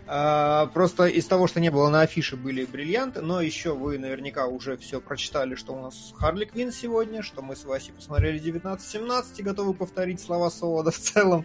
Просто из того, что не было на афише, были бриллианты, но еще вы наверняка уже все прочитали, что у нас Харли Квинн сегодня, что мы с Васей посмотрели 19-17 и готовы повторить слова Солода в целом,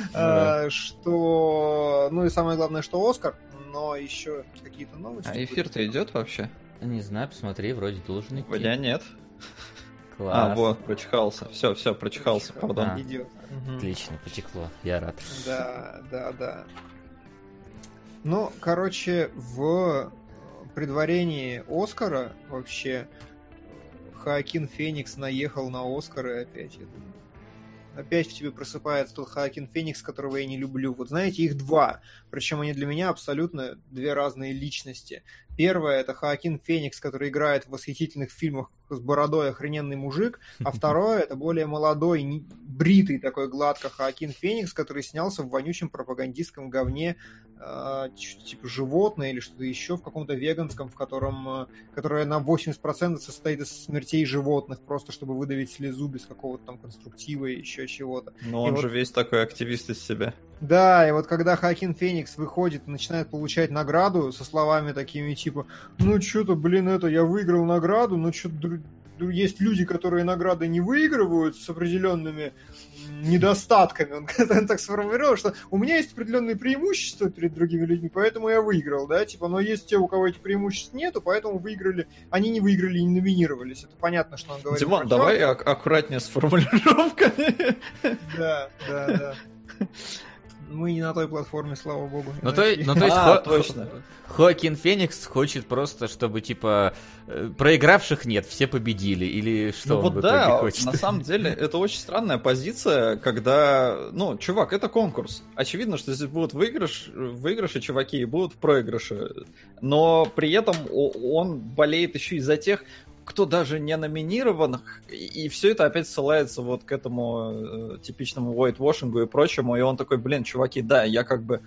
что... Ну и самое главное, что Оскар, но еще какие-то новости. А эфир-то идет вообще? Не знаю, посмотри, вроде должен идти. У меня нет. Класс. Вот, прочихался. Все, прочихался, пардон. Идет. Отлично, потекло, я рад. Да. Ну, короче, в предварении Оскара вообще Хоакин Феникс наехал на Оскары опять. Я думаю. Опять в тебе просыпается тот Хоакин Феникс, которого я не люблю. Вот знаете, их два. Причем они для меня абсолютно две разные личности. Первое — это Хоакин Феникс, который играет в восхитительных фильмах с бородой охрененный мужик. А второе — это более молодой, бритый такой гладко Хоакин Феникс, который снялся в вонючем пропагандистском говне типа животное или что-то еще в каком-то веганском, в котором, которое на 80% состоит из смертей животных, просто чтобы выдавить слезу без какого-то там конструктива и еще чего-то. Но он же весь такой активист из себя. Да, и вот когда Хоакин Феникс выходит и начинает получать награду со словами такими типа, ну что-то, я выиграл награду, но что-то есть люди, которые награды не выигрывают с определенными недостатками. Он так сформулировал, что у меня есть определенные преимущества перед другими людьми, поэтому я выиграл, да, типа, но есть те, у кого этих преимуществ нету, поэтому они не выиграли и не номинировались. Это понятно, что он говорит. Димон, давай аккуратнее с формулировками. Да. Мы не на той платформе, слава богу. То есть точно. Хоакин Феникс хочет просто, чтобы, типа, проигравших нет, все победили, или что он в итоге хочет? На самом деле, это очень странная позиция, когда, чувак, это конкурс. Очевидно, что здесь будут выигрыши, чуваки, и будут проигрыши. Но при этом он болеет еще и за тех, кто даже не номинирован, и все это опять ссылается вот к этому типичному whitewashing и прочему, и он такой, чуваки, да, я как бы,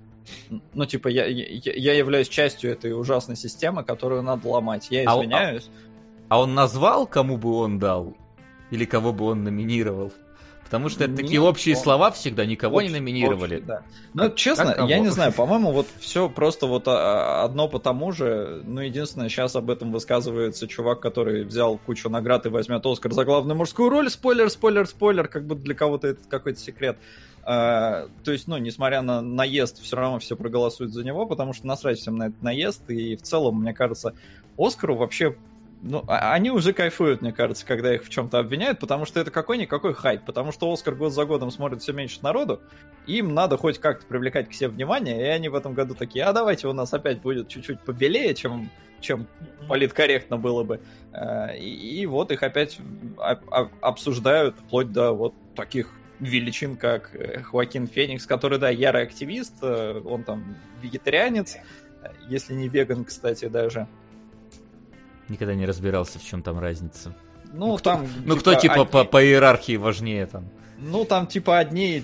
я являюсь частью этой ужасной системы, которую надо ломать, я извиняюсь. А он назвал, кому бы он дал? Или кого бы он номинировал? Потому что это такие общие слова всегда, никого не номинировали. Да. Честно, я не знаю, по-моему, вот все просто вот одно по тому же. Единственное, сейчас об этом высказывается чувак, который взял кучу наград и возьмет Оскар за главную мужскую роль. Спойлер, как будто для кого-то это какой-то секрет. То есть, несмотря на наезд, все равно все проголосуют за него, потому что насрать всем на этот наезд. И в целом, мне кажется, Оскару вообще... они уже кайфуют, мне кажется, когда их в чем-то обвиняют, потому что это какой-никакой хайп, потому что Оскар год за годом смотрит все меньше народу, им надо хоть как-то привлекать к себе внимание, и они в этом году такие, давайте у нас опять будет чуть-чуть побелее, чем политкорректно было бы. И вот их опять обсуждают вплоть до вот таких величин, как Хоакин Феникс, который, да, ярый активист, он там вегетарианец, если не веган, кстати, даже. Никогда не разбирался, в чем там разница. Кто по иерархии важнее там? Там типа одни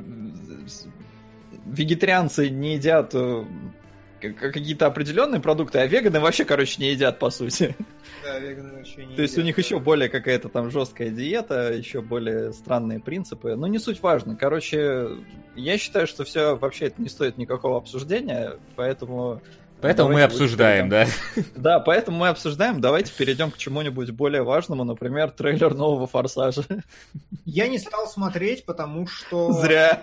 вегетарианцы не едят какие-то определенные продукты, а веганы вообще, не едят, по сути. Да, веганы вообще не едят. То есть у них еще более какая-то там жесткая диета, еще более странные принципы. Не суть важно. Я считаю, что все вообще это не стоит никакого обсуждения, поэтому мы обсуждаем, да? Да, поэтому мы обсуждаем. Давайте перейдем к чему-нибудь более важному, например, трейлер нового «Форсажа». Я не стал смотреть, потому что... Зря.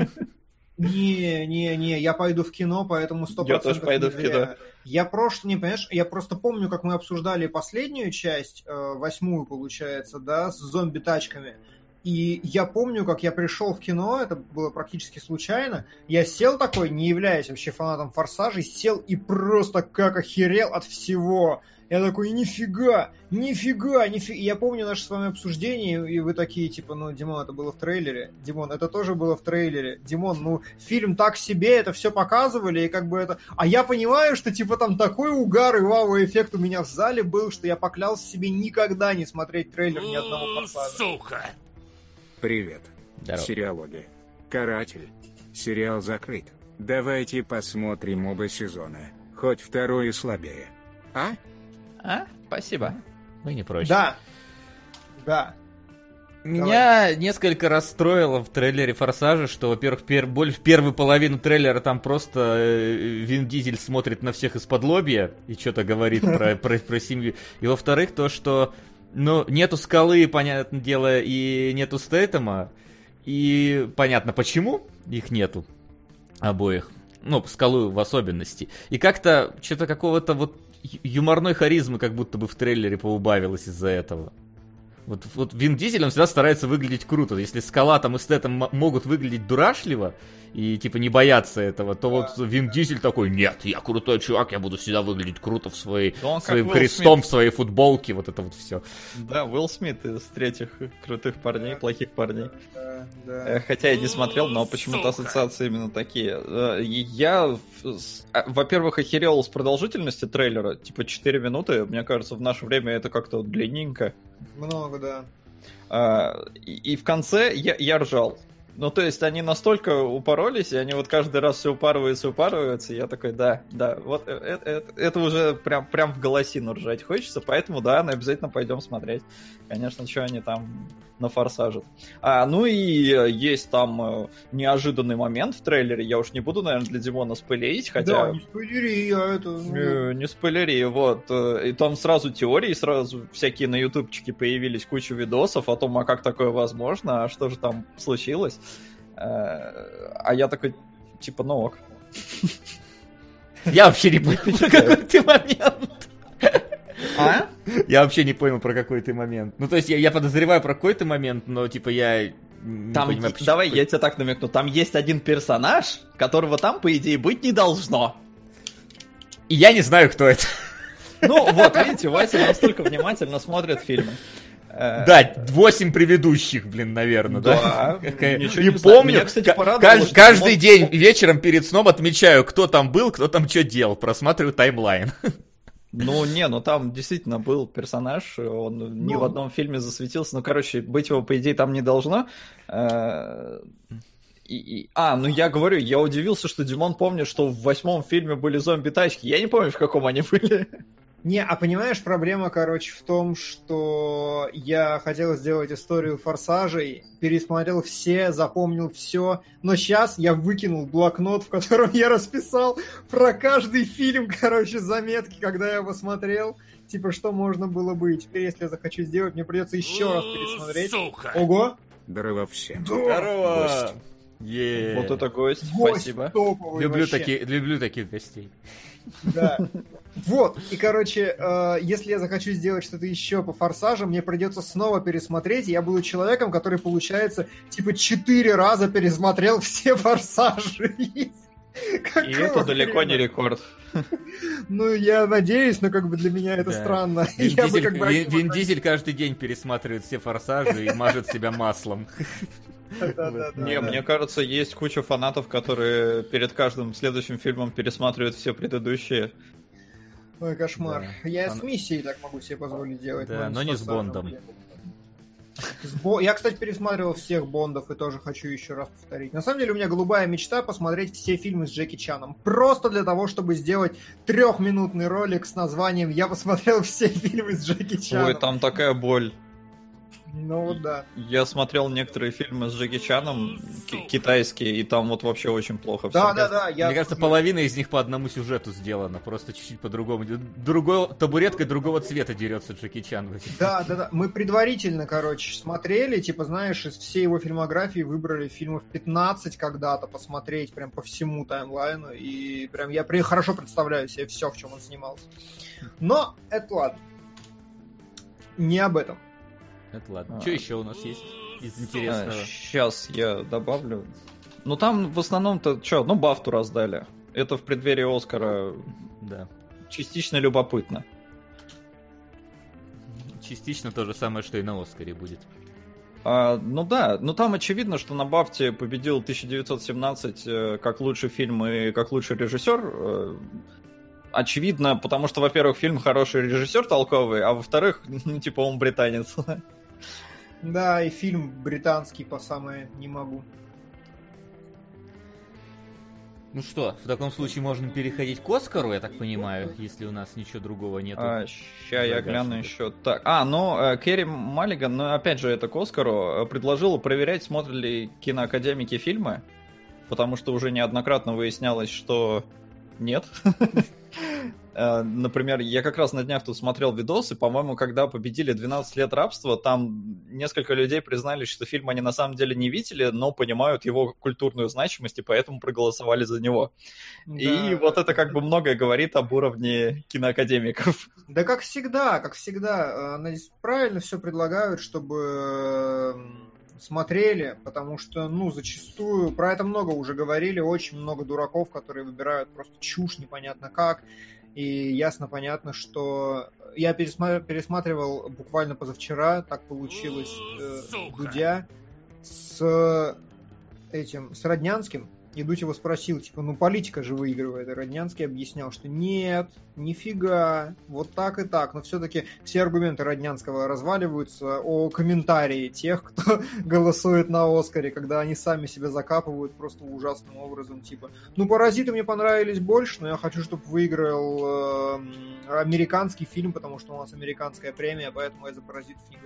Не, я пойду в кино, поэтому 100% я тоже пойду в кино. Я просто помню, как мы обсуждали последнюю часть, 8-ю, получается, да, с зомби-тачками. И я помню, как я пришел в кино, это было практически случайно, я сел такой, не являясь вообще фанатом «Форсажей», сел и просто как охерел от всего. Я такой, нифига. Я помню наше с вами обсуждение, и вы такие, типа, Димон, это было в трейлере. Димон, это тоже было в трейлере. Димон, фильм так себе, это все показывали, и как бы это... А я понимаю, что, типа, там такой угар и вау-эффект у меня в зале был, что я поклялся себе никогда не смотреть трейлер ни одного «Форсажа». Сука! Привет. Здорово. Сериалоги. «Каратель». Сериал закрыт. Давайте посмотрим оба сезона. Хоть второй и слабее. Спасибо. Мы не прочь. Да. Меня несколько расстроило в трейлере «Форсажа», что, во-первых, в первую половину трейлера там просто Вин Дизель смотрит на всех из-под лобья и что-то говорит про семью. И, во-вторых, то, что нету Скалы, понятное дело, и нету Стэйтема. И понятно, почему их нету обоих. Скалу в особенности. И как-то что-то какого-то вот юморной харизмы как будто бы в трейлере поубавилось из-за этого. Вот Вин Дизель, он всегда старается выглядеть круто. Если Скала там и Стэтэм могут выглядеть дурашливо и типа не бояться этого, то вот Вин Дизель такой: нет, я крутой чувак, я буду всегда выглядеть круто своим крестом в своей футболке, вот это вот все. Да, Уилл Смит из третьих крутых парней, плохих парней. Да. Хотя я не смотрел, но почему-то ассоциации именно такие. Я, во-первых, охерел с продолжительности трейлера, типа 4 минуты. Мне кажется, в наше время это как-то длинненько. Много, да. И в конце я ржал. То есть они настолько упоролись, и они вот каждый раз все упарываются, и я такой, да, вот это уже прям в голосину ржать хочется, поэтому, да, обязательно пойдем смотреть. Конечно, что они там нафорсажат. И есть там неожиданный момент в трейлере, я уж не буду, наверное, для Димона спойлерить, хотя... Да, не спойлери, я это... Не спойлери, вот. И там сразу теории, сразу всякие на ютубчике появились, куча видосов о том, а как такое возможно, а что же там случилось. А я такой, типа, ок. Я вообще не понял, про какой ты момент. А? Я вообще не понял, про какой ты момент. То есть я подозреваю про какой ты момент, но типа я не понимаю, почему. Давай я тебе так намекну. Там есть один персонаж, которого там, по идее, быть не должно. И я не знаю, кто это. Вот, видите, Вася настолько внимательно смотрит фильмы. Да, 8 предыдущих, наверное, да? И помню, каждый день вечером перед сном отмечаю, кто там был, кто там что делал, просматриваю таймлайн. Там действительно был персонаж, он ни в одном фильме засветился, быть его, по идее, там не должно. Я говорю, я удивился, что Димон помнит, что в 8-м фильме были зомби-тачки, я не помню, в каком они были. Понимаешь, проблема, в том, что я хотел сделать историю форсажей, пересмотрел все, запомнил все, но сейчас я выкинул блокнот, в котором я расписал про каждый фильм, заметки, когда я его смотрел, типа, что можно было бы. И теперь, если я захочу сделать, мне придется еще раз пересмотреть. Сука. Ого! Здорово всем. Здорово! Вот это гость, спасибо. Люблю таких гостей. Да. Вот, и, если я захочу сделать что-то еще по форсажам, мне придется снова пересмотреть, и я буду человеком, который, получается, 4 раза пересмотрел все форсажи. И это далеко не рекорд. Я надеюсь, но для меня это странно. Вин Дизель каждый день пересматривает все форсажи и мажет себя маслом. Мне кажется, есть куча фанатов, которые перед каждым следующим фильмом пересматривают все предыдущие. Ой, кошмар. Я с Миссией так могу себе позволить делать. Да, но не с Бондом. Я, кстати, пересматривал всех Бондов и тоже хочу еще раз повторить. На самом деле у меня голубая мечта посмотреть все фильмы с Джеки Чаном. Просто для того, чтобы сделать 3-минутный ролик с названием «Я посмотрел все фильмы с Джеки Чаном». Ой, там такая боль. Да. Я смотрел некоторые фильмы с Джеки Чаном, китайские, и там вообще очень плохо. Да. Мне кажется, половина из них по одному сюжету сделана, просто чуть-чуть по-другому. Табуреткой другого цвета дерется Джеки Чан. Да. Мы предварительно, смотрели, из всей его фильмографии выбрали фильмов 15 когда-то посмотреть прям по всему таймлайну, и прям я хорошо представляю себе все, в чем он снимался. Но это ладно. Не об этом. Это ладно. Что еще у нас есть из интересного? Сейчас я добавлю. Там в основном-то Бафту раздали. Это в преддверии Оскара. Да. Частично любопытно. Частично то же самое, что и на Оскаре будет. Там очевидно, что на Бафте победил 1917 как лучший фильм и как лучший режиссер. Очевидно, потому что, во-первых, фильм хороший, режиссер толковый, а во-вторых, он британец. Да, и фильм британский по самое не могу. Ну что, в таком случае можно переходить к Оскару, я так понимаю, если у нас ничего другого нету. Ща я гляну еще. Так, Керри Маллиган, опять же, это к Оскару, предложила проверять, смотрят ли киноакадемики фильмы, потому что уже неоднократно выяснялось, что нет. Например, я как раз на днях тут смотрел видосы, по-моему, когда победили 12 лет рабства, там несколько людей признались, что фильм они на самом деле не видели, но понимают его культурную значимость и поэтому проголосовали за него. Да. И вот это как бы многое говорит об уровне киноакадемиков. Да как всегда, правильно все предлагают, чтобы смотрели, потому что, зачастую, про это много уже говорили, очень много дураков, которые выбирают просто чушь непонятно как, и ясно понятно, что я пересматривал буквально позавчера, так получилось, Дудя с Роднянским, и Дудь его спросил, политика же выигрывает, и Роднянский объяснял, что нет, нифига, вот так и так, но все-таки все аргументы Роднянского разваливаются о комментарии тех, кто голосует на Оскаре, когда они сами себя закапывают просто ужасным образом, «Паразиты» мне понравились больше, но я хочу, чтобы выиграл американский фильм, потому что у нас американская премия, поэтому я за «Паразитов» не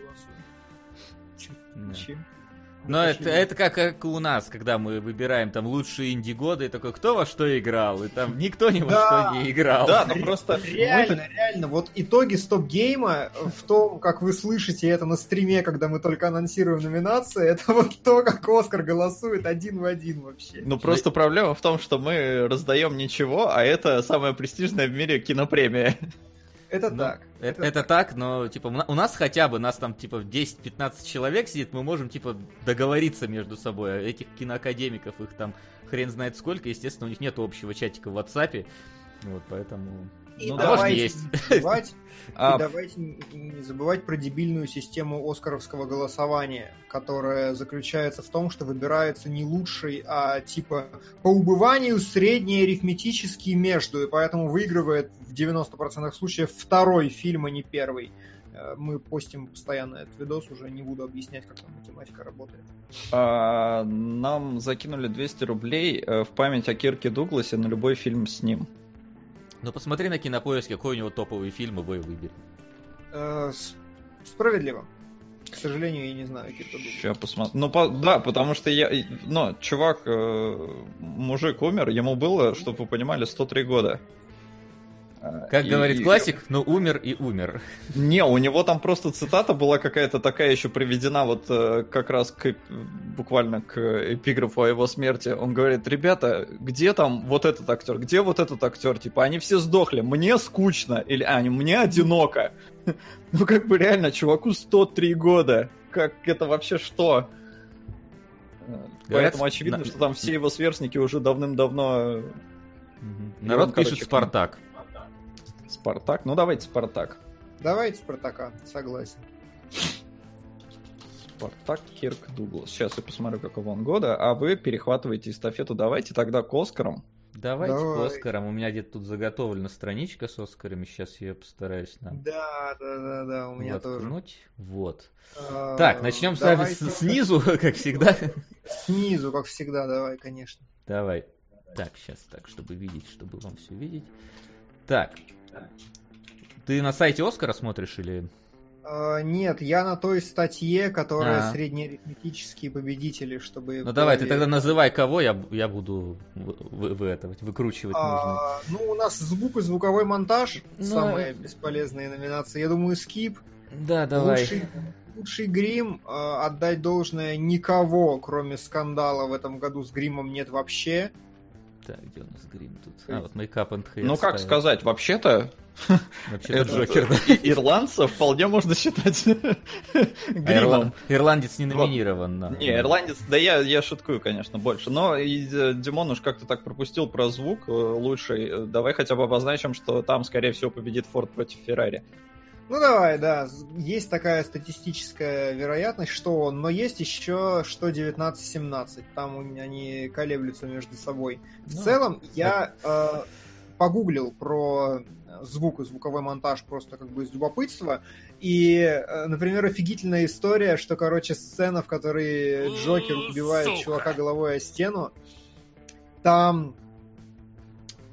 голосую. Чем? Но это как у нас, когда мы выбираем там лучшие инди-годы, и такой, кто во что играл, и там никто ни во что не играл. Да, просто... Реально, вот итоги стоп-гейма в том, как вы слышите это на стриме, когда мы только анонсируем номинации, это вот то, как Оскар голосует один в один вообще. Просто проблема в том, что мы раздаем ничего, а это самая престижная в мире кинопремия. Это так. Это так, но, у нас хотя бы, нас там, 10-15 человек сидит, мы можем, договориться между собой. А этих киноакадемиков, их там хрен знает сколько, естественно, у них нет общего чатика в WhatsApp, вот, поэтому... Давайте не забывать про дебильную систему оскаровского голосования, которая заключается в том, что выбирается не лучший, а по убыванию средний арифметический между, и поэтому выигрывает в 90% случаев второй фильм, а не первый. Мы постим постоянно этот видос, уже не буду объяснять, как там математика работает. Нам закинули 200 рублей в память о Кирке Дугласе на любой фильм с ним. Посмотри на Кинопоиске, какой у него топовый фильм, и выбери. Справедливо. К сожалению, я не знаю, Кирка Дуглас. Сейчас посмотрю. Да, потому что чувак, мужик умер, ему было, чтобы вы понимали, 103 года. Как говорит классик, умер и умер. Не, у него там просто цитата была какая-то такая еще приведена как раз буквально к эпиграфу о его смерти. Он говорит, ребята, где там вот этот актер, где вот этот актер? Они все сдохли, мне скучно, или мне одиноко. Реально, чуваку 103 года. Как это вообще что? Поэтому очевидно, что там все его сверстники уже давным-давно... Народ пишет «Спартак». Спартак? Давайте Спартак. Давайте Спартака, согласен. Спартак, Кирк Дуглас. Сейчас я посмотрю, какого он года, а вы перехватываете эстафету. Давайте тогда к Оскарам. Давайте к Оскарам. У меня где-то тут заготовлена страничка с Оскарами. Сейчас я постараюсь нам... Да, у меня воткнуть. Тоже. Вот. Так, начнем снизу, как всегда. Снизу, как всегда, давай, конечно. Давай. Так, сейчас так, чтобы вам все видеть. Так. Ты на сайте Оскара смотришь или... Нет, я на той статье, которая среднеарифметические победители, чтобы... Давай, ты тогда называй кого, я буду выкручивать нужно. У нас звук и звуковой монтаж, самые бесполезные номинации. Я думаю, скип. Да, давай. Лучший грим, отдать должное, никого, кроме скандала, в этом году с гримом нет вообще. Так, где у нас грим тут? Вот Makeup and Hair. Как сказать, вообще-то Джокер, да. Ирландца вполне можно считать гримом. Ирландец не номинирован. Не, ирландец, да я шуткую, конечно, больше. Но Димон уж как-то так пропустил про звук лучший. Давай хотя бы обозначим, что там, скорее всего, победит Форд против Феррари. Давай, да, есть такая статистическая вероятность, что он, но есть еще что 19-17, там они колеблются между собой. В целом, я погуглил про звук и звуковой монтаж просто из любопытства, и, например, офигительная история, что, сцена, в которой Джокер убивает чувака головой о стену, там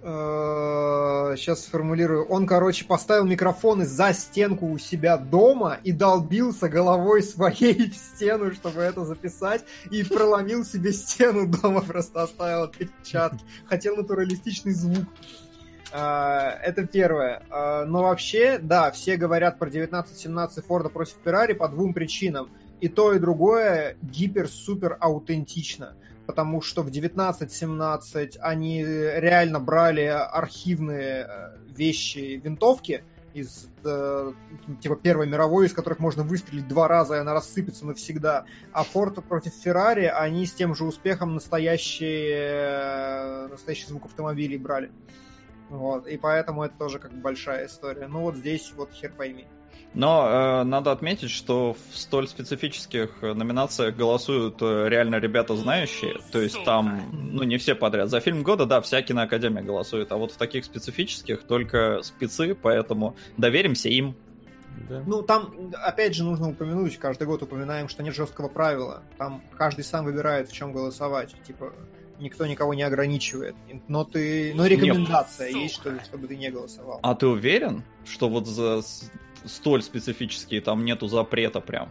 Сейчас сформулирую. Он, короче, поставил микрофоны за стенку у себя дома и долбился головой своей в стену, чтобы это записать, и проломил себе стену дома, просто оставил отпечатки. Хотел натуралистичный звук. Это первое. Но вообще, да, все говорят про 1917 Форда против Феррари по двум причинам. И то, и другое гипер-супер аутентично. Потому что в 1917 они реально брали архивные вещи, винтовки из типа Первой мировой, из которых можно выстрелить 2 раза, и она рассыпется навсегда. А Форд против Феррари они с тем же успехом настоящий звук автомобилей брали. Вот. И поэтому это тоже как бы большая история. Ну вот здесь вот хер пойми. Но надо отметить, что в столь специфических номинациях голосуют реально ребята знающие, то есть там, ну, не все подряд. За фильм года, да, вся киноакадемия голосует, а вот в таких специфических только спецы, поэтому доверимся им. Да. Ну, там, опять же, нужно упомянуть, каждый год упоминаем, что нет жесткого правила. Там каждый сам выбирает, в чем голосовать. Типа, никто никого не ограничивает. Но рекомендация есть, чтобы ты не голосовал. А ты уверен, что вот за столь специфические там нету запрета прям?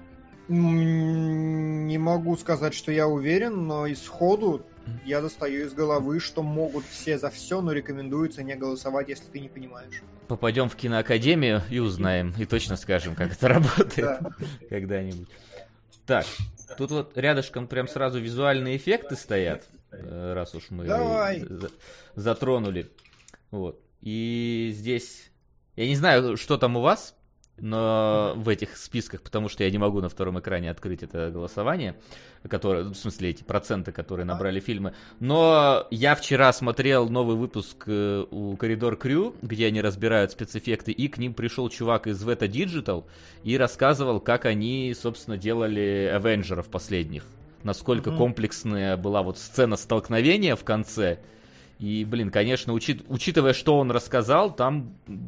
Не могу сказать, что я уверен, но исходу я достаю из головы, что могут все за все, но рекомендуется не голосовать, если ты не понимаешь. Попадем в киноакадемию и узнаем, и точно скажем, как это работает когда-нибудь. Так, тут вот рядышком прям сразу визуальные эффекты стоят, раз уж мы затронули. Вот. И здесь, я не знаю, что там у вас, но в этих списках, потому что я не могу на втором экране открыть это голосование, в смысле эти проценты, которые набрали фильмы. Но я вчера смотрел новый выпуск у Corridor Crew, где они разбирают спецэффекты, и к ним пришел чувак из Veta Digital и рассказывал, как они, собственно, делали Авенджеров последних. Насколько комплексная была вот сцена столкновения в конце. И, конечно, учитывая, что он рассказал, там,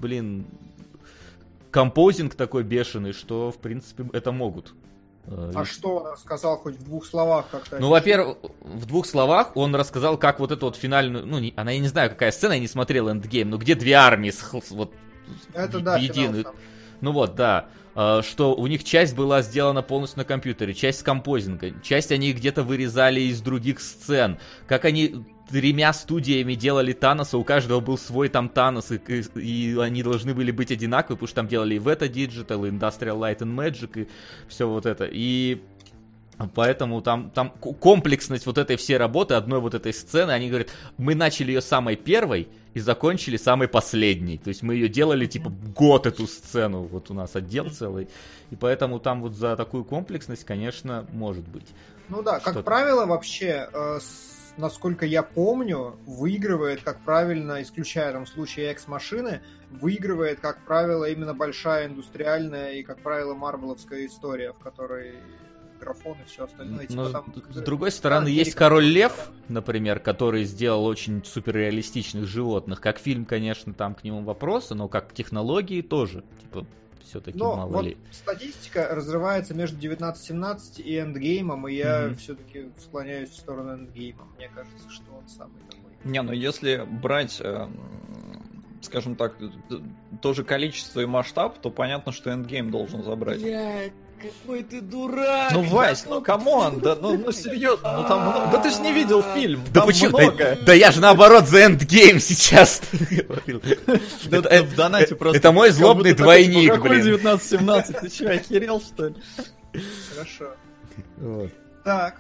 композинг такой бешеный, что, в принципе, это могут. А что он рассказал хоть в 2 словах как-то? Ну, во-первых, в 2 словах он рассказал, как вот эту вот финальную... Ну, я не знаю, какая сцена, я не смотрел Endgame, но где 2 армии вот это, в единую. Ну вот, да. Что у них часть была сделана полностью на компьютере, часть с композинга, часть они где-то вырезали из других сцен. Как они 3 студиями делали Таноса, у каждого был свой там Танос, и они должны были быть одинаковые, потому что там делали и Veta Digital, и Industrial Light and Magic, и все вот это. И поэтому там комплексность вот этой всей работы, одной вот этой сцены, они говорят, мы начали ее самой первой и закончили самой последней. То есть мы ее делали типа год эту сцену, вот у нас отдел целый. И поэтому там вот за такую комплексность, конечно, может быть. Ну да, как правило, вообще, насколько я помню, выигрывает, как правильно, исключая там случаи экс-машины, выигрывает, как правило, именно большая индустриальная и, как правило, марвеловская история, в которой графон и все остальное. Но, с другой стороны, есть Король Лев, например, который сделал очень суперреалистичных животных. Как фильм, конечно, там к нему вопросы, но как технологии тоже. Типа, все-таки мало вот ли. Статистика разрывается между 1917 и Эндгеймом, и я все-таки склоняюсь в сторону Эндгейма. Мне кажется, что он самый такой. Не, ну если брать, скажем так, тоже количество и масштаб, то понятно, что Эндгейм должен забрать. Блядь, какой ты дурак! Ну, Вась, ну камон, да, ну серьезно, ну там, да ты ж не видел фильм, да там почему? много. Да я же наоборот за Эндгейм сейчас говорил. В донате просто. Это мой злобный двойник, блин. Какой 1917, ты что, охерел, что ли? Хорошо. Так.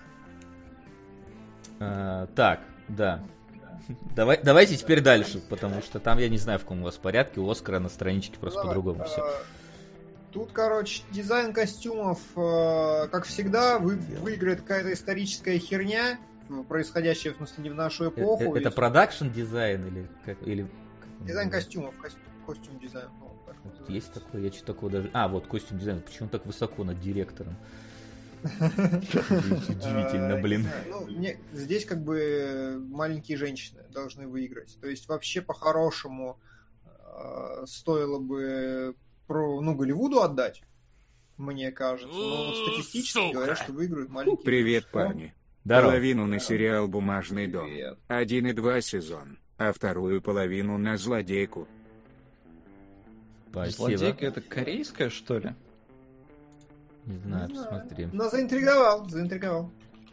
Так, да. Давайте теперь дальше, потому что там я не знаю, в каком у вас порядке, у Оскара на страничке просто по-другому все. Тут, короче, дизайн костюмов, как всегда, выиграет какая-то историческая херня, происходящая, в смысле, не в нашу эпоху. Это продакшн дизайн или... Дизайн костюмов, костюм дизайн. Есть такое, я что-то такого даже... вот костюм дизайн, почему так высоко над директором? Удивительно, блин. Здесь как бы маленькие женщины должны выиграть. То есть вообще по-хорошему стоило бы Голливуду отдать, мне кажется. Но вот статистически говорят, что выиграют маленькие. Привет, парни. Половину на сериал «Бумажный дом». 1 и 2 сезон. а вторую половину на злодейку. Спасибо. Злодейка это корейская, что ли? Не знаю, посмотри. Но заинтриговал.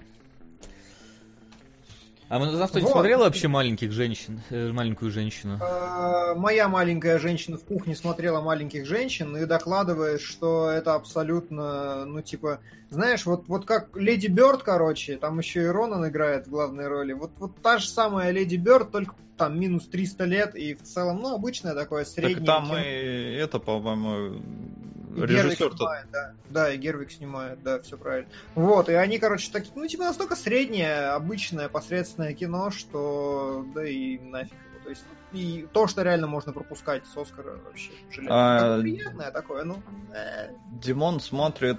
А мы на что не смотрела вообще маленьких женщин? Маленькую женщину? Моя маленькая женщина в кухне смотрела «Маленьких женщин» и докладывает, что это абсолютно, ну, типа, знаешь, вот как Леди Бёрд, короче, там еще и Ронан играет в главной роли. Вот та же самая Леди Бёрд, только там минус 300 лет, и в целом, ну, обычное такое среднее. Так там кино. и это, по-моему, Режиссер снимает, да, и Гервик снимает, да, все правильно. Вот, и они, короче, такие, ну, типа, настолько среднее, обычное, посредственное кино, что, да и нафиг его. То есть, и то, что реально можно пропускать с Оскара, вообще железно. Приятное такое, ну... Димон смотрит...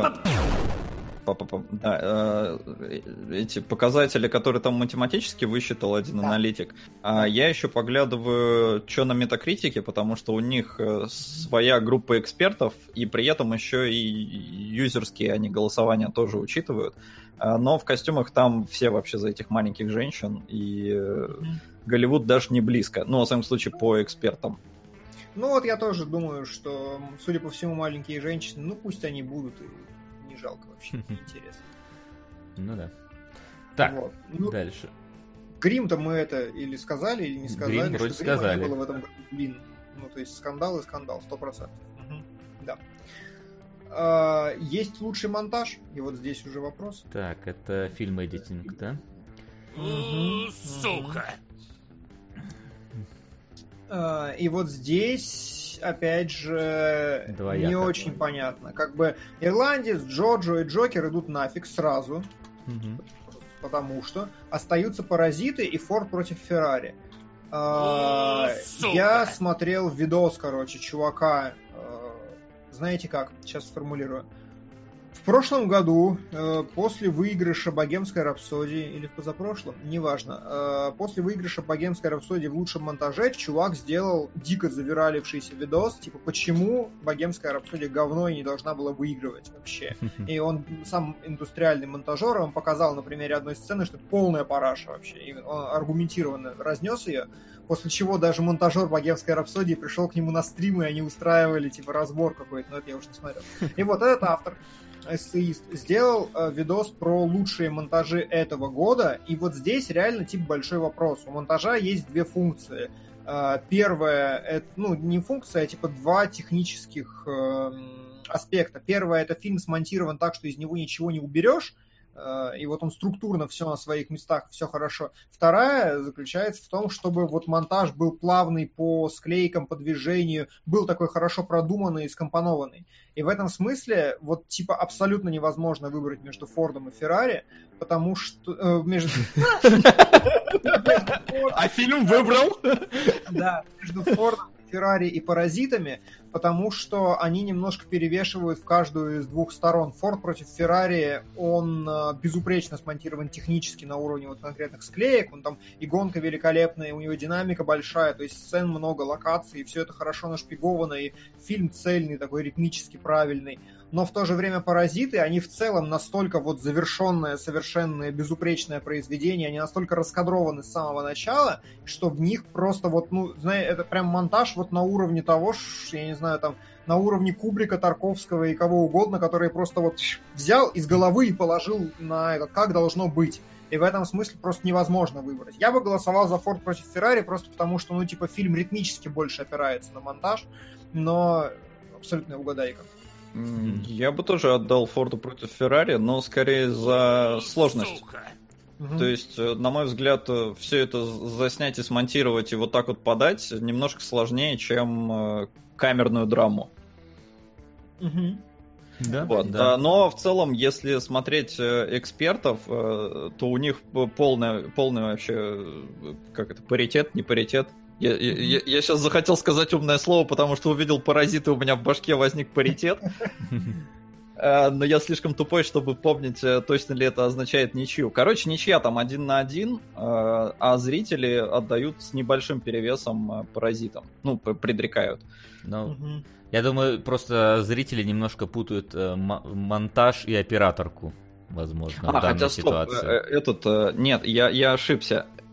эти показатели, которые там математически высчитал один аналитик. А я еще поглядываю, что на Метакритике, потому что у них своя группа экспертов, и при этом еще и юзерские они голосования тоже учитывают. Но в костюмах там все вообще за этих маленьких женщин, и Голливуд даже не близко. Ну, во всяком случае, по экспертам. Ну вот я тоже думаю, что, судя по всему, маленькие женщины, ну пусть они будут, и не жалко вообще, интересно. Ну да. Так, вот. Ну, дальше. Грим-то мы это или сказали, или не сказали. Грим вроде сказали. Не было в этом году, блин. Ну, то есть скандал и скандал, 100%. Да. Есть лучший монтаж, и вот здесь уже вопрос. Так, это фильм-эдитинг, да? Сука! И вот здесь, опять же, двояко. Не очень понятно. Как бы Ирландец, Джоджо и Джокер идут нафиг сразу, потому что остаются Паразиты и Форд против Феррари. Я смотрел видос, короче, чувака. Знаете как? Сейчас сформулирую. В прошлом году, после выигрыша «Богемской рапсодии», или в позапрошлом, неважно, после выигрыша «Богемской рапсодии» в лучшем монтаже чувак сделал дико завиралившийся видос, типа, почему «Богемская рапсодия» говно и не должна была выигрывать вообще. И он сам индустриальный монтажер, он показал на примере одной сцены, что это полная параша вообще. И он аргументированно разнес ее, после чего даже монтажер «Богемской рапсодии» пришел к нему на стрим, и они устраивали, типа, разбор какой-то, но это я уже не смотрел. И вот этот автор, эссеист, сделал видос про лучшие монтажи этого года, и вот здесь реально типа большой вопрос. У монтажа есть две функции. Первая, это, ну, не функция, а типа два технических аспекта. Первое, это фильм смонтирован так, что из него ничего не уберешь, и вот он структурно все на своих местах, все хорошо. Вторая заключается в том, чтобы вот монтаж был плавный по склейкам, по движению, был такой хорошо продуманный и скомпонованный. И в этом смысле вот типа абсолютно невозможно выбрать между Фордом и Феррари, потому что... А фильм выбрал? Да, между Фордом, Феррари и Паразитами, потому что они немножко перевешивают в каждую из двух сторон. Форд против Феррари, он безупречно смонтирован технически на уровне вот конкретных склеек, он там и гонка великолепная, и у него динамика большая, то есть сцен много, локаций, и все это хорошо нашпиговано, и фильм цельный, такой ритмически правильный. Но в то же время «Паразиты», они в целом настолько вот завершенное, совершенное, безупречное произведение, они настолько раскадрованы с самого начала, что в них просто вот, ну, знаете, это прям монтаж вот на уровне того, я не знаю, там, на уровне Кубрика, Тарковского и кого угодно, который просто вот взял из головы и положил на этот, как должно быть. И в этом смысле просто невозможно выбрать. Я бы голосовал за «Форд против Феррари» просто потому, что, ну, типа, фильм ритмически больше опирается на монтаж, но абсолютная угадайка. Я бы тоже отдал Форду против Феррари, но скорее за сложность. То есть, на мой взгляд, все это заснять и смонтировать и вот так вот подать немножко сложнее, чем камерную драму. Да, вот. Да. Но в целом, если смотреть экспертов, то у них полный вообще, как это, паритет, не паритет. Я сейчас захотел сказать умное слово, потому что увидел «Паразиты», у меня в башке возник паритет. Но я слишком тупой, чтобы помнить, точно ли это означает ничью. Короче, ничья там 1-1, а зрители отдают с небольшим перевесом «Паразитам». Ну, предрекают. Я думаю, просто зрители немножко путают монтаж и операторку, возможно, в данной ситуации. Нет, я ошибся.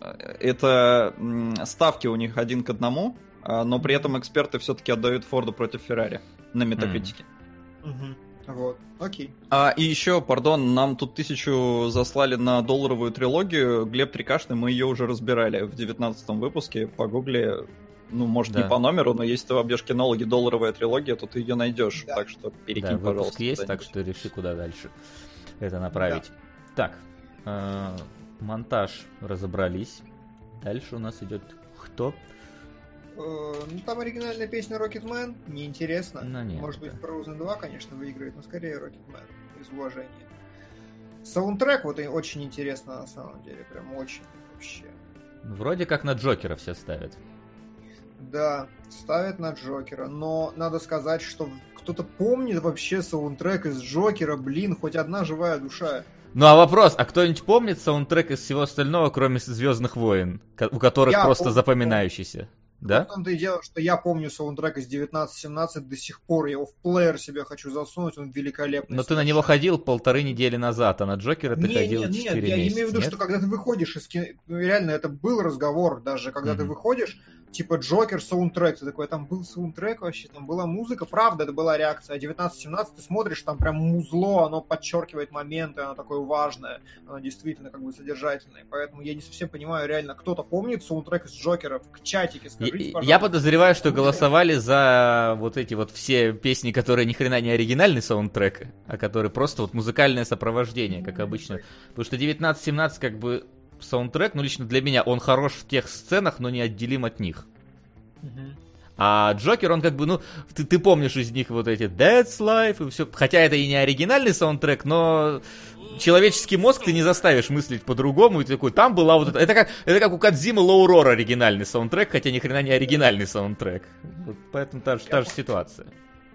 это ставки у них 1-1, но при этом эксперты все-таки отдают Форду против Феррари на метакритике. Вот, окей. И еще, пардон, нам тут 1000 заслали на долларовую трилогию. Глеб Трикашный, мы ее уже разбирали в 19-м выпуске. Погугли, ну, может, не по номеру, но если ты вобьешь кинологи долларовая трилогия, то ты ее найдешь. Да. Так что перекинь, пожалуйста. Выпуск есть, так что реши, куда дальше это направить. Да. Так, монтаж разобрались. Дальше у нас идет кто? Ну, там оригинальная песня Rocketman, неинтересно. Нет, может быть, Frozen 2, конечно, выиграет, но скорее Rocketman, из уважения. Саундтрек вот очень интересно, на самом деле, прям очень вообще. Вроде как на Джокера все ставят. Да, ставят на Джокера, но надо сказать, что кто-то помнит вообще саундтрек из Джокера, блин, хоть одна живая душа. Ну а вопрос, а кто-нибудь помнит саундтрек из всего остального, кроме «Звездных войн», у которых просто запоминающийся? Да? В том-то и дело, что я помню саундтрек из 1917 до сих пор, я его в плеер себе хочу засунуть, он великолепный. Но ты на него ходил 1,5 недели назад, а на Джокера ты ходил 4 месяца. Нет, я имею в виду, что когда ты выходишь из кино, реально это был разговор даже, когда ты выходишь, типа Джокер саундтрек, ты такой, там был саундтрек вообще, там была музыка, правда, это была реакция, а 1917 ты смотришь, там прям музло, оно подчеркивает моменты, оно такое важное, оно действительно как бы содержательное, поэтому я не совсем понимаю, реально, кто-то помнит саундтрек из Джокера в чатике, скажите, пожалуйста. Я подозреваю, что голосовали за вот эти вот все песни, которые ни хрена не оригинальный саундтрек, а которые просто вот музыкальное сопровождение, как обычно, потому что 1917 как бы саундтрек, ну лично для меня, он хорош в тех сценах, но не отделим от них. А Джокер, он как бы, ну, ты помнишь из них вот эти That's Life и все. Хотя это и не оригинальный саундтрек, но человеческий мозг ты не заставишь мыслить по-другому. И ты такой, там была вот это как у Кодзимы Low Roar оригинальный саундтрек, хотя ни хрена не оригинальный саундтрек. Вот поэтому та же ситуация.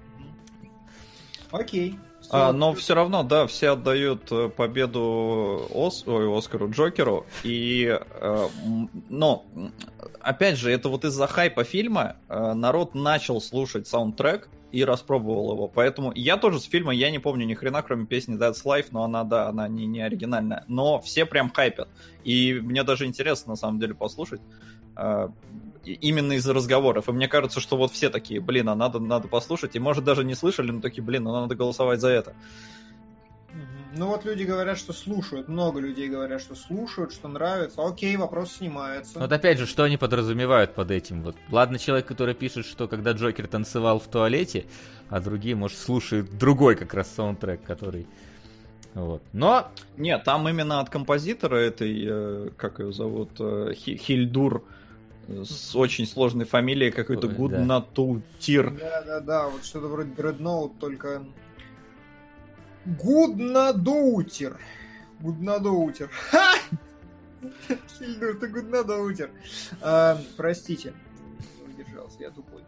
Окей. Но все равно, да, все отдают победу Оскару Джокеру. И, но, опять же, это вот из-за хайпа фильма народ начал слушать саундтрек и распробовал его. Поэтому я тоже с фильма, я не помню ни хрена, кроме песни That's Life, но она, да, она не оригинальная. Но все прям хайпят. И мне даже интересно, на самом деле, послушать. Именно из-за разговоров. И мне кажется, что вот все такие, блин, а надо послушать. И может даже не слышали, но такие, блин, надо голосовать за это. Ну вот люди говорят, что слушают. Много людей говорят, что слушают, что нравится. Окей, вопрос снимается. Вот опять же, что они подразумевают под этим? Вот. Ладно, человек, который пишет, что когда Джокер танцевал в туалете, а другие, может, слушают другой как раз саундтрек, который... Вот. Но... Нет, там именно от композитора этой, как ее зовут, Хильдур, с очень сложной фамилией, какой-то Гуднатутир. Да, вот что-то вроде Дредноут, только... Гуднадоутер. Ха! Хильдур, ты Гуднадоутер. Простите. Не удержался, я тупой.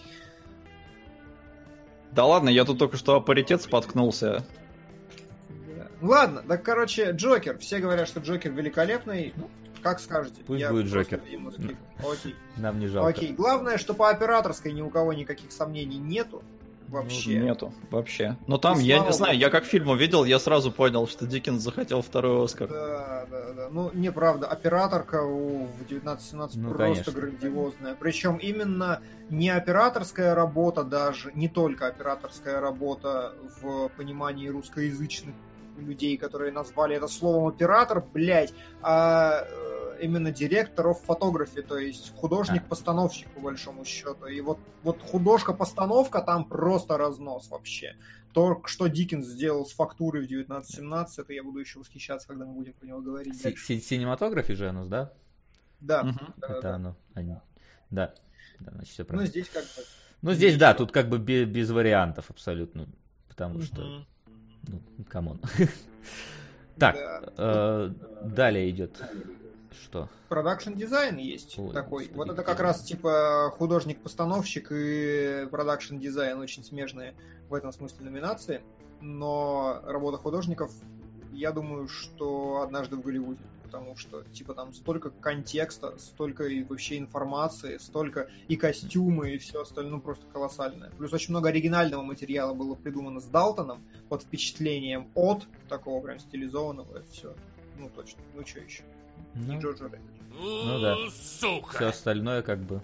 Да ладно, я тут только что о паритет споткнулся. Ладно, так, короче, Джокер. Все говорят, что Джокер великолепный. Как скажете. Пусть будет Джокер. Окей. Нам не жалко. Окей. Главное, что по операторской ни у кого никаких сомнений нету. Вообще. Нету, вообще. Но там, я не знаю, я как фильм увидел, я сразу понял, что Диккенс захотел второй Оскар. Да. Ну, неправда. Операторка в 1917 просто конечно. Грандиозная. Причем именно не операторская работа даже, не только операторская работа в понимании русскоязычных людей, которые назвали это словом оператор, блять, а именно директор of photography, то есть художник-постановщик, по большому счету. И вот художка-постановка там просто разнос вообще. То, что Диккенс сделал с фактурой в 1917, это я буду еще восхищаться, когда мы будем про него говорить. Синематографии же оно, да? Да. Это оно. Да, значит, все правильно. Ну, здесь как бы... Ну, здесь, да, тут как бы без вариантов абсолютно, потому что... Ну, камон. Так, далее идет... Что? Продакшн дизайн есть такой. Вот это как раз типа художник-постановщик и продакшн дизайн очень смежные в этом смысле номинации. Но работа художников, я думаю, что однажды в Голливуде. Потому что типа там столько контекста, столько и вообще информации, столько и костюмы, и все остальное, ну просто колоссальное. Плюс очень много оригинального материала было придумано с Далтоном под впечатлением от такого прям стилизованного. Это все. Ну точно. Ну что еще? Ну, Ну да. Сука. Все остальное как бы...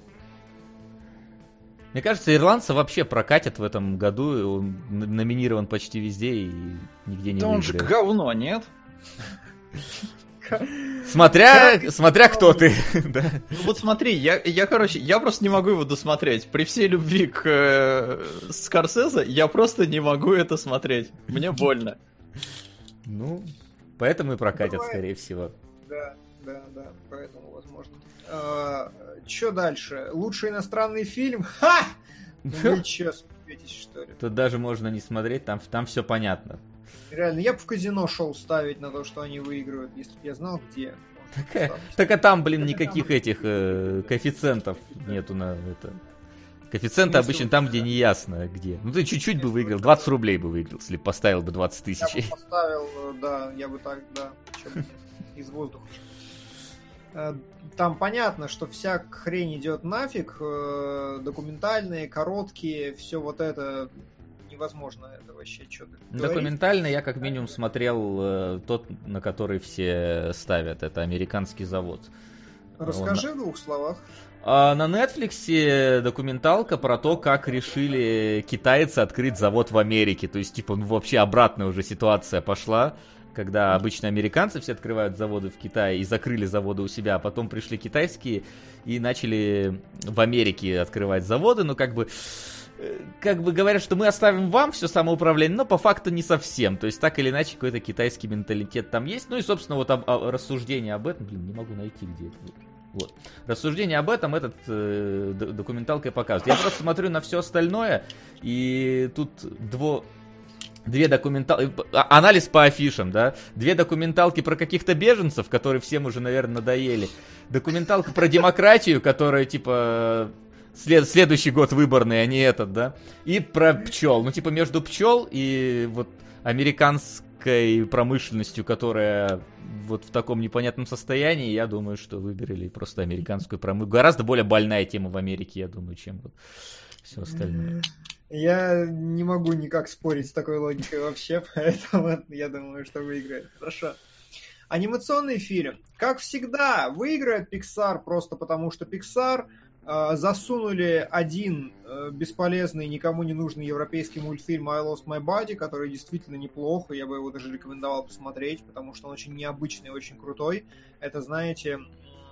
Мне кажется, ирландца вообще прокатят в этом году, и он номинирован почти везде и нигде не выиграет. Да он же говно, нет? Смотря кто ты. Вот смотри, я просто не могу его досмотреть. При всей любви к Скорсезе, я просто не могу это смотреть. Мне больно. Ну, поэтому и прокатят, скорее всего. Да, поэтому возможно. Чё дальше? Лучший иностранный фильм? Ха! Вы чё, смеетесь, что ли? Тут даже можно не смотреть, там все понятно. Реально, я бы в казино шел ставить на то, что они выигрывают, если бы я знал, где. Так а там, блин, никаких этих коэффициентов нету на это. Коэффициенты обычно там, где не ясно где. Ну ты чуть-чуть бы выиграл, 20 рублей бы выиграл, если бы поставил бы 20 тысяч. Я бы поставил, да, я бы так, да, из воздуха. Там понятно, что вся хрень идет нафиг, документальные, короткие, все вот это невозможно, это вообще что-то. Документальный я как минимум смотрел тот, на который все ставят, это «Американский завод». Расскажи в 2 словах. На Netflix документалка про то, как решили китайцы открыть завод в Америке, то есть типа вообще обратная уже ситуация пошла. Когда обычно американцы все открывают заводы в Китае и закрыли заводы у себя, а потом пришли китайские и начали в Америке открывать заводы, но как бы говорят, что мы оставим вам все самоуправление, но по факту не совсем. То есть так или иначе какой-то китайский менталитет там есть. Ну и собственно вот рассуждение об этом, не могу найти где это. Вот. Рассуждение об этом этот документалкой показывает. Я просто смотрю на все остальное, и тут две документалки, анализ по афишам, да, 2 документалки про каких-то беженцев, которые всем уже, наверное, надоели, документалка про демократию, которая, типа, следующий год выборный, а не этот, да, и про пчел, ну, типа, между пчел и вот американской промышленностью, которая вот в таком непонятном состоянии, я думаю, что выбрали просто американскую промышленность. Гораздо более больная тема в Америке, я думаю, чем вот все остальное. Я не могу никак спорить с такой логикой вообще, поэтому я думаю, что выиграет. Хорошо. Анимационный фильм. Как всегда, выиграет Pixar просто потому, что Pixar засунули один бесполезный, никому не нужный европейский мультфильм I Lost My Body, который действительно неплох, и я бы его даже рекомендовал посмотреть, потому что он очень необычный и очень крутой. Это, знаете,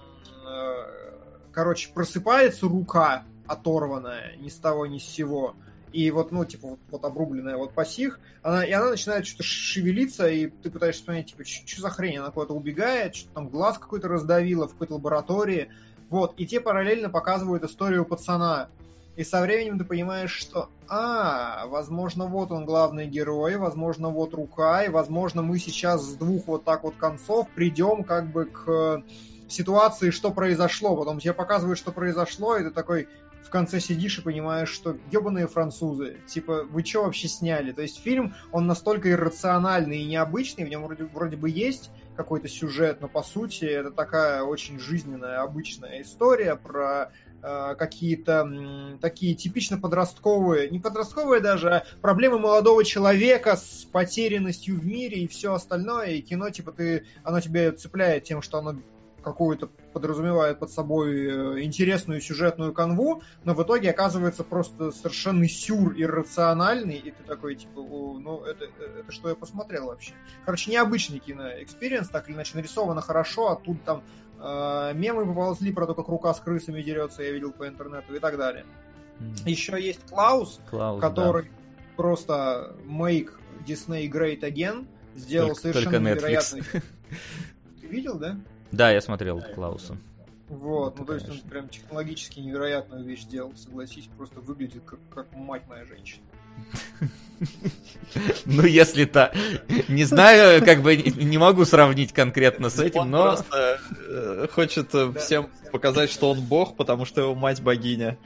короче, просыпается рука оторванная ни с того ни с сего, и вот, ну, типа, вот обрубленная вот пасих, она начинает что-то шевелиться, и ты пытаешься понять, типа, что за хрень, она куда-то убегает, что-то там глаз какой-то раздавило в какой-то лаборатории, вот, и те параллельно показывают историю пацана, и со временем ты понимаешь, что, возможно, вот он главный герой, возможно, вот рука, и, возможно, мы сейчас с 2 вот так вот концов придем как бы к ситуации, что произошло, потом тебе показывают, что произошло, и ты такой в конце сидишь и понимаешь, что ебаные французы, типа, вы что вообще сняли? То есть фильм, он настолько иррациональный и необычный, в нем вроде бы есть какой-то сюжет, но по сути это такая очень жизненная, обычная история про какие-то такие типично подростковые, не подростковые даже, а проблемы молодого человека с потерянностью в мире и все остальное, и кино, типа, оно тебя цепляет тем, что оно какую-то подразумевает под собой интересную сюжетную канву, но в итоге оказывается просто совершенно сюр иррациональный, и ты такой, типа, ну, это что я посмотрел вообще? Короче, необычный киноэкспириенс, так или иначе нарисовано хорошо, оттуда там мемы поползли про то, как рука с крысами дерется, я видел по интернету и так далее. Еще есть Клаус, который просто make Disney great again, сделал совершенно невероятный... Ты видел, да? Да, я смотрел Клауса. Вот, ну то есть он прям технологически невероятную вещь делал, согласись, просто выглядит как мать моя женщина. Ну, если так. Не знаю, как бы не могу сравнить конкретно с этим, но... Он просто хочет всем показать, что он бог, потому что его мать богиня.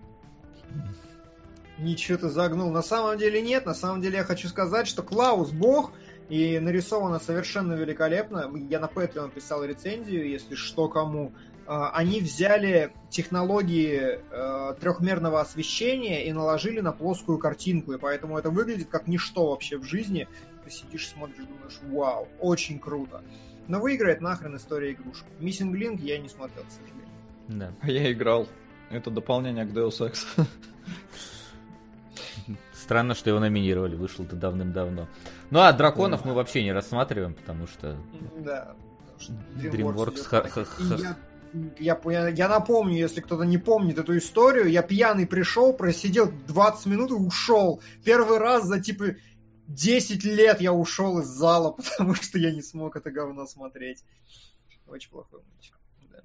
Ничего ты загнул. На самом деле нет. На самом деле я хочу сказать, что Клаус бог, и нарисовано совершенно великолепно. Я на Patreon писал рецензию, если что, кому. Они взяли технологии трехмерного освещения и наложили на плоскую картинку, и поэтому это выглядит как ничто вообще в жизни. Ты сидишь, смотришь, думаешь, вау, очень круто. Но выиграет нахрен история игрушек. Missing Link я не смотрел, к сожалению. Да. А я играл. Это дополнение к Deus Ex. Странно, что его номинировали, вышел-то давным-давно. Ну а драконов мы вообще не рассматриваем, потому что... Да. DreamWorks... Я напомню, если кто-то не помнит эту историю, я пьяный пришел, просидел 20 минут и ушел. Первый раз за, 10 лет я ушел из зала, потому что я не смог это говно смотреть. Очень плохой мультик.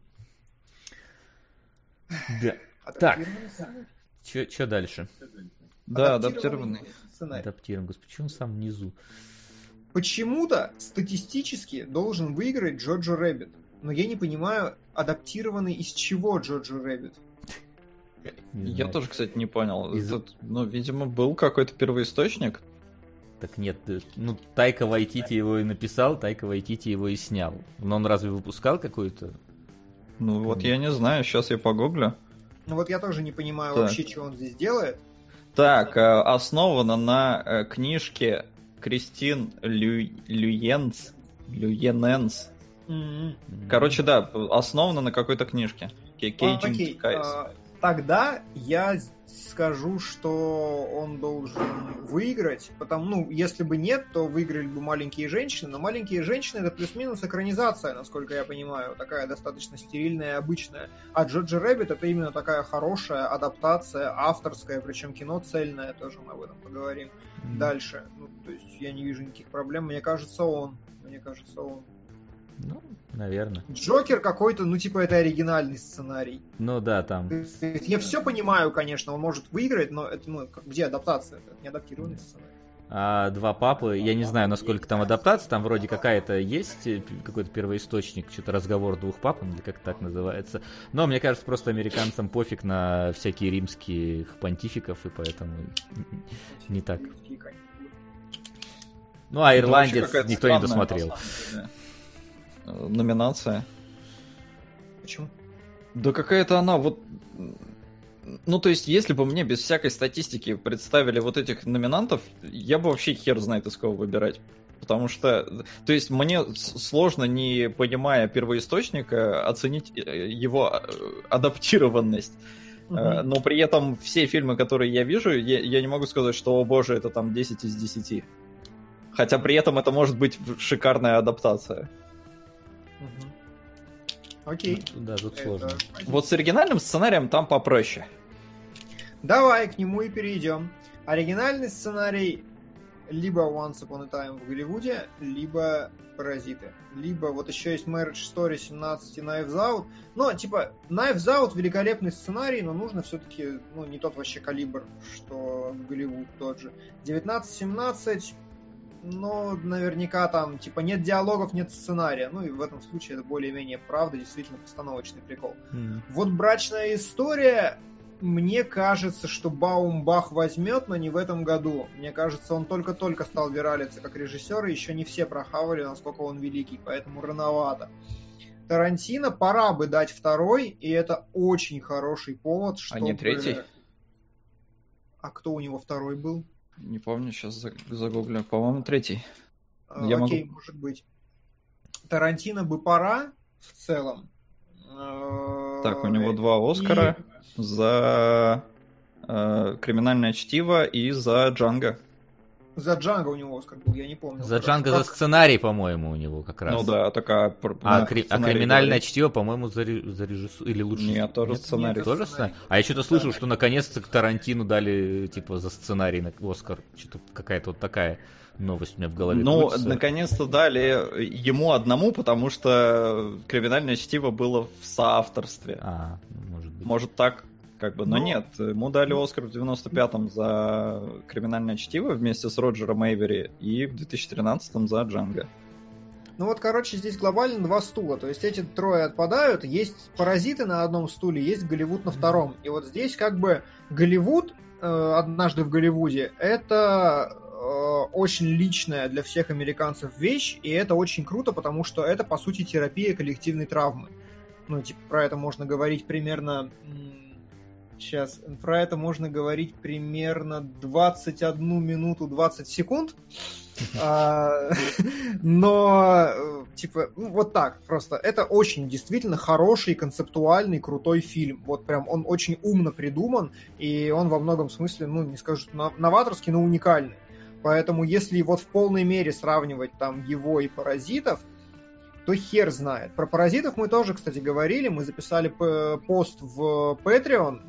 Да. Так, что дальше? Да, адаптированный. Адаптированный. Господи, почему он сам внизу? Почему-то статистически должен выиграть Джоджо Рэббит. Но я не понимаю, адаптированный из чего Джоджо Рэббит? Я тоже, кстати, не понял. Видимо, был какой-то первоисточник. Так нет, Тайка Вайтити его и написал, Тайка Вайтити его и снял. Но он разве выпускал какую-то? Я не знаю, сейчас я погуглю. Я тоже не понимаю вообще, что он здесь делает. Так, основано на книжке Кристин Люененс. Короче, да, основано на какой-то книжке. Окей, тогда я скажу, что он должен выиграть, если бы нет, то выиграли бы «Маленькие женщины», но «Маленькие женщины» — это плюс-минус экранизация, насколько я понимаю, такая достаточно стерильная и обычная, а «Джоджо Рэббит» — это именно такая хорошая адаптация, авторская, причем кино цельное, тоже мы об этом поговорим дальше. То есть я не вижу никаких проблем, мне кажется, он. Наверное. Джокер какой-то, это оригинальный сценарий. Да, там. Я все понимаю, конечно, он может выиграть, но это, где адаптация? Это не адаптированный сценарий. А «Два папы», я не знаю, насколько там адаптация, там вроде какая-то есть, какой-то первоисточник, что-то «Разговор двух пап», или как так называется. Но мне кажется, просто американцам пофиг на всякие римских понтификов, и поэтому не так. А «Ирландец» никто не досмотрел. Номинация. Почему? Да какая-то она то есть, если бы мне без всякой статистики представили вот этих номинантов, я бы вообще хер знает из кого выбирать. Потому что, то есть, мне сложно, не понимая первоисточника, оценить его адаптированность. Но при этом все фильмы, которые я вижу, я не могу сказать, что, о боже, это там 10 из 10. Хотя при этом это может быть шикарная адаптация. Окей. Да, тут сложно. Вот с оригинальным сценарием там попроще. Давай к нему и перейдем. Оригинальный сценарий либо Once Upon a Time в Голливуде, либо Паразиты. Либо еще есть Marriage Story 17 и Knives Out. Knives Out великолепный сценарий, но нужно все-таки, не тот вообще калибр, что Голливуд тот же. 19-17, но наверняка там, нет диалогов, нет сценария. И в этом случае это более-менее правда, действительно постановочный прикол. Вот «Брачная история», мне кажется, что Баумбах возьмет, но не в этом году. Мне кажется, он только-только стал виралиться как режиссер, и еще не все прохавали, насколько он великий, поэтому рановато. Тарантино пора бы дать второй, и это очень хороший повод, чтобы... А не третий? А кто у него второй был? Не помню, сейчас загуглю. По-моему, третий. Окей, может быть. Тарантино бы пора в целом. Так, у него 2 Оскара за «Криминальное чтиво» и за «Джанго». За «Джанго» у него Оскар был, я не помню. За «Джанго» за сценарий, по-моему, у него как раз. такая... А «Криминальное чтиво», по-моему, за режиссуру или лучше... Нет, тоже сценарий. Нет, тоже сценарий? А я что-то слышал, что наконец-то Тарантину дали, за сценарий на Оскар. Что-то какая-то такая новость у меня в голове крутится. Наконец-то дали ему одному, потому что «Криминальное чтиво» было в соавторстве. Может быть. Может так, но нет. Ему дали Оскар в 95-м за «Криминальное чтиво» вместе с Роджером Эйвери и в 2013-м за «Джанго». Здесь глобально 2 стула. То есть эти 3 отпадают. Есть «Паразиты» на одном стуле, есть «Голливуд» на втором. И вот здесь Голливуд, «Однажды в Голливуде», это очень личная для всех американцев вещь, и это очень круто, потому что это, по сути, терапия коллективной травмы. Про это можно говорить примерно... Про это можно говорить примерно 21 минуту 20 секунд. Но Типа, вот так просто. Это очень действительно хороший, концептуальный, крутой фильм. Вот прям он очень умно придуман, и он во многом смысле, не скажу, новаторский, но уникальный. Поэтому если вот в полной мере сравнивать там его и «Паразитов», то хер знает. Про «Паразитов» мы тоже, кстати, говорили. Мы записали пост в Patreon,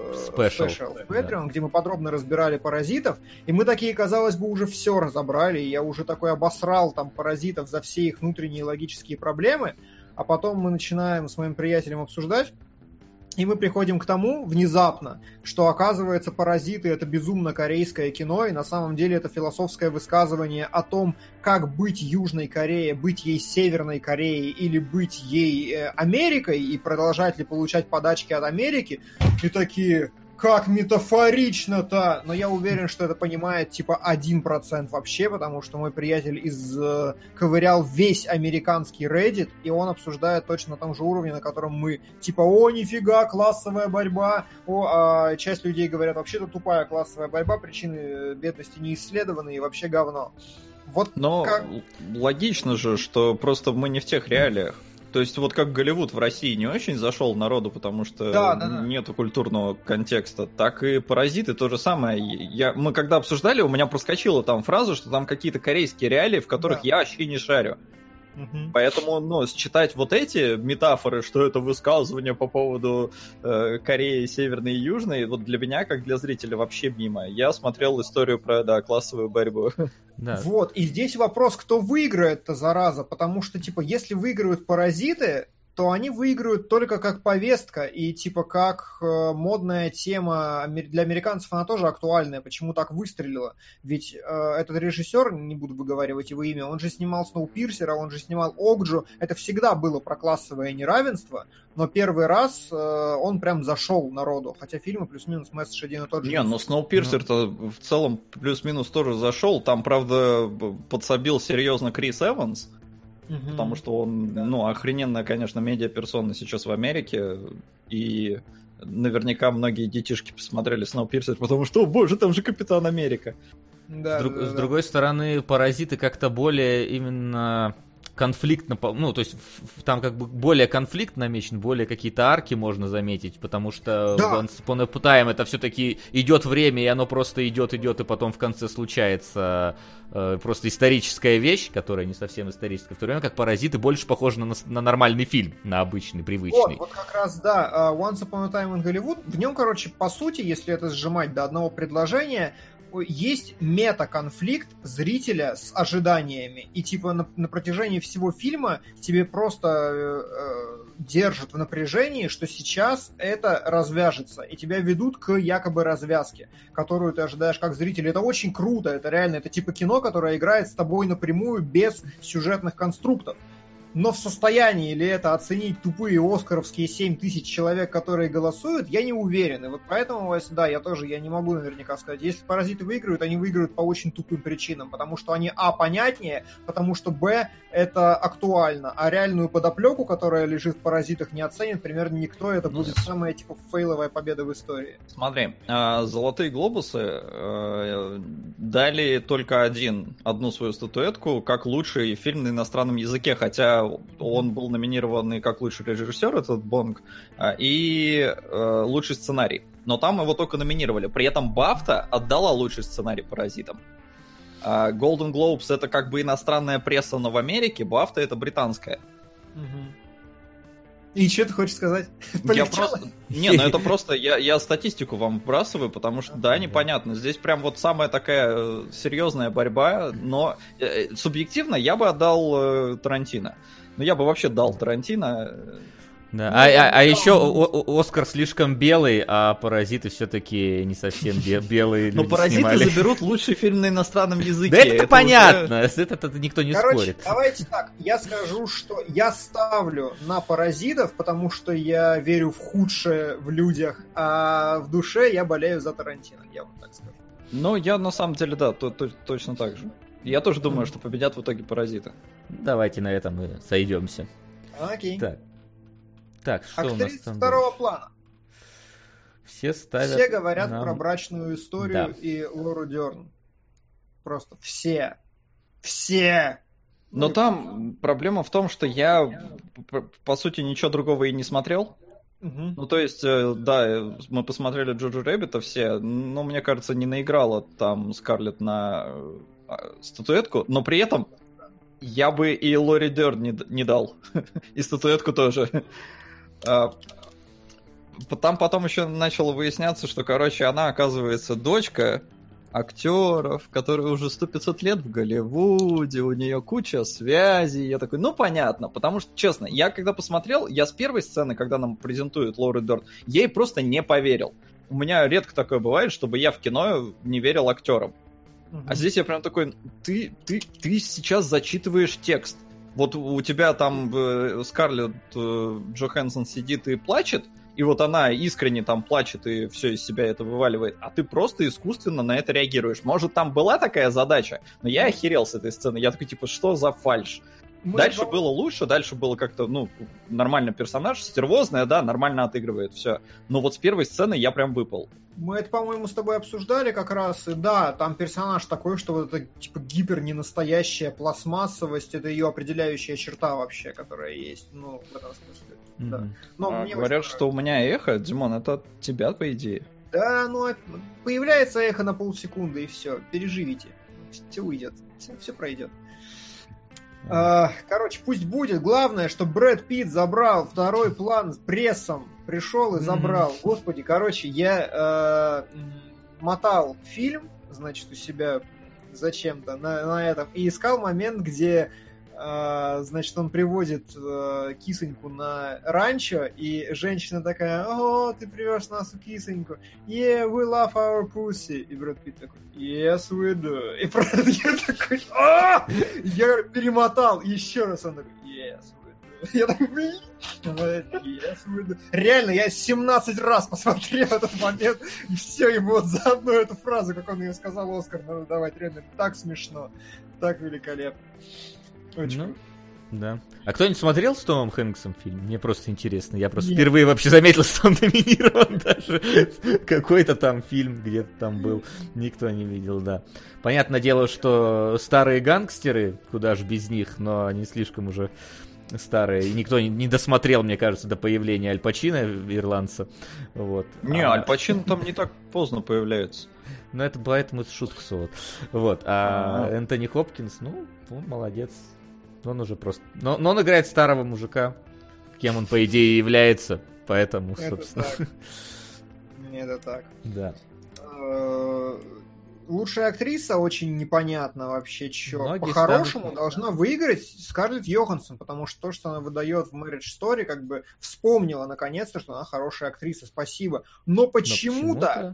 Special в Patreon, где мы подробно разбирали «Паразитов». И мы такие, казалось бы, уже все разобрали. И я уже такой обосрал там «Паразитов» за все их внутренние логические проблемы. А потом мы начинаем с моим приятелем обсуждать. И мы приходим к тому, внезапно, что, оказывается, «Паразиты» — это безумно корейское кино, и на самом деле это философское высказывание о том, как быть Южной Корее, быть ей Северной Кореей или быть ей Америкой, и продолжать ли получать подачки от Америки. И такие... Как метафорично-то! Но я уверен, что это понимает типа 1% вообще, потому что мой приятель ковырял весь американский Reddit, и он обсуждает точно на том же уровне, на котором мы. Типа, о, нифига, классовая борьба. А часть людей говорят, вообще-то тупая классовая борьба, причины бедности не исследованы и вообще говно. Вот. Но логично же, что просто мы не в тех реалиях. То есть вот как Голливуд в России не очень зашел народу, потому что нету культурного контекста, так и «Паразиты» то же самое. Мы когда обсуждали, у меня проскочила там фраза, что там какие-то корейские реалии, в которых я вообще не шарю. Поэтому, считать вот эти метафоры, что это высказывание по поводу Кореи Северной и Южной, вот для меня, как для зрителя, вообще мимо. Я смотрел историю про, классовую борьбу. Да. Вот, и здесь вопрос, кто выиграет-то, зараза, потому что, типа, если выиграют «Паразиты», то они выиграют только как повестка и, типа, как модная тема для американцев, она тоже актуальная, почему так выстрелила. Ведь этот режиссер, не буду выговаривать его имя, он же снимал «Сноупирсера», он же снимал «Окджу», это всегда было про классовое неравенство, но первый раз он прям зашел народу, хотя фильмы плюс-минус месседж один и тот же. Не, но «Сноупирсер»-то в целом плюс-минус тоже зашел, там, правда, подсобил серьезно Крис Эванс, потому что он, охрененная, конечно, медиаперсона сейчас в Америке, и наверняка многие детишки посмотрели «Сноупирсер», потому что, о боже, там же Капитан Америка. С другой стороны, «Паразиты» как-то более именно конфликтно, то есть там как бы более конфликт намечен, более какие-то арки можно заметить, потому что в Once Upon a Time это все-таки идет время, и оно просто идет, и потом в конце случается просто историческая вещь, которая не совсем историческая, в то время как «Паразиты» больше похожи на нормальный фильм, на обычный, привычный. Вот как раз, да, Once Upon a Time in Hollywood, в нем, короче, по сути, если это сжимать до одного предложения, есть мета-конфликт зрителя с ожиданиями. И типа на протяжении всего фильма тебе просто держат в напряжении, что сейчас это развяжется. И тебя ведут к якобы развязке, которую ты ожидаешь как зритель. Это очень круто, это реально, это типа кино, которое играет с тобой напрямую без сюжетных конструктов. Но в состоянии ли это оценить тупые оскаровские 7 тысяч человек, которые голосуют, я не уверен. И вот поэтому, да, я не могу наверняка сказать. Если «Паразиты» выиграют, они выиграют по очень тупым причинам. Потому что они, понятнее, потому что, это актуально. А реальную подоплеку, которая лежит в «Паразитах», не оценит примерно никто. Это будет самая, фейловая победа в истории. Смотри, «Золотые глобусы» дали только одну свою статуэтку как лучший фильм на иностранном языке, хотя он был номинирован и как лучший режиссер, этот Бонг, и лучший сценарий. Но там его только номинировали. При этом BAFTA отдала лучший сценарий «Паразитам». Golden Globes — это как бы иностранная пресса, но в Америке, BAFTA — это британская. И что ты хочешь сказать? Это просто я статистику вам вбрасываю, потому что, непонятно. Здесь прям вот самая такая серьезная борьба, но субъективно я бы отдал Тарантино. Я бы вообще дал Тарантино. Да. А еще Оскар слишком белый, а «Паразиты» все-таки не совсем белые. Но «Паразиты» заберут лучший фильм на иностранном языке. Да это понятно, это никто не спорит. Давайте так, я скажу, что я ставлю на «Паразитов», потому что я верю в худшее в людях, а в душе я болею за Тарантино, я вам так скажу. Я на самом деле, точно так же. Я тоже думаю, что победят в итоге «Паразиты». Давайте на этом мы сойдемся. Окей. Так, что актриса у нас там второго дальше? плана. Все говорят про брачную историю и Лору Дерн. Просто все. Но там проблема в том, что я, по сути, ничего другого и не смотрел. Ну, то есть, да, мы посмотрели Джоджо Рэббита все, но, мне кажется, не наиграла там Скарлетт на статуэтку, но при этом я бы и Лори Дерн не дал, и статуэтку тоже. Там потом еще начало выясняться, что, короче, она, оказывается, дочка актеров, которые уже 100-500 лет в Голливуде, у нее куча связей. Я такой, ну понятно, потому что, честно, я когда посмотрел, я с первой сцены, когда нам презентуют Лору Дерн, я ей просто не поверил. У меня редко такое бывает, чтобы я в кино не верил актерам. А здесь я прям такой, ты сейчас зачитываешь текст. Вот у тебя там Скарлетт Джоханссон сидит и плачет, и вот она искренне там плачет и все из себя это вываливает, а ты просто искусственно на это реагируешь. Может, там была такая задача, но я охерел с этой сцены. Я такой, типа, что за фальшь? Дальше было лучше, дальше было как-то, ну, нормально персонаж, стервозная, да, нормально отыгрывает, все. Но вот с первой сцены я прям выпал. Мы это, по-моему, с тобой обсуждали как раз, и да, там персонаж такой, что вот это, типа, гипер-ненастоящая пластмассовость, это ее определяющая черта вообще, которая есть, ну, в этом смысле, да. Но мне говорят, что у меня эхо, Димон, это от тебя, по идее. Да, ну, появляется эхо на полсекунды, и все, переживите, все уйдет, все пройдет. Короче, пусть будет. Главное, что Брэд Питт забрал второй план с прессом. Пришел и забрал. Господи, короче, я мотал фильм, значит, у себя зачем-то на этом. И искал момент, где, значит, он приводит кисоньку на ранчо, и женщина такая: о, ты привез нас кисоньку. Yeah, we love our pussy. И Брэд Питт такой: yes, we do. И правда, я такой: я перемотал еще раз. Он такой: yes, we do. Я такой: yes, we do. Реально, я 17 раз посмотрел этот момент, и все, ему вот за одну эту фразу, как он ее сказал, Оскар, надо давать. Реально, так смешно, так великолепно. Очень круто. Да. А кто-нибудь смотрел с Томом Хэнксом фильм? Мне просто интересно. Я просто впервые вообще заметил, что он номинирован даже. Какой-то там фильм где-то там был. Никто не видел, да. Понятное дело, что старые гангстеры, куда же без них, но они слишком уже старые. И никто не досмотрел, мне кажется, до появления Аль Пачино, ирландца. Вот. Не, Аль Пачино там не так поздно появляется. Ну, это поэтому это шутка солод. Вот. А Энтони Хопкинс, ну, он молодец. Он уже просто... Но он играет старого мужика, кем он, по идее, является. Поэтому, это собственно... Так. Это так. Да. Лучшая актриса очень непонятно вообще, что. По-хорошему должна выиграть Скарлетт Йоханссон, потому что то, что она выдает в Marriage Story, как бы вспомнила наконец-то, что она хорошая актриса, спасибо. Но почему-то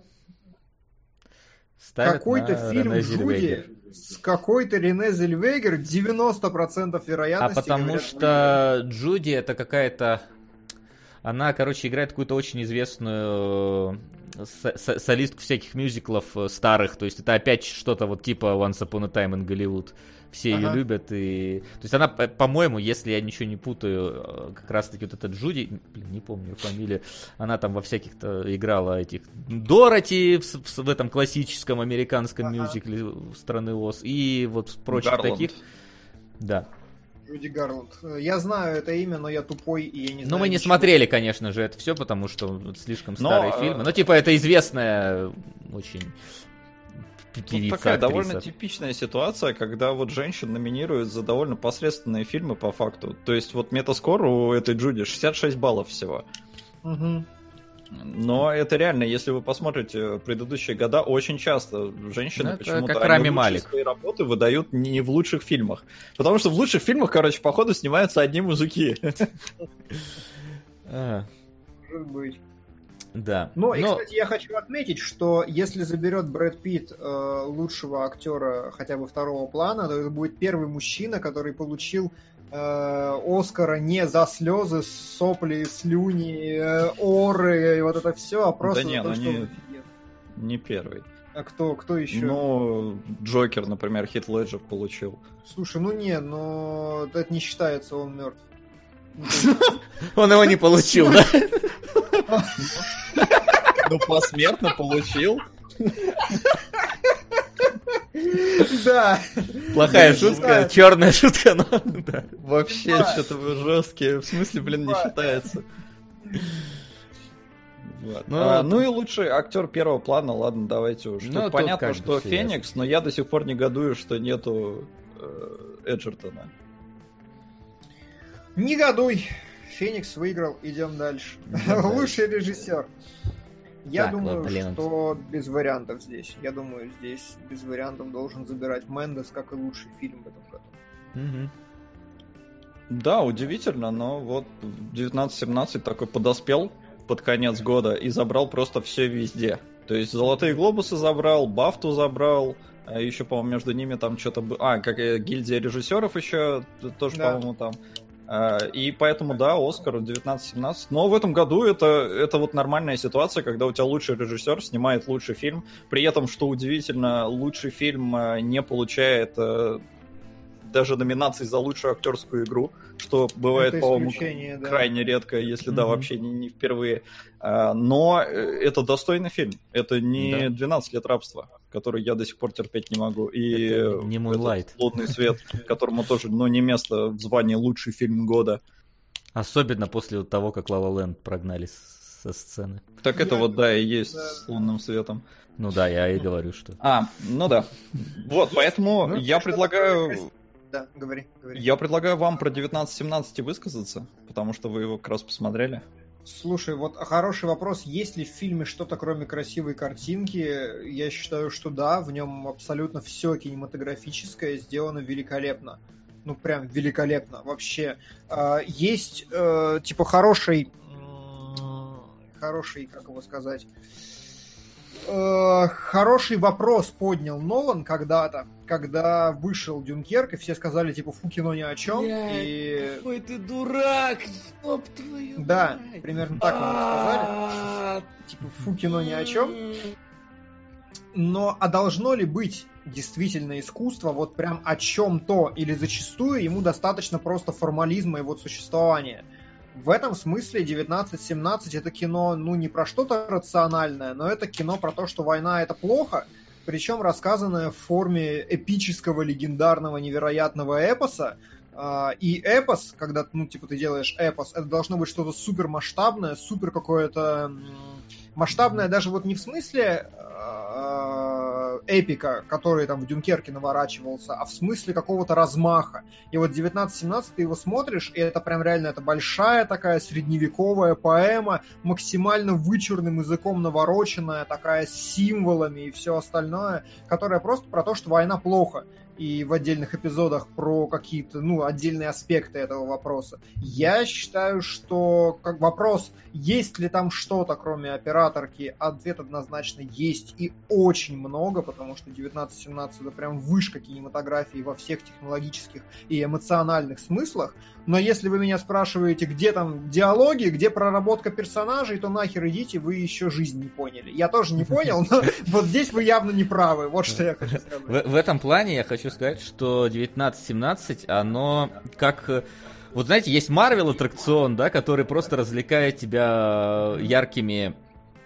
какой-то фильм Джуди с какой-то Рене Зельвегер 90% вероятности. А потому что Джуди это какая-то... Она, короче, играет какую-то очень известную солистку всяких мюзиклов старых. То есть это опять что-то вот типа Once Upon a Time in Hollywood. Все ее любят. И... То есть она, по-моему, если я ничего не путаю, как раз-таки вот эта Джуди, не помню ее фамилию, она там во всяких-то играла этих Дороти в этом классическом американском мюзикле страны Оз. И вот прочих таких. Да. Джуди Гарланд. Я знаю это имя, но я тупой, и я не знаю. Ну, мы не смотрели, конечно же, это все, потому что слишком старые фильмы. Но, типа, это известная очень певица, такая актриса. Довольно типичная ситуация, когда вот женщин номинируют за довольно посредственные фильмы по факту. То есть вот метаскор у этой Джуди 66 баллов всего. Угу. Но это реально, если вы посмотрите предыдущие года, очень часто женщины почему-то как Рами Малик свои работы выдают не в лучших фильмах. Потому что в лучших фильмах, короче, походу снимаются одни мужики. Может быть. Да. И, кстати, я хочу отметить, что если заберет Брэд Питт лучшего актера хотя бы второго плана, то это будет первый мужчина, который получил Оскара не за слезы, сопли, слюни, оры и вот это все, а просто да за то, что... Не первый. А кто еще? Ну, Джокер, например, Хит Леджер получил. Слушай, но это не считается, он мертв. Он его не получил, да? Ну, посмертно получил. Да. Плохая шутка, черная шутка, но... Вообще, что-то вы жесткие. В смысле, блин, не считается. Ну и лучший актер первого плана, ладно, давайте уж. Тут понятно, что Феникс, но я до сих пор негодую, что нету Эджертона. Негодуй. Феникс выиграл, идем дальше. Лучший режиссер. Я думаю, что без вариантов здесь. Я думаю, здесь без вариантов должен забирать Мендес, как и лучший фильм в этом году. Да, удивительно, но вот 1917 такой подоспел под конец года и забрал просто все везде. То есть Золотые глобусы забрал, Бафту забрал, а еще, по-моему, между ними там что-то было... как гильдия режиссеров еще тоже, да. По-моему, там... И поэтому, да, Оскар 19-17. Но в этом году это вот нормальная ситуация, когда у тебя лучший режиссер снимает лучший фильм. При этом, что удивительно, лучший фильм не получает даже номинаций за лучшую актерскую игру, что бывает, по-моему, крайне редко, если да, вообще не впервые. Но это достойный фильм. Это не 12 лет рабства, который я до сих пор терпеть не могу. И не Moonlight. «Лунный свет», которому тоже, не место в звании лучший фильм года. Особенно после того, как La La Land прогнали со сцены. Так это вот, да, и есть с «Лунным светом». Ну да, я и говорю, что... Ну да. Вот, поэтому я предлагаю... Да, говори. Я предлагаю вам про 19-17 высказаться, потому что вы его как раз посмотрели. Слушай, вот хороший вопрос. Есть ли в фильме что-то, кроме красивой картинки? Я считаю, что да. В нем абсолютно все кинематографическое сделано великолепно. Ну, прям великолепно. Вообще. Есть, хороший, как его сказать... Хороший вопрос поднял Нолан когда-то, когда вышел Дюнкерк, и все сказали, фу, кино ни о чем. Ой, ты дурак, ёб твою мать. Да, примерно так ему сказали. Фу, кино ни о чем. Но должно ли быть действительно искусство вот прям о чем-то, или зачастую ему достаточно просто формализма и вот существования? В этом смысле 1917 это кино, не про что-то рациональное, но это кино про то, что война это плохо, причем рассказанное в форме эпического, легендарного, невероятного эпоса. И эпос, когда ты делаешь эпос, это должно быть что-то супер масштабное, супер какое-то масштабное, даже вот не в смысле эпика, который там в Дюнкерке наворачивался, а в смысле какого-то размаха. И вот 1917 ты его смотришь, и это прям реально это большая такая средневековая поэма, максимально вычурным языком навороченная, такая с символами и все остальное, которая просто про то, что война плохо. И в отдельных эпизодах про какие-то, отдельные аспекты этого вопроса. Я считаю, что как вопрос, есть ли там что-то, кроме операторки, ответ однозначно есть и очень много, потому что 19-17 это прям вышка кинематографии во всех технологических и эмоциональных смыслах. Но если вы меня спрашиваете, где там диалоги, где проработка персонажей, то нахер идите, вы еще жизнь не поняли. Я тоже не понял, но вот здесь вы явно не правы. Вот что я хочу сказать. В этом плане я хочу сказать, что 19-17, оно как... Вот знаете, есть Marvel аттракцион, да, который просто развлекает тебя яркими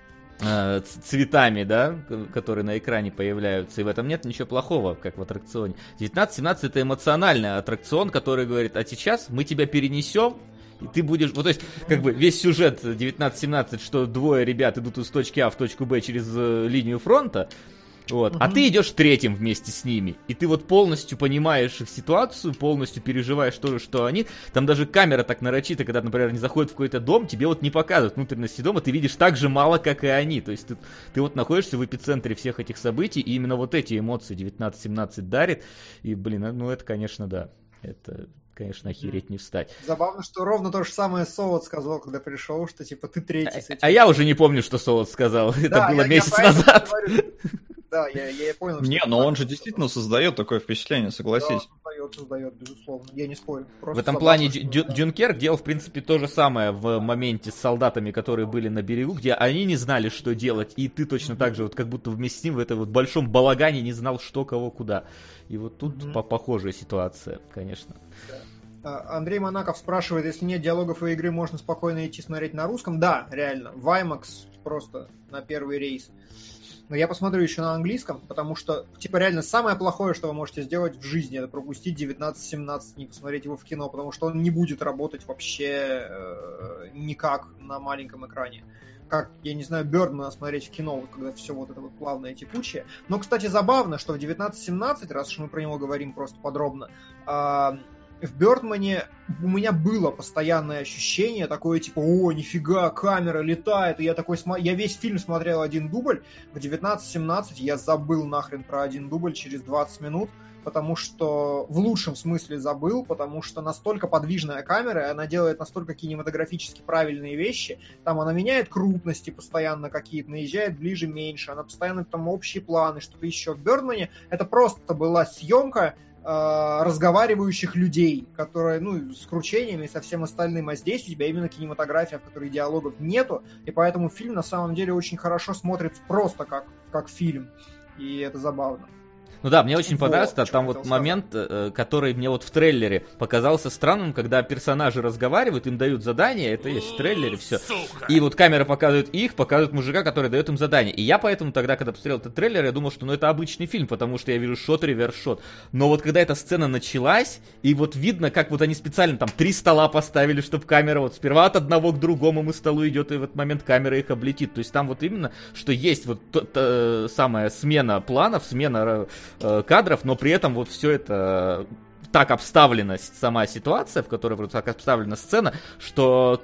цветами, да, которые на экране появляются, и в этом нет ничего плохого, как в аттракционе. 19-17 это эмоциональный аттракцион, который говорит, а сейчас мы тебя перенесем, и ты будешь... Вот, то есть, весь сюжет 19-17, что двое ребят идут из точки А в точку Б через линию фронта, вот, а ты идешь третьим вместе с ними, и ты вот полностью понимаешь их ситуацию, полностью переживаешь то, что они... Там даже камера так нарочита, когда, например, они заходят в какой-то дом, тебе вот не показывают внутренности дома, ты видишь так же мало, как и они. То есть ты вот находишься в эпицентре всех этих событий, и именно вот эти эмоции 19-17 дарит. И, это, конечно, да. Это... конечно, охереть не встать. Забавно, что ровно то же самое Солод сказал, когда пришел, что ты третий. А я уже не помню, что Солод сказал. Это было месяц назад. Да, я понял. Не, но он же действительно создает такое впечатление, согласись. Создает, безусловно. Я не спорю. В этом плане Дюнкерк делал, в принципе, то же самое в моменте с солдатами, которые были на берегу, где они не знали, что делать, и ты точно так же, вот как будто вместе с ним в этом вот большом балагане не знал, что, кого, куда. И вот тут похожая ситуация, конечно. Андрей Монаков спрашивает, если нет диалогов и игры, можно спокойно идти смотреть на русском? Да, реально. В IMAX просто на первый рейс. Но я посмотрю еще на английском, потому что, типа, реально самое плохое, что вы можете сделать в жизни, это пропустить 19-17, не посмотреть его в кино, потому что он не будет работать вообще никак на маленьком экране. Как, я не знаю, Бёрдмана смотреть в кино, вот, когда все вот это вот плавное, текучее. Но, кстати, забавно, что в 19-17, раз уж мы про него говорим просто подробно, в Бёрдмане у меня было постоянное ощущение такое, типа, о, нифига, камера летает, и я такой, я весь фильм смотрел один дубль, в 19-17 я забыл нахрен про один дубль через 20 минут, потому что, в лучшем смысле забыл, потому что настолько подвижная камера, и она делает настолько кинематографически правильные вещи, там она меняет крупности постоянно какие-то, наезжает ближе, меньше, она постоянно там общие планы, что-то еще. В Бёрдмане это просто была съемка разговаривающих людей, которые, ну, с кручениями и со всем остальным, а здесь у тебя именно кинематография, в которой диалогов нету, и поэтому фильм на самом деле очень хорошо смотрится просто как фильм, и это забавно. Ну да, мне очень понравился там вот момент, который мне вот в трейлере показался странным, когда персонажи разговаривают, им дают задание, это есть в трейлере, все. И вот камера показывает их, показывает мужика, который дает им задание. И я поэтому тогда, когда посмотрел этот трейлер, я думал, что ну это обычный фильм, потому что я вижу шот, реверс-шот. Но вот когда эта сцена началась, и вот видно, как вот они специально там 3 стола поставили, чтобы камера вот сперва от одного к другому мы столу идет, и в этот момент камера их облетит. То есть там вот именно, что есть вот самая смена планов, смена кадров, но при этом вот все это так обставлена сама ситуация, в которой вот так обставлена сцена, что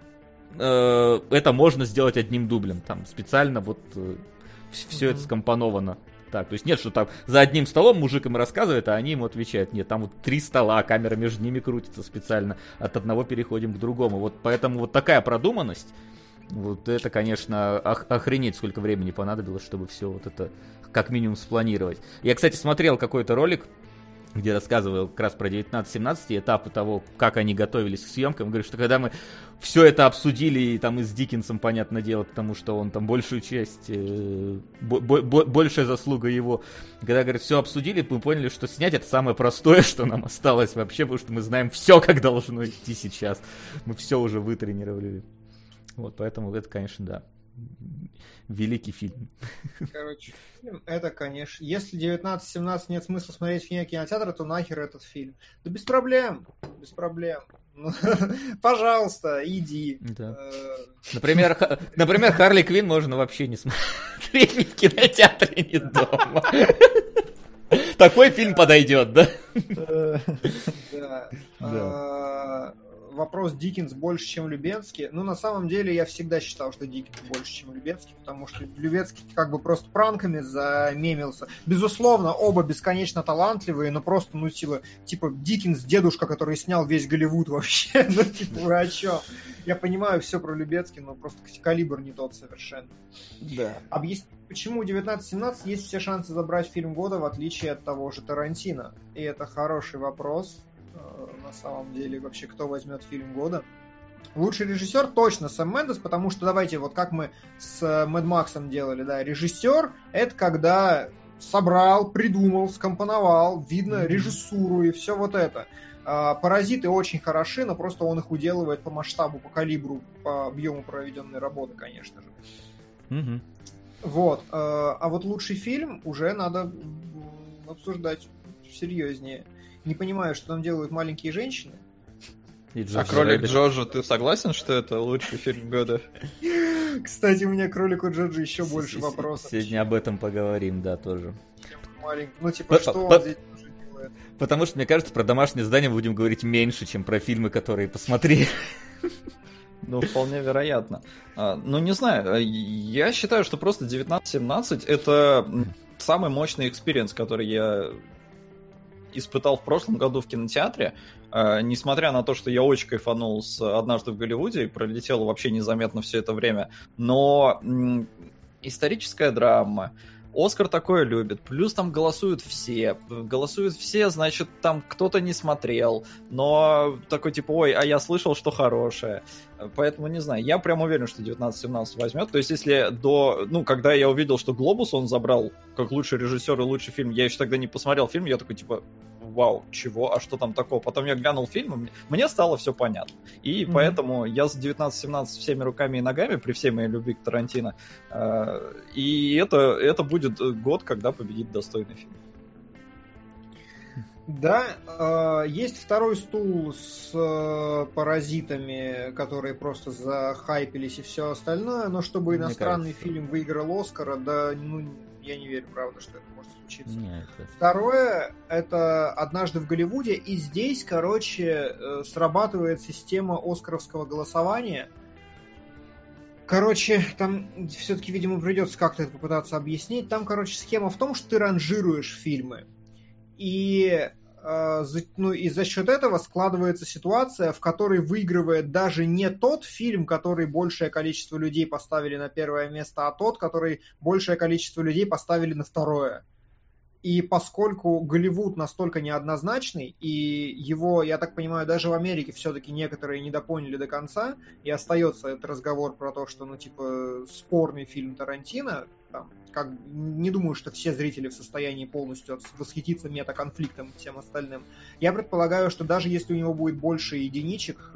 это можно сделать одним дублем. Там специально вот все это скомпоновано. Так, то есть нет, что там за одним столом мужик им рассказывает, а они ему отвечают. Нет, там вот 3 стола, камера между ними крутится специально. От одного переходим к другому. Вот поэтому вот такая продуманность. Вот это, конечно, охренеть, сколько времени понадобилось, чтобы все вот это как минимум спланировать. Я, кстати, смотрел какой-то ролик, где рассказывал как раз про 19-17 этапы того, как они готовились к съемкам. Говорю, что когда мы все это обсудили, и там и с Диккенсом, понятное дело, потому что он там большую часть, большая заслуга его. Когда, говорит, все обсудили, мы поняли, что снять это самое простое, что нам осталось вообще, потому что мы знаем все, как должно идти сейчас. Мы все уже вытренировали. Вот, поэтому это, конечно, да, великий фильм. Короче, это, конечно, если 19-17 нет смысла смотреть в кинотеатре, то нахер этот фильм. Да без проблем, без проблем. Пожалуйста, иди. Да. Например, Харли Квинн можно вообще не смотреть ни в кинотеатре, ни дома. Такой фильм подойдет, да? Да. Вопрос Диккенс больше, чем Любенский. Ну, на самом деле, я всегда считал, что Диккенс больше, чем Любенский, потому что Любенский как бы просто пранками замемился. Безусловно, оба бесконечно талантливые, но просто, ну, типа Диккенс дедушка, который снял весь Голливуд вообще. Ну, типа, вы о чем? Я понимаю все про Любецкий, но просто калибр не тот совершенно. Да. Объяснить, почему 19-17 есть все шансы забрать фильм года, в отличие от того же Тарантино. И это хороший вопрос. На самом деле, вообще, кто возьмет фильм года. Лучший режиссер точно Сэм Мендес, потому что, давайте, вот как мы с Мэд Максом делали, да, режиссер — это когда собрал, придумал, скомпоновал, видно режиссуру и все вот это. Паразиты очень хороши, но просто он их уделывает по масштабу, по калибру, по объему проведенной работы, конечно же. Вот. А вот лучший фильм уже надо обсуждать серьезнее. Не понимаю, что там делают маленькие женщины. А «Кролик Джоджо», ты согласен, что это лучший фильм года? Кстати, у меня к «Кролику Джоджо» еще больше вопросов. Сегодня об этом поговорим, да, тоже. Ну, типа, что он здесь тоже делает? Потому что, мне кажется, про домашнее задание будем говорить меньше, чем про фильмы, которые посмотрели. Ну, вполне вероятно. Ну, не знаю, я считаю, что просто 19-17 это самый мощный экспириенс, который я испытал в прошлом году в кинотеатре, несмотря на то, что я очень кайфанул с «Однажды в Голливуде» и пролетел вообще незаметно все это время, но историческая драма, Оскар такое любит, плюс там голосуют все, значит, там кто-то не смотрел, но такой типа, ой, а я слышал, что хорошее, поэтому не знаю, я прям уверен, что 19-17 возьмет, то есть если когда я увидел, что «Глобус» он забрал как лучший режиссер и лучший фильм, я еще тогда не посмотрел фильм, я такой типа, вау, чего, а что там такого? Потом я глянул фильм, и мне стало все понятно. И поэтому я с 19-17 всеми руками и ногами, при всей моей любви к Тарантино, и это будет год, когда победит достойный фильм. Да, есть второй стул с «Паразитами», которые просто захайпились и все остальное, но чтобы иностранный фильм выиграл Оскара, да, я не верю, правда, что это может случиться. Нет. Второе, это «Однажды в Голливуде», и здесь, короче, срабатывает система оскаровского голосования. Короче, там все-таки, видимо, придется как-то это попытаться объяснить. Там, короче, схема в том, что ты ранжируешь фильмы. И за счет этого складывается ситуация, в которой выигрывает даже не тот фильм, который большее количество людей поставили на первое место, а тот, который большее количество людей поставили на второе. И поскольку Голливуд настолько неоднозначный, и его, я так понимаю, даже в Америке все-таки некоторые недопоняли до конца, и остается этот разговор про то, что, спорный фильм Тарантино, не думаю, что все зрители в состоянии полностью восхититься метаконфликтом и всем остальным. Я предполагаю, что даже если у него будет больше единичек...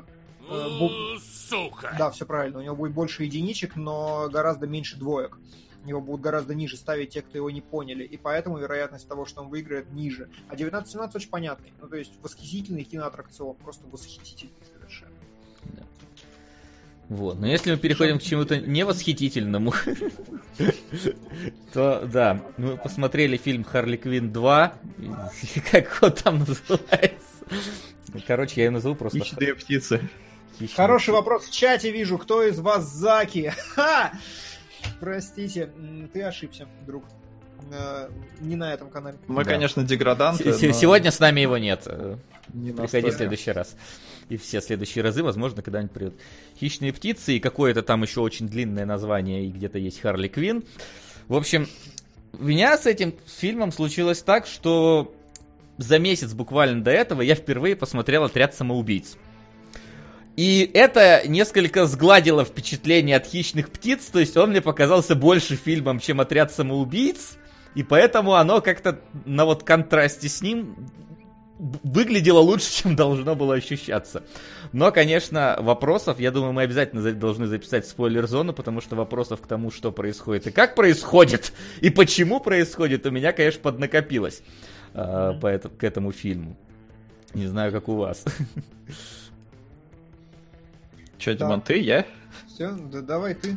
Сука! Да, все правильно, у него будет больше единичек, но гораздо меньше двоек. Его будут гораздо ниже ставить те, кто его не поняли, и поэтому вероятность того, что он выиграет, ниже. А 19-17 очень понятный. То есть восхитительный киноаттракцион, просто восхитительный совершенно. Да. Вот. Но если мы переходим к чему-то невосхитительному, то да, мы посмотрели фильм «Харли Квинн 2», как он там называется. Короче, я его назову просто... «Хищные птицы». Хороший вопрос в чате вижу. Кто из вас Заки? Ха! Простите, ты ошибся, друг. Не на этом канале. Мы, конечно, деграданты. Сегодня с нами его нет. Не приходи в следующий раз. И все следующие разы, возможно, когда-нибудь придут. «Хищные птицы» и какое-то там еще очень длинное название, и где-то есть «Харли Квинн». В общем, у меня с этим фильмом случилось так, что за месяц буквально до этого я впервые посмотрел «Отряд самоубийц». И это несколько сгладило впечатление от «Хищных птиц», то есть он мне показался больше фильмом, чем «Отряд самоубийц», и поэтому оно как-то на контрасте с ним выглядело лучше, чем должно было ощущаться. Но, конечно, вопросов, я думаю, мы обязательно должны записать спойлер-зону, потому что вопросов к тому, что происходит и как происходит, и почему происходит, у меня, конечно, поднакопилось к этому фильму. Не знаю, как у вас. Че, Димон, ты, я? Все, да давай ты.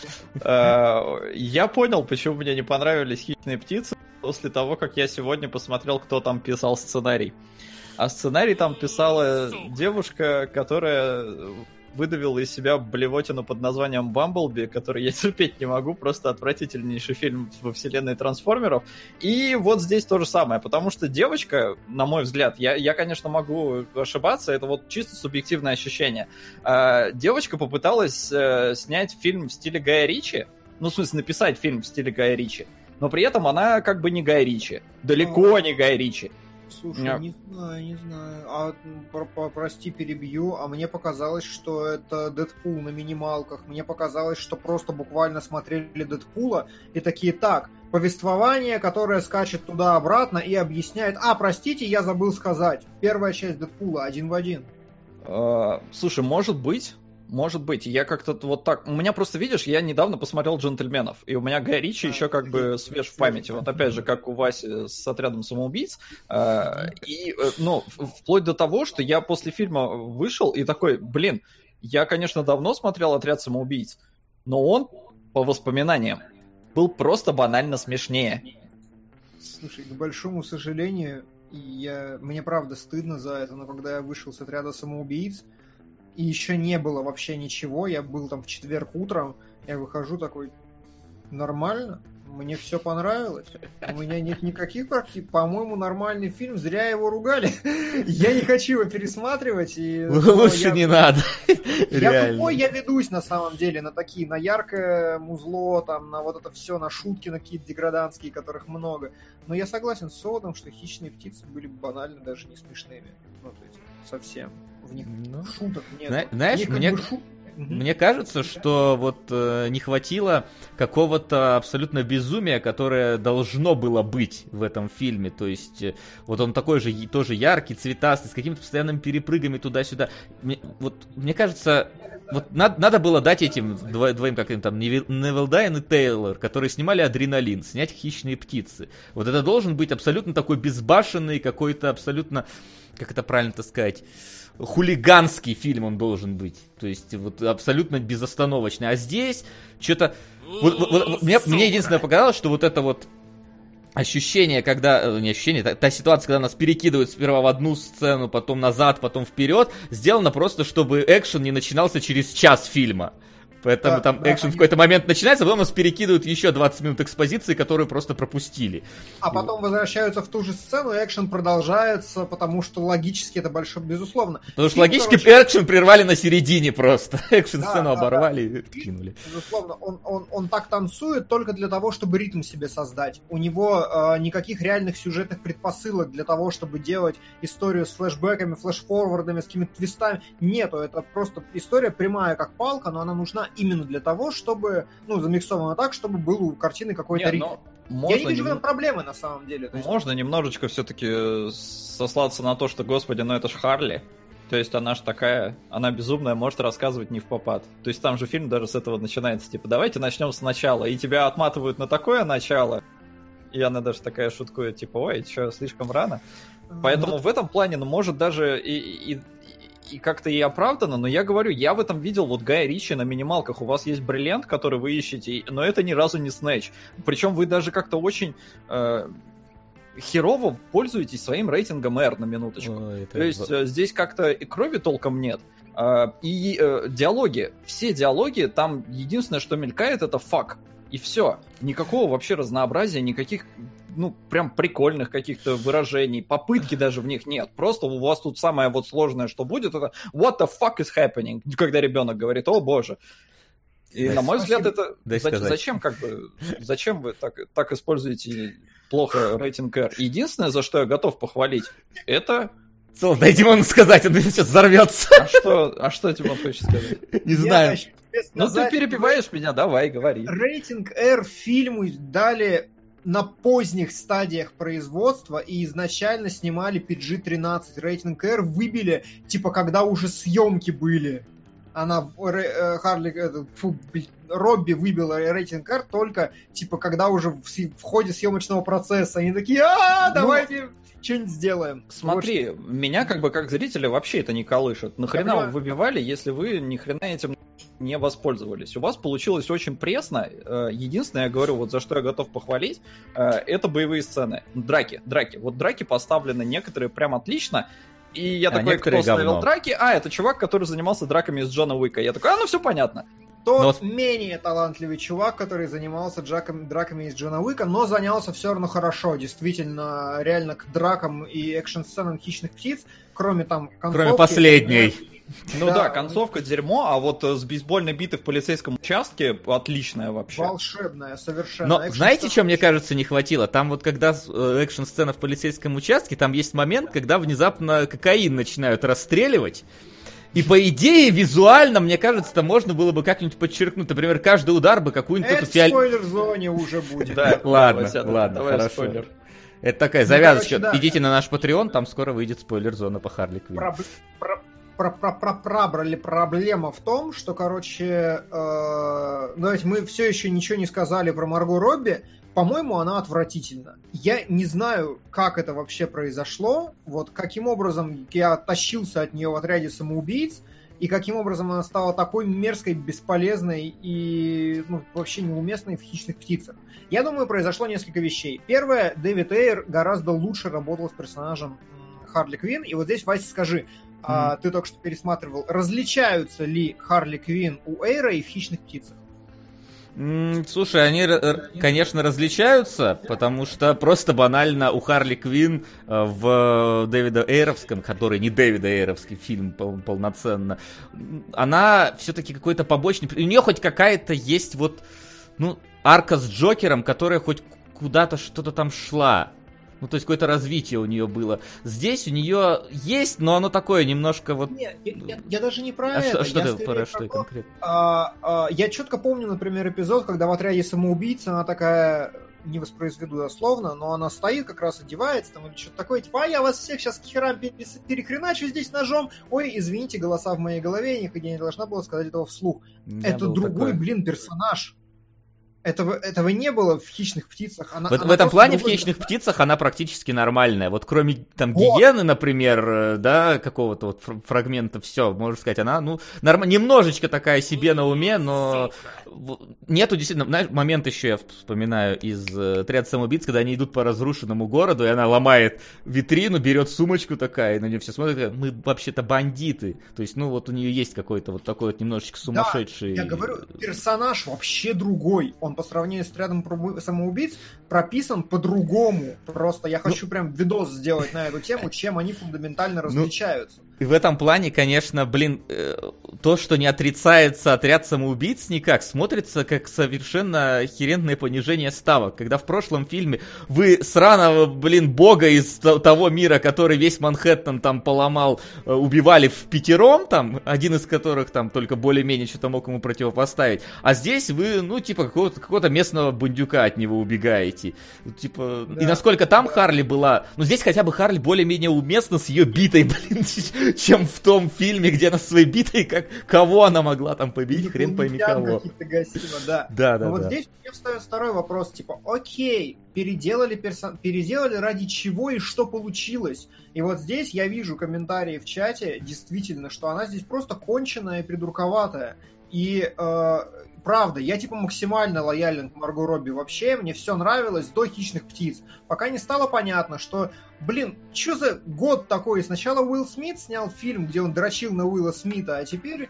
Я понял, почему мне не понравились «Хищные птицы» после того, как я сегодня посмотрел, кто там писал сценарий. А сценарий там писала девушка, которая выдавила из себя блевотину под названием «Бамблби», который я терпеть не могу, просто отвратительнейший фильм во вселенной трансформеров. И вот здесь то же самое, потому что девочка, на мой взгляд, я конечно, могу ошибаться, это вот чисто субъективное ощущение. Девочка попыталась снять фильм в стиле Гая Ричи, в смысле, написать фильм в стиле Гая Ричи, но при этом она как бы не Гай Ричи, далеко не Гай Ричи. Слушай, не знаю. Прости, перебью. А мне показалось, что это Дэдпул на минималках. Мне показалось, что просто буквально смотрели Дэдпула и такие: так, повествование, которое скачет туда-обратно и объясняет: простите, я забыл сказать. Первая часть Дэдпула, 1 в 1. Слушай, может быть. Я как-то вот так... У меня просто, видишь, я недавно посмотрел «Джентльменов», и у меня Гай Ричи еще как бы свеж в памяти. Вот опять же, как у Васи с «Отрядом самоубийц». И, вплоть до того, что я после фильма вышел и такой: я, конечно, давно смотрел «Отряд самоубийц», но он, по воспоминаниям, был просто банально смешнее. Слушай, к большому сожалению, мне правда стыдно за это, но когда я вышел с «Отряда самоубийц», и еще не было вообще ничего, я был там в четверг утром, я выхожу такой: нормально, мне все понравилось, у меня нет никаких практик, по-моему, нормальный фильм, зря его ругали, я не хочу его пересматривать. Лучше не надо. Я тупой, я ведусь на самом деле на такие, на яркое музло, там, на вот это все, на шутки, на какие-то деграданские, которых много, но я согласен с Содом, что «Хищные птицы» были банально даже не смешными, то есть совсем. В них шуток нет. Знаешь, Мне кажется, что вот не хватило какого-то абсолютно безумия, которое должно было быть в этом фильме. То есть вот он такой же тоже яркий, цветастый, с какими-то постоянными перепрыгами туда-сюда. Мне кажется, вот надо было дать этим двоим, как им там, Невил Дайн и Тейлор, которые снимали «Адреналин», снять «Хищные птицы». Вот это должен быть абсолютно такой безбашенный, какой-то абсолютно, как это правильно-то сказать, хулиганский фильм он должен быть. То есть вот абсолютно безостановочный. А здесь что-то... Мне единственное показалось, что вот это вот ощущение, когда... Не ощущение, та ситуация, когда нас перекидывают сперва в одну сцену, потом назад, потом вперед, сделано просто, чтобы экшен не начинался через час фильма. Поэтому там экшен в какой-то момент начинается, потом нас перекидывают еще 20 минут экспозиции, которую просто пропустили. А потом возвращаются в ту же сцену, и экшен продолжается, потому что логически это большое, безусловно. Потому что логически экшен прервали на середине просто. Экшен-сцену оборвали и кинули. Безусловно, он так танцует только для того, чтобы ритм себе создать. У него никаких реальных сюжетных предпосылок для того, чтобы делать историю с флешбэками, флешфорвардами, с какими-то твистами. Нету, это просто история прямая, как палка, но она нужна именно для того, чтобы, замиксовано так, чтобы был у картины какой-то ритм. Я не вижу в этом проблемы, на самом деле. Можно немножечко все-таки сослаться на то, что, господи, это ж Харли. То есть она ж такая, она безумная, может рассказывать не впопад. То есть там же фильм даже с этого начинается, типа, давайте начнем сначала. И тебя отматывают на такое начало. И она даже такая шуткует, типа, ой, что, слишком рано? Поэтому в этом плане, может даже и как-то и оправдано, но я говорю, я в этом видел вот Гая Ричи на минималках. У вас есть Бриллиант, который вы ищете, но это ни разу не Снэч. Причем вы даже как-то очень херово пользуетесь своим рейтингом R, на минуточку. То есть здесь как-то и крови толком нет. И диалоги, все диалоги, там единственное, что мелькает, это фак. И все. Никакого вообще разнообразия, никаких, прям прикольных каких-то выражений, попытки даже в них нет. Просто у вас тут самое вот сложное, что будет, это what the fuck is happening, когда ребенок говорит, о боже. И на мой взгляд, это... Зачем вы так используете плохо рейтинг R? Единственное, за что я готов похвалить, это... Дай Димону сказать, он сейчас взорвется. А что Димон хочет сказать? Не знаю. Ты перебиваешь меня, давай, говори. Рейтинг R фильму дали на поздних стадиях производства и изначально снимали PG-13. Рейтинг R выбили, когда уже съемки были. Робби выбила рейтинг R только, когда уже в ходе съемочного процесса. Они такие, давайте... что-нибудь сделаем. Смотри, меня как зрителя вообще это не колышет. Нахрена вы выбивали, если вы ни хрена этим не воспользовались? У вас получилось очень пресно. Единственное, я говорю, вот за что я готов похвалить, это боевые сцены. Драки. Вот драки поставлены некоторые прям отлично. И я такой, кто ставил драки? Это чувак, который занимался драками из Джона Уика. Я такой, все понятно. Тот менее талантливый чувак, который занимался драками из Джона Уика, но занялся все равно хорошо. Действительно, реально к дракам и экшн-сценам «Хищных птиц», кроме концовки... Кроме последней. Концовка дерьмо, а вот с бейсбольной битой в полицейском участке отличная вообще. Волшебная, совершенно. Но знаете, что мне кажется не хватило? Там вот когда экшн-сцена в полицейском участке, там есть момент, когда внезапно кокаин начинают расстреливать. И по идее, визуально, мне кажется, это можно было бы как-нибудь подчеркнуть. Например, каждый удар бы какую-нибудь... Это в спойлер-зоне уже будет. Ладно, хорошо. Это такая завязочка. Идите на наш Patreon, там скоро выйдет спойлер-зона по Харли Квинн. Проблема в том, что, давайте мы все еще ничего не сказали про Марго Робби. По-моему, она отвратительна. Я не знаю, как это вообще произошло, вот каким образом я тащился от нее в отряде самоубийц, и каким образом она стала такой мерзкой, бесполезной и вообще неуместной в «Хищных птицах». Я думаю, произошло несколько вещей. Первое, Дэвид Эйр гораздо лучше работал с персонажем Харли Квинн, и вот здесь, Вася, скажи, ты только что пересматривал, различаются ли Харли Квинн у Эйра и в «Хищных птицах»? Слушай, они, конечно, различаются, потому что просто банально у Харли Квинн в Дэвида Эйровском, который не Дэвида Эйровский фильм полноценно, она все-таки какой-то побочный... У нее хоть какая-то есть арка с Джокером, которая хоть куда-то что-то там шла. Ну, то есть какое-то развитие у нее было. Здесь у нее есть, но оно такое немножко вот... Нет, я даже не про это. Что ты про что конкретно? Я четко помню, например, эпизод, когда в отряде самоубийц она такая, не воспроизведу дословно, но она стоит, как раз одевается, там, или что-то такое, типа, я вас всех сейчас к херам перехреначу здесь ножом. Ой, извините, голоса в моей голове, я не должна была сказать этого вслух. Это другой, персонаж. Этого не было в «Хищных птицах». В этом плане в «Хищных птицах» она практически нормальная. Вот кроме там гиены, например, да, какого-то вот фрагмента, все, можно сказать, она, немножечко такая себе на уме, но нету действительно, знаешь, момент еще я вспоминаю из «Отряда самоубийц», когда они идут по разрушенному городу, и она ломает витрину, берет сумочку такая, и на нее все смотрят, говорят, мы вообще-то бандиты. То есть, у нее есть какой-то вот такой вот немножечко сумасшедший... Да, я говорю, персонаж вообще другой. Он по сравнению с «Отрядом самоубийц» прописан по-другому. Просто я хочу прям видос сделать на эту тему, чем они фундаментально различаются. И в этом плане, конечно, то, что не отрицается «Отряд самоубийц» никак, смотрится как совершенно охеренное понижение ставок. Когда в прошлом фильме вы сраного, бога из того мира, который весь Манхэттен там поломал, убивали впятером, там, один из которых там только более-менее что-то мог ему противопоставить. А здесь вы, какого-то местного бандюка от него убегаете. Да. И насколько там Харли была... здесь хотя бы Харли более-менее уместна с ее битой, чем в том фильме, где она своей битой, кого она могла там победить, хрен пойми кого. Да. Вот здесь мне встает второй вопрос, окей, переделали ради чего и что получилось? И вот здесь я вижу комментарии в чате, действительно, что она здесь просто конченая и придурковатая. И правда, я максимально лоялен к Марго Робби вообще, мне все нравилось до «Хищных птиц», пока не стало понятно, что, что за год такой? Сначала Уилл Смит снял фильм, где он дрочил на Уилла Смита, а теперь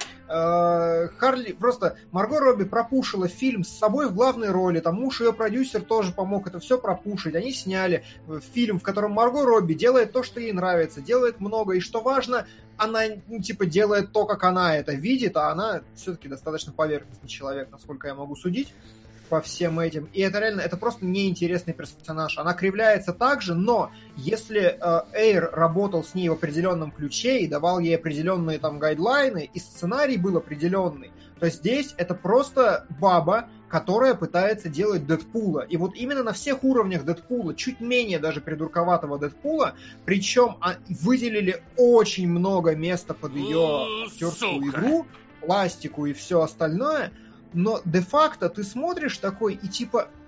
Марго Робби пропушила фильм с собой в главной роли, там муж ее продюсер тоже помог это все пропушить, они сняли фильм, в котором Марго Робби делает то, что ей нравится, делает много, и что важно, она, делает то, как она это видит, а она все-таки достаточно поверхностный человек, насколько я могу судить по всем этим. И это реально, это просто неинтересный персонаж. Она кривляется так же, но если Эйр работал с ней в определенном ключе и давал ей определенные там гайдлайны, и сценарий был определенный, то здесь это просто баба, которая пытается делать Дэдпула. И вот именно на всех уровнях Дэдпула, чуть менее даже придурковатого Дэдпула, причем выделили очень много места под ее актерскую игру, пластику и все остальное, но де-факто ты смотришь такой и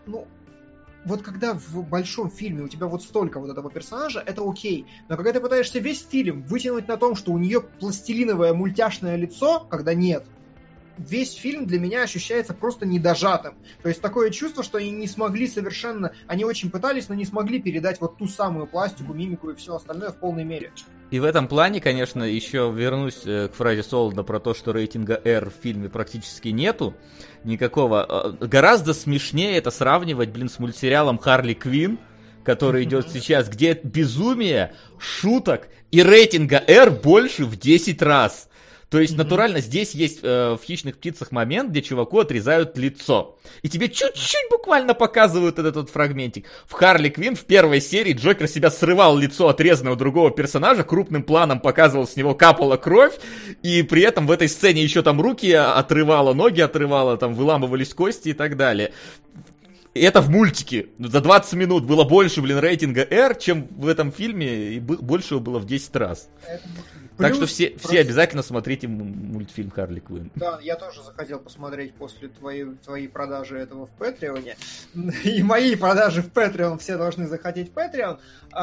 вот когда в большом фильме у тебя вот столько вот этого персонажа, это окей. Но когда ты пытаешься весь фильм вытянуть на том, что у нее пластилиновое мультяшное лицо, когда нет, весь фильм для меня ощущается просто недожатым. То есть такое чувство, что они не смогли совершенно... Они очень пытались, но не смогли передать вот ту самую пластику, мимику и все остальное в полной мере. И в этом плане, конечно, еще вернусь к фразе Солода про то, что рейтинга R в фильме практически нету никакого. Гораздо смешнее это сравнивать, с мультсериалом «Харли Квинн», который идет сейчас, где безумие, шуток и рейтинга R больше в 10 раз. То есть, натурально, здесь есть в «Хищных птицах» момент, где чуваку отрезают лицо. И тебе чуть-чуть буквально показывают этот вот фрагментик. В «Харли Квинн» в первой серии Джокер себя срывал лицо отрезанного другого персонажа, крупным планом показывал, с него капала кровь, и при этом в этой сцене еще там руки отрывало, ноги отрывало, там выламывались кости и так далее. И это в мультике. За 20 минут было больше, рейтинга R, чем в этом фильме, и больше его было в 10 раз. Так что все обязательно смотрите мультфильм «Харли Квинн». Да, я тоже захотел посмотреть после твоей продажи этого в Патреоне. И мои продажи в Патреон все должны захотеть в Патреон.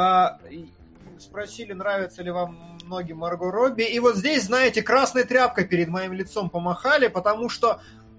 Спросили, нравится ли вам ноги Марго Робби. И вот здесь, знаете, красной тряпкой перед моим лицом помахали, потому что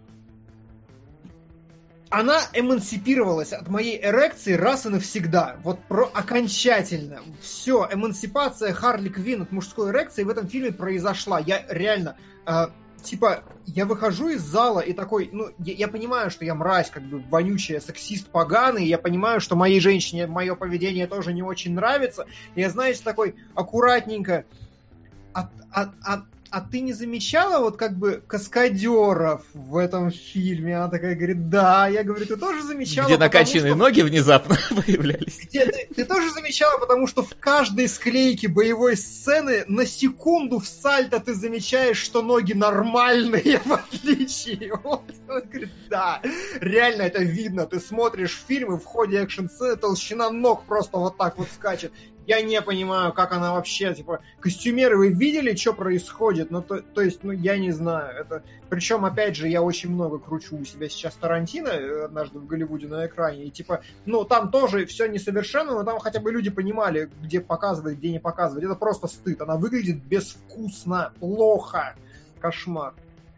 она эмансипировалась от моей эрекции раз и навсегда. Вот окончательно. Все, эмансипация Харли Квинн от мужской эрекции в этом фильме произошла. Я реально... я выхожу из зала и такой... я понимаю, что я мразь, вонючая, сексист поганый. Я понимаю, что моей женщине мое поведение тоже не очень нравится. И я, знаете, такой аккуратненько... а ты не замечала вот как бы каскадеров в этом фильме? Она такая говорит, да. Я говорю, ты тоже замечала? Где накачанные ноги внезапно появлялись. Ты тоже замечала, потому что в каждой склейке боевой сцены на секунду в сальто ты замечаешь, что ноги нормальные, в отличие от... Он говорит, да, реально это видно. Ты смотришь фильм, и в ходе экшн-сцены толщина ног просто вот так вот скачет. Я не понимаю, как она вообще, типа, костюмеры, вы видели, что происходит? Ну, то есть, я не знаю. Это... Причем, опять же, я очень много кручу у себя сейчас Тарантино однажды в Голливуде на экране, и, типа, там тоже все несовершенно, но там хотя бы люди понимали, где показывать, где не показывать. Это просто стыд. Она выглядит безвкусно, плохо. Кошмар.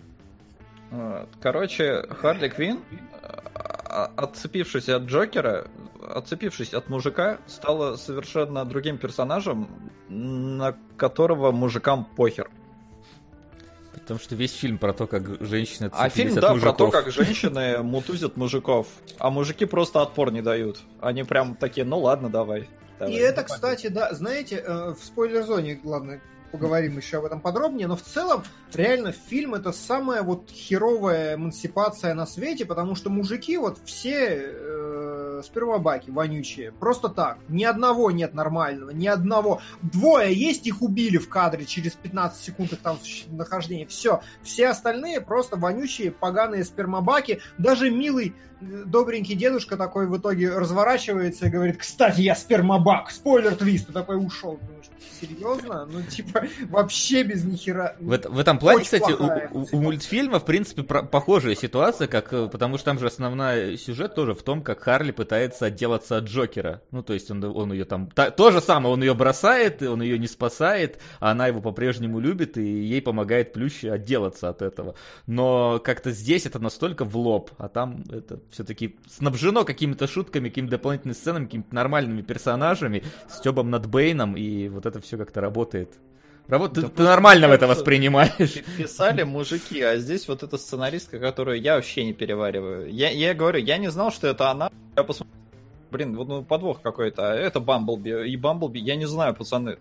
Короче, Харли Квинн, отцепившись от Джокера, отцепившись от мужика, стала совершенно другим персонажем, на которого мужикам похер. Потому что весь фильм про то, как женщины отцепились от мужиков. А фильм, да, про то, как женщины мутузят мужиков, а мужики просто отпор не дают. Они прям такие, ну ладно, давай. И это, кстати, да, знаете, в спойлер-зоне, ладно, поговорим еще об этом подробнее, но в целом, реально, фильм — это самая вот херовая эмансипация на свете, потому что мужики вот все спермобаки вонючие, просто так. Ни одного нет нормального, ни одного. Двое есть, их убили в кадре через 15 секунд их там нахождения. Все остальные просто вонючие, поганые спермобаки. Даже милый, добренький дедушка такой в итоге разворачивается и говорит, кстати, я спермобак, спойлер-твист, и такой ушел. Серьезно? Ну, типа, вообще без нихера. В этом плане, кстати, у мультфильма, в принципе, похожая ситуация, потому что там же основной сюжет тоже в том, как Харли пытается отделаться от Джокера. Ну, то есть он ее там... То же самое, он ее бросает, он ее не спасает, а она его по-прежнему любит, и ей помогает Плющ отделаться от этого. Но как-то здесь это настолько в лоб, а там это все-таки снабжено какими-то шутками, какими-то дополнительными сценами, какими-то нормальными персонажами, стебом над Бэйном, и вот это все как-то работает. Ты нормально это воспринимаешь. Писали мужики, а здесь вот эта сценаристка, которую я вообще не перевариваю. Я говорю, я не знал, что это она. Я посмотрел, блин, вот подвох какой-то. А это Бамблби. И Бамблби, я не знаю, пацаны.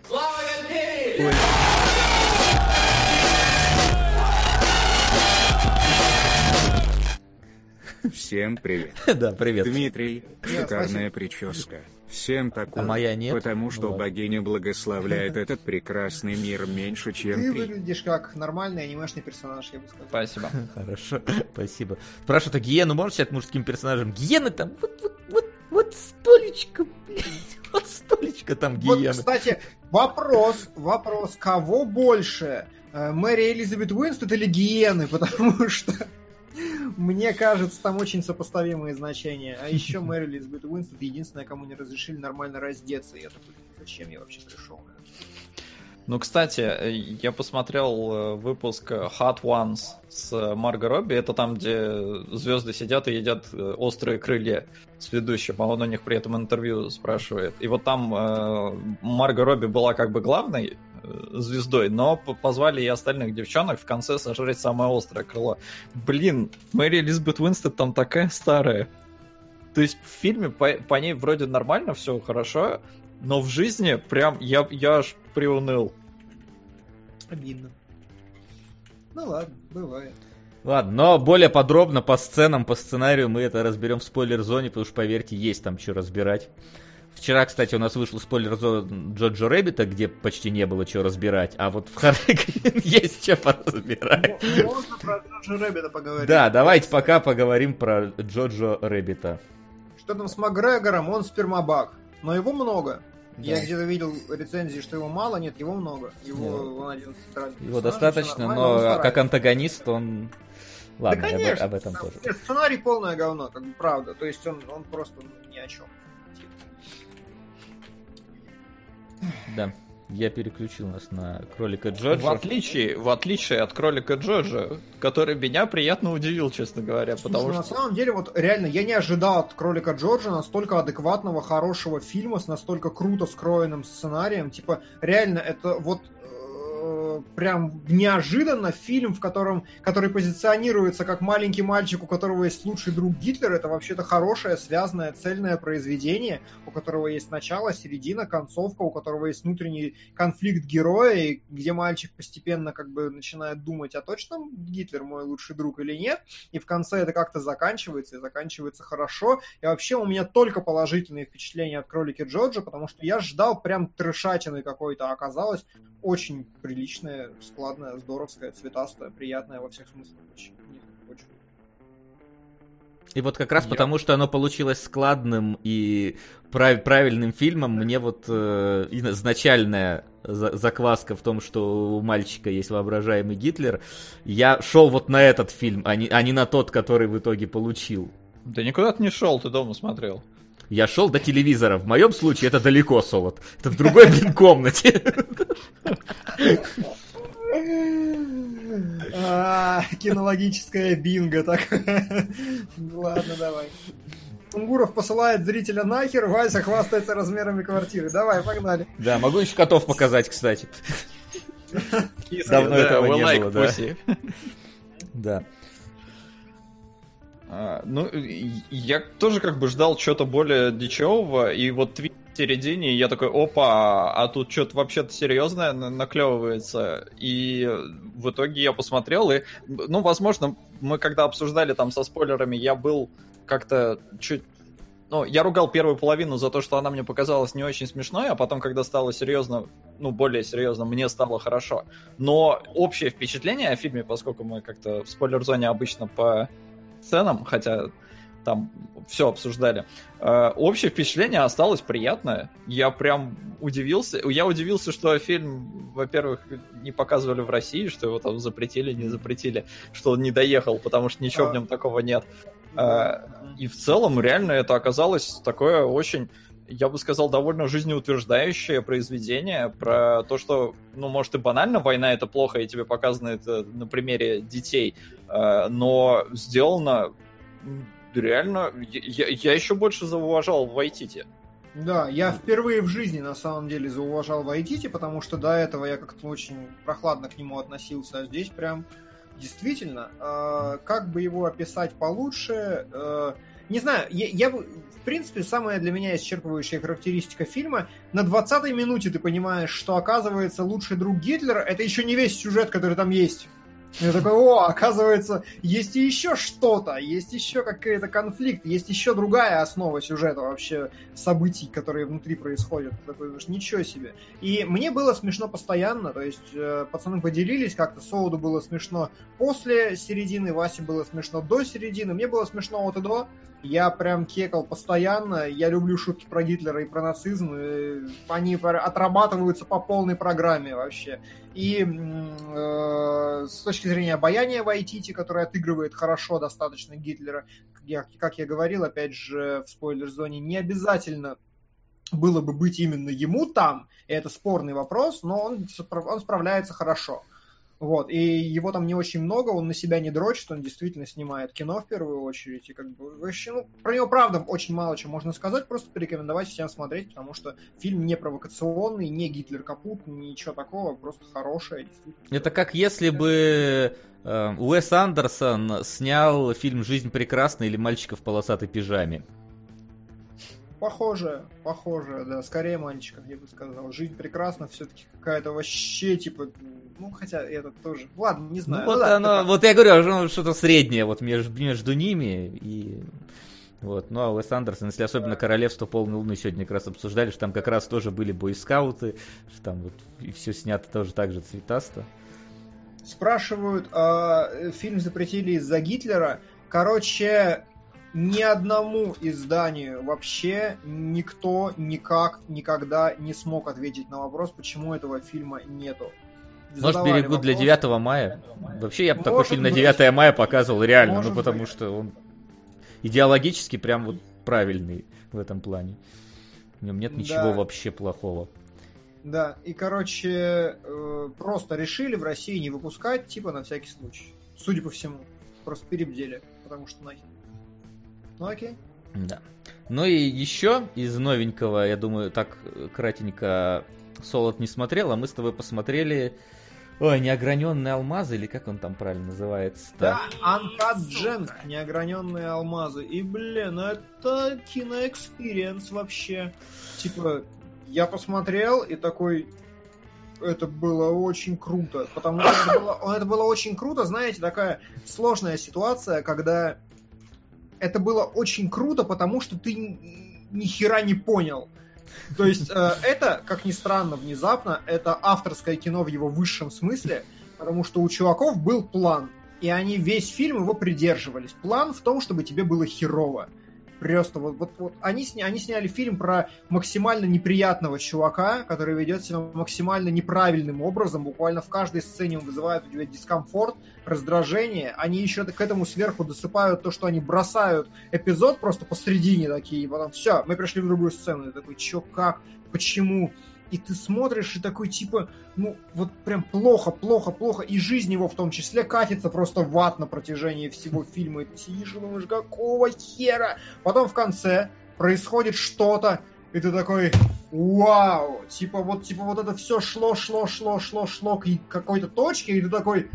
Всем привет. Да, привет. Дмитрий, шикарная прическа. Всем такую, моя нет. Потому что богиня благословляет этот прекрасный мир меньше, чем ты. Ты выглядишь как нормальный анимешный персонаж, я бы сказал. Спасибо. Хорошо, спасибо. Спрашивают, а гиену можешь взять мужским персонажем? Гиены там, вот столечко, блядь. Вот столечко там гиены. Вот, кстати, вопрос, кого больше? Мэри Элизабет Уинстед или гиены? Потому что... Мне кажется, там очень сопоставимые значения. А еще Мэри Элизабет Уинстед единственная, кому не разрешили нормально раздеться. Я такой, зачем я вообще пришел? Ну, кстати, я посмотрел выпуск Hot Ones с Марго Робби. Это там, где звезды сидят и едят острые крылья с ведущим, а он у них при этом интервью спрашивает. И вот там Марго Робби была как бы главной звездой, но позвали и остальных девчонок в конце сожрать самое острое крыло. Блин, Мэри Элизабет Уинстед там такая старая. То есть в фильме по ней вроде нормально, все хорошо, но в жизни прям я аж приуныл. Обидно. Ну ладно, бывает. Ладно, но более подробно по сценам, по сценарию мы это разберем в спойлер-зоне, потому что, поверьте, есть там что разбирать. Вчера, кстати, у нас вышел спойлер-зон Джоджо Рэббита, где почти не было чего разбирать, а вот в Харли Квинн есть что поразбирать. Можно про Джоджо Рэббита поговорить. Да, давайте пока поговорим про Джоджо Рэббита. Что там с Макгрегором? Он спермобак, но его много. Да. Я где-то видел рецензии, что его мало, нет, его много. Он один его достаточно, но как антагонист он... Ладно, да, конечно, об этом тоже. Нет, сценарий полное говно, как бы правда. То есть он просто ни о чем. Да, я переключил нас на Кролика Джорджа. В отличие от Кролика Джорджа, который меня приятно удивил, честно говоря. Слушай, потому на что... самом деле, вот реально, я не ожидал от Кролика Джорджа настолько адекватного, хорошего фильма с настолько круто скроенным сценарием. Типа, реально, это вот прям неожиданно фильм, который позиционируется как маленький мальчик, у которого есть лучший друг Гитлер, это вообще-то хорошее, связанное, цельное произведение, у которого есть начало, середина, концовка, у которого есть внутренний конфликт героя, где мальчик постепенно как бы начинает думать, а точно Гитлер мой лучший друг или нет, и в конце это как-то заканчивается, и заканчивается хорошо, и вообще у меня только положительные впечатления от «Кролики Джорджа», потому что я ждал прям трешатины какой-то, а оказалось очень приличная, складная, здоровская, цветастая, приятная во всех смыслах. Очень. И вот как раз потому, что оно получилось складным и правильным фильмом, мне вот изначальная закваска в том, что у мальчика есть воображаемый Гитлер, я шел вот на этот фильм, а не на тот, который в итоге получил. Да никуда ты не шел, ты дома смотрел. Я шел до телевизора. В моем случае это далеко, Солод. Это в другой, комнате. Кинологическая бинго. Так. Ладно, давай. Тунгуров посылает зрителя нахер, Вася хвастается размерами квартиры. Давай, погнали. Да, могу еще котов показать, кстати. Давно этого не было, да. Да. Ну, я тоже как бы ждал чего-то более дичевого, и вот твит в середине, и я такой, опа, а тут что-то вообще-то серьезное наклевывается, и в итоге я посмотрел, и, ну, возможно, мы когда обсуждали там со спойлерами, я был как-то чуть... Ну, я ругал первую половину за то, что она мне показалась не очень смешной, а потом, когда стало серьезно, ну, более серьезно, мне стало хорошо. Но общее впечатление о фильме, поскольку мы как-то в спойлер-зоне обычно по сценам, хотя там все обсуждали, общее впечатление осталось приятное. Я прям удивился. Я удивился, что фильм, во-первых, не показывали в России, что его там запретили, не запретили, что он не доехал, потому что ничего в нем такого нет. И в целом, реально, это оказалось такое очень, я бы сказал, довольно жизнеутверждающее произведение про то, что, ну, может, и банально война — это плохо, и тебе показано это на примере детей, но сделано реально... Я еще больше зауважал Вайтити. Да, я впервые в жизни, на самом деле, зауважал Вайтити, потому что до этого я как-то очень прохладно к нему относился, а здесь прям действительно, как бы его описать получше... Не знаю, я бы, в принципе, самая для меня исчерпывающая характеристика фильма, на 20-й минуте ты понимаешь, что, оказывается, лучший друг Гитлера — это еще не весь сюжет, который там есть. Я такой, оказывается, есть и еще что-то, есть еще какой-то конфликт, есть еще другая основа сюжета вообще, событий, которые внутри происходят. Ты такой, ничего себе. И мне было смешно постоянно, то есть пацаны поделились как-то, Солоду было смешно после середины, Васе было смешно до середины, мне было смешно от и до. Я прям кекал постоянно, я люблю шутки про Гитлера и про нацизм, и они отрабатываются по полной программе вообще. И с точки зрения обаяния Вайтити, который отыгрывает хорошо достаточно Гитлера, как я говорил, опять же, в спойлер-зоне, не обязательно было бы быть именно ему там, и это спорный вопрос, но он справляется хорошо. Вот, и его там не очень много, он на себя не дрочит, он действительно снимает кино в первую очередь, и как бы вообще, ну, про него, правда, очень мало чего можно сказать, просто порекомендовать всем смотреть, потому что фильм не провокационный, не Гитлер капут, ничего такого, просто хорошее, действительно. Это как если бы Уэс Андерсон снял фильм «Жизнь прекрасна» или «Мальчика в полосатой пижаме». Похоже, да, скорее мальчиков, я бы сказал. «Жизнь прекрасна», все-таки какая-то вообще, типа, ну, хотя это тоже, ладно, не знаю. Ну, вот, да, оно, вот я говорю, что-то среднее вот между ними, и вот, ну, а Уэс Андерсон, если особенно «Королевство полной луны» сегодня как раз обсуждали, что там как раз тоже были бойскауты, что там вот и все снято тоже так же цветасто. Спрашивают, фильм запретили из-за Гитлера. Короче, ни одному изданию вообще никто никак никогда не смог ответить на вопрос, почему этого фильма нету. Может, берегут для 9 мая? Вообще, я бы такой фильм на 9 мая показывал реально, ну потому что он идеологически прям вот правильный в этом плане. В нем нет ничего вообще плохого. Да, и, короче, просто решили в России не выпускать, типа на всякий случай. Судя по всему. Просто перебдели, потому что нахер. Ну окей. Да. Ну и еще из новенького, я думаю, так кратенько Солод не смотрел, а мы с тобой посмотрели Ой, неограненные алмазы, или как он там правильно называется? Да, Uncut Gems, неограненные алмазы. И, блин, это киноэкспириенс вообще. Типа, я посмотрел и такой... Это было очень круто. Потому что это было очень круто, знаете, такая сложная ситуация, когда... Это было очень круто, потому что ты ни хера не понял. То есть это, как ни странно, внезапно, это авторское кино в его высшем смысле, потому что у чуваков был план, и они весь фильм его придерживались. План в том, чтобы тебе было херово. Просто вот они сняли фильм про максимально неприятного чувака, который ведет себя максимально неправильным образом. Буквально в каждой сцене он вызывает у тебя дискомфорт, раздражение. Они еще к этому сверху досыпают то, что они бросают эпизод просто посредине такие, и потом все, мы пришли в другую сцену. И такой, чё, как, почему? И ты смотришь и такой, типа, ну, вот прям плохо, и жизнь его в том числе катится просто в ад на протяжении всего фильма, и ты сидишь и думаешь, какого хера? Потом в конце происходит что-то, и ты такой, вау, типа вот это все шло к какой-то точке, и ты такой,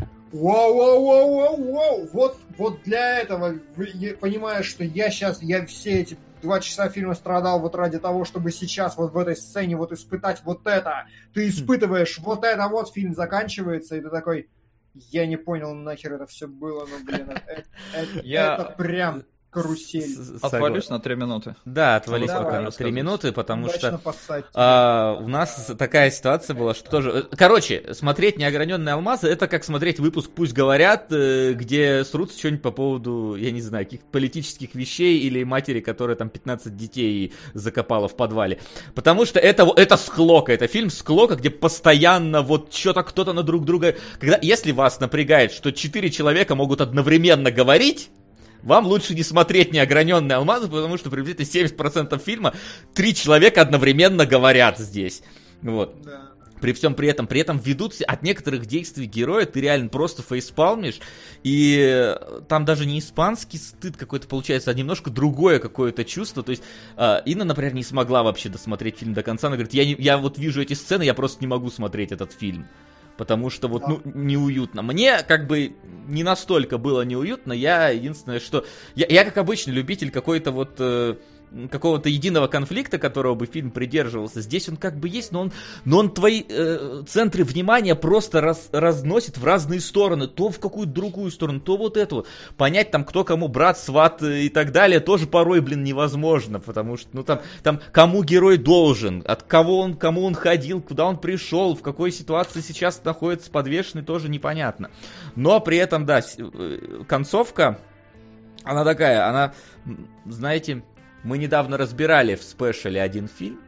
вау, вот для этого понимаешь, что я все эти 2 часа фильма страдал вот ради того, чтобы сейчас вот в этой сцене вот испытать вот это. Ты испытываешь вот это, вот фильм заканчивается, и ты такой, я не понял, нахер это все было, но, блин, это прям карусель. Отвалюсь на 3 минуты. Да, отвалюсь пока на 3 минуты, потому удачно что у нас такая ситуация была, что тоже... Короче, смотреть «Неограненные алмазы» — это как смотреть выпуск «Пусть говорят», где срутся что-нибудь по поводу, я не знаю, каких-то политических вещей или матери, которая там 15 детей закопала в подвале. Потому что это склока, это фильм склока, где постоянно вот что-то кто-то на друг друга... Если вас напрягает, что 4 человека могут одновременно говорить, вам лучше не смотреть «Неограненные алмазы», потому что приблизительно 70% фильма 3 человека одновременно говорят здесь. Вот. Да. При всем при этом ведутся от некоторых действий героя, ты реально просто фейспалмишь, и там даже не испанский стыд какой-то получается, а немножко другое какое-то чувство. То есть Инна, например, не смогла вообще досмотреть фильм до конца. Она говорит, я вот вижу эти сцены, я просто не могу смотреть этот фильм. Потому что вот, неуютно. Мне как бы не настолько было неуютно. Я единственное, что... Я как обычно любитель какой-то вот... какого-то единого конфликта, которого бы фильм придерживался. Здесь он как бы есть, но он твои центры внимания просто разносит в разные стороны. То в какую-то другую сторону, то вот эту. Понять там, кто кому брат, сват и так далее, тоже порой, невозможно. Потому что, там кому герой должен, кому он ходил, куда он пришел, в какой ситуации сейчас находится подвешенный, тоже непонятно. Но при этом, да, концовка, она такая, она, знаете... Мы недавно разбирали в спешле один фильм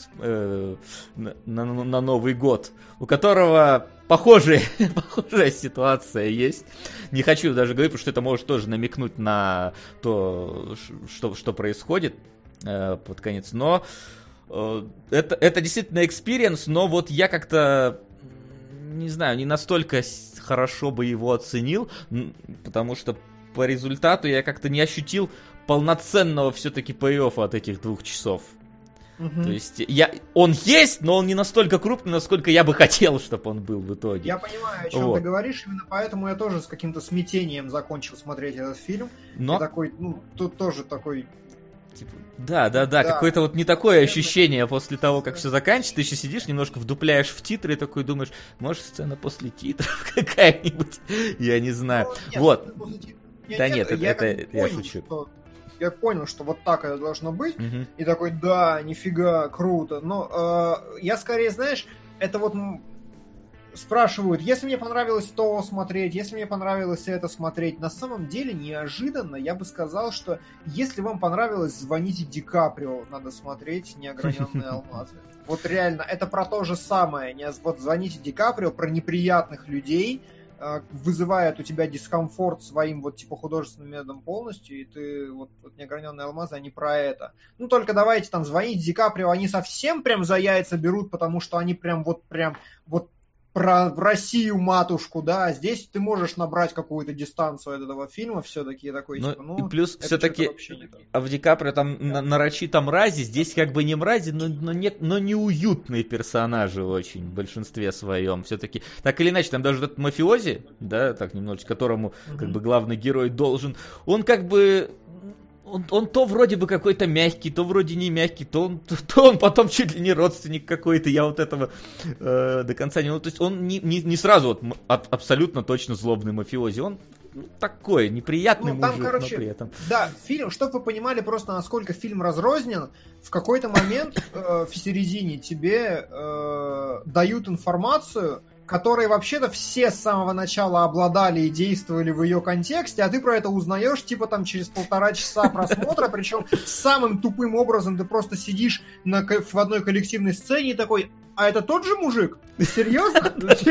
на Новый год, у которого похожая ситуация есть. Не хочу даже говорить, потому что это может тоже намекнуть на то, что происходит под конец. Но это действительно экспириенс, но вот я как-то, не знаю, не настолько хорошо бы его оценил, потому что по результату я как-то не ощутил полноценного все-таки пей-оффа от этих 2 часов. То есть он есть, но он не настолько крупный, насколько я бы хотел, чтобы он был в итоге. Я понимаю, о чем ты говоришь, именно поэтому я тоже с каким-то смятением закончил смотреть этот фильм. Но... И такой, тут тоже такой... Типа, да, какое-то вот не такое ощущение после того, как все заканчивается, ты еще сидишь, немножко вдупляешь в титры и такой думаешь, может, сцена после титров какая-нибудь, я не знаю. Вот. Да нет, это я шучу. Я понял, что вот так это должно быть, и такой, да, нифига, круто. Но я скорее, знаешь, это вот спрашивают, если мне понравилось то смотреть, если мне понравилось это смотреть. На самом деле, неожиданно, я бы сказал, что если вам понравилось «Звоните Ди Каприо», надо смотреть «Неограненные алмазы». Вот реально, это про то же самое. Вот «Звоните Ди Каприо», про неприятных людей, вызывает у тебя дискомфорт своим вот типа художественным методом полностью, и ты вот «Неограненные алмазы», они про это. Только давайте там звонить Ди Каприо, они совсем прям за яйца берут, потому что они прям про Россию матушку, да, здесь ты можешь набрать какую-то дистанцию от этого фильма все-таки такой, и плюс все-таки в Ди Каприо там нарочито мрази, здесь как бы не мрази, но неуютные персонажи очень в большинстве своем. Все-таки, так или иначе, там даже этот мафиози, да, так немножечко, которому как бы главный герой должен, он как бы... Он то вроде бы какой-то мягкий, то вроде не мягкий, то он потом чуть ли не родственник какой-то, я вот этого до конца не... То есть он не сразу абсолютно точно злобный мафиози, он такой неприятный мужик, короче, но при этом... Да, фильм, чтобы вы понимали просто, насколько фильм разрознен, в какой-то момент в середине тебе дают информацию, которые вообще-то все с самого начала обладали и действовали в ее контексте, а ты про это узнаешь типа там через 1,5 часа просмотра, причем самым тупым образом ты просто сидишь в одной коллективной сцене и такой: а это тот же мужик? Серьезно?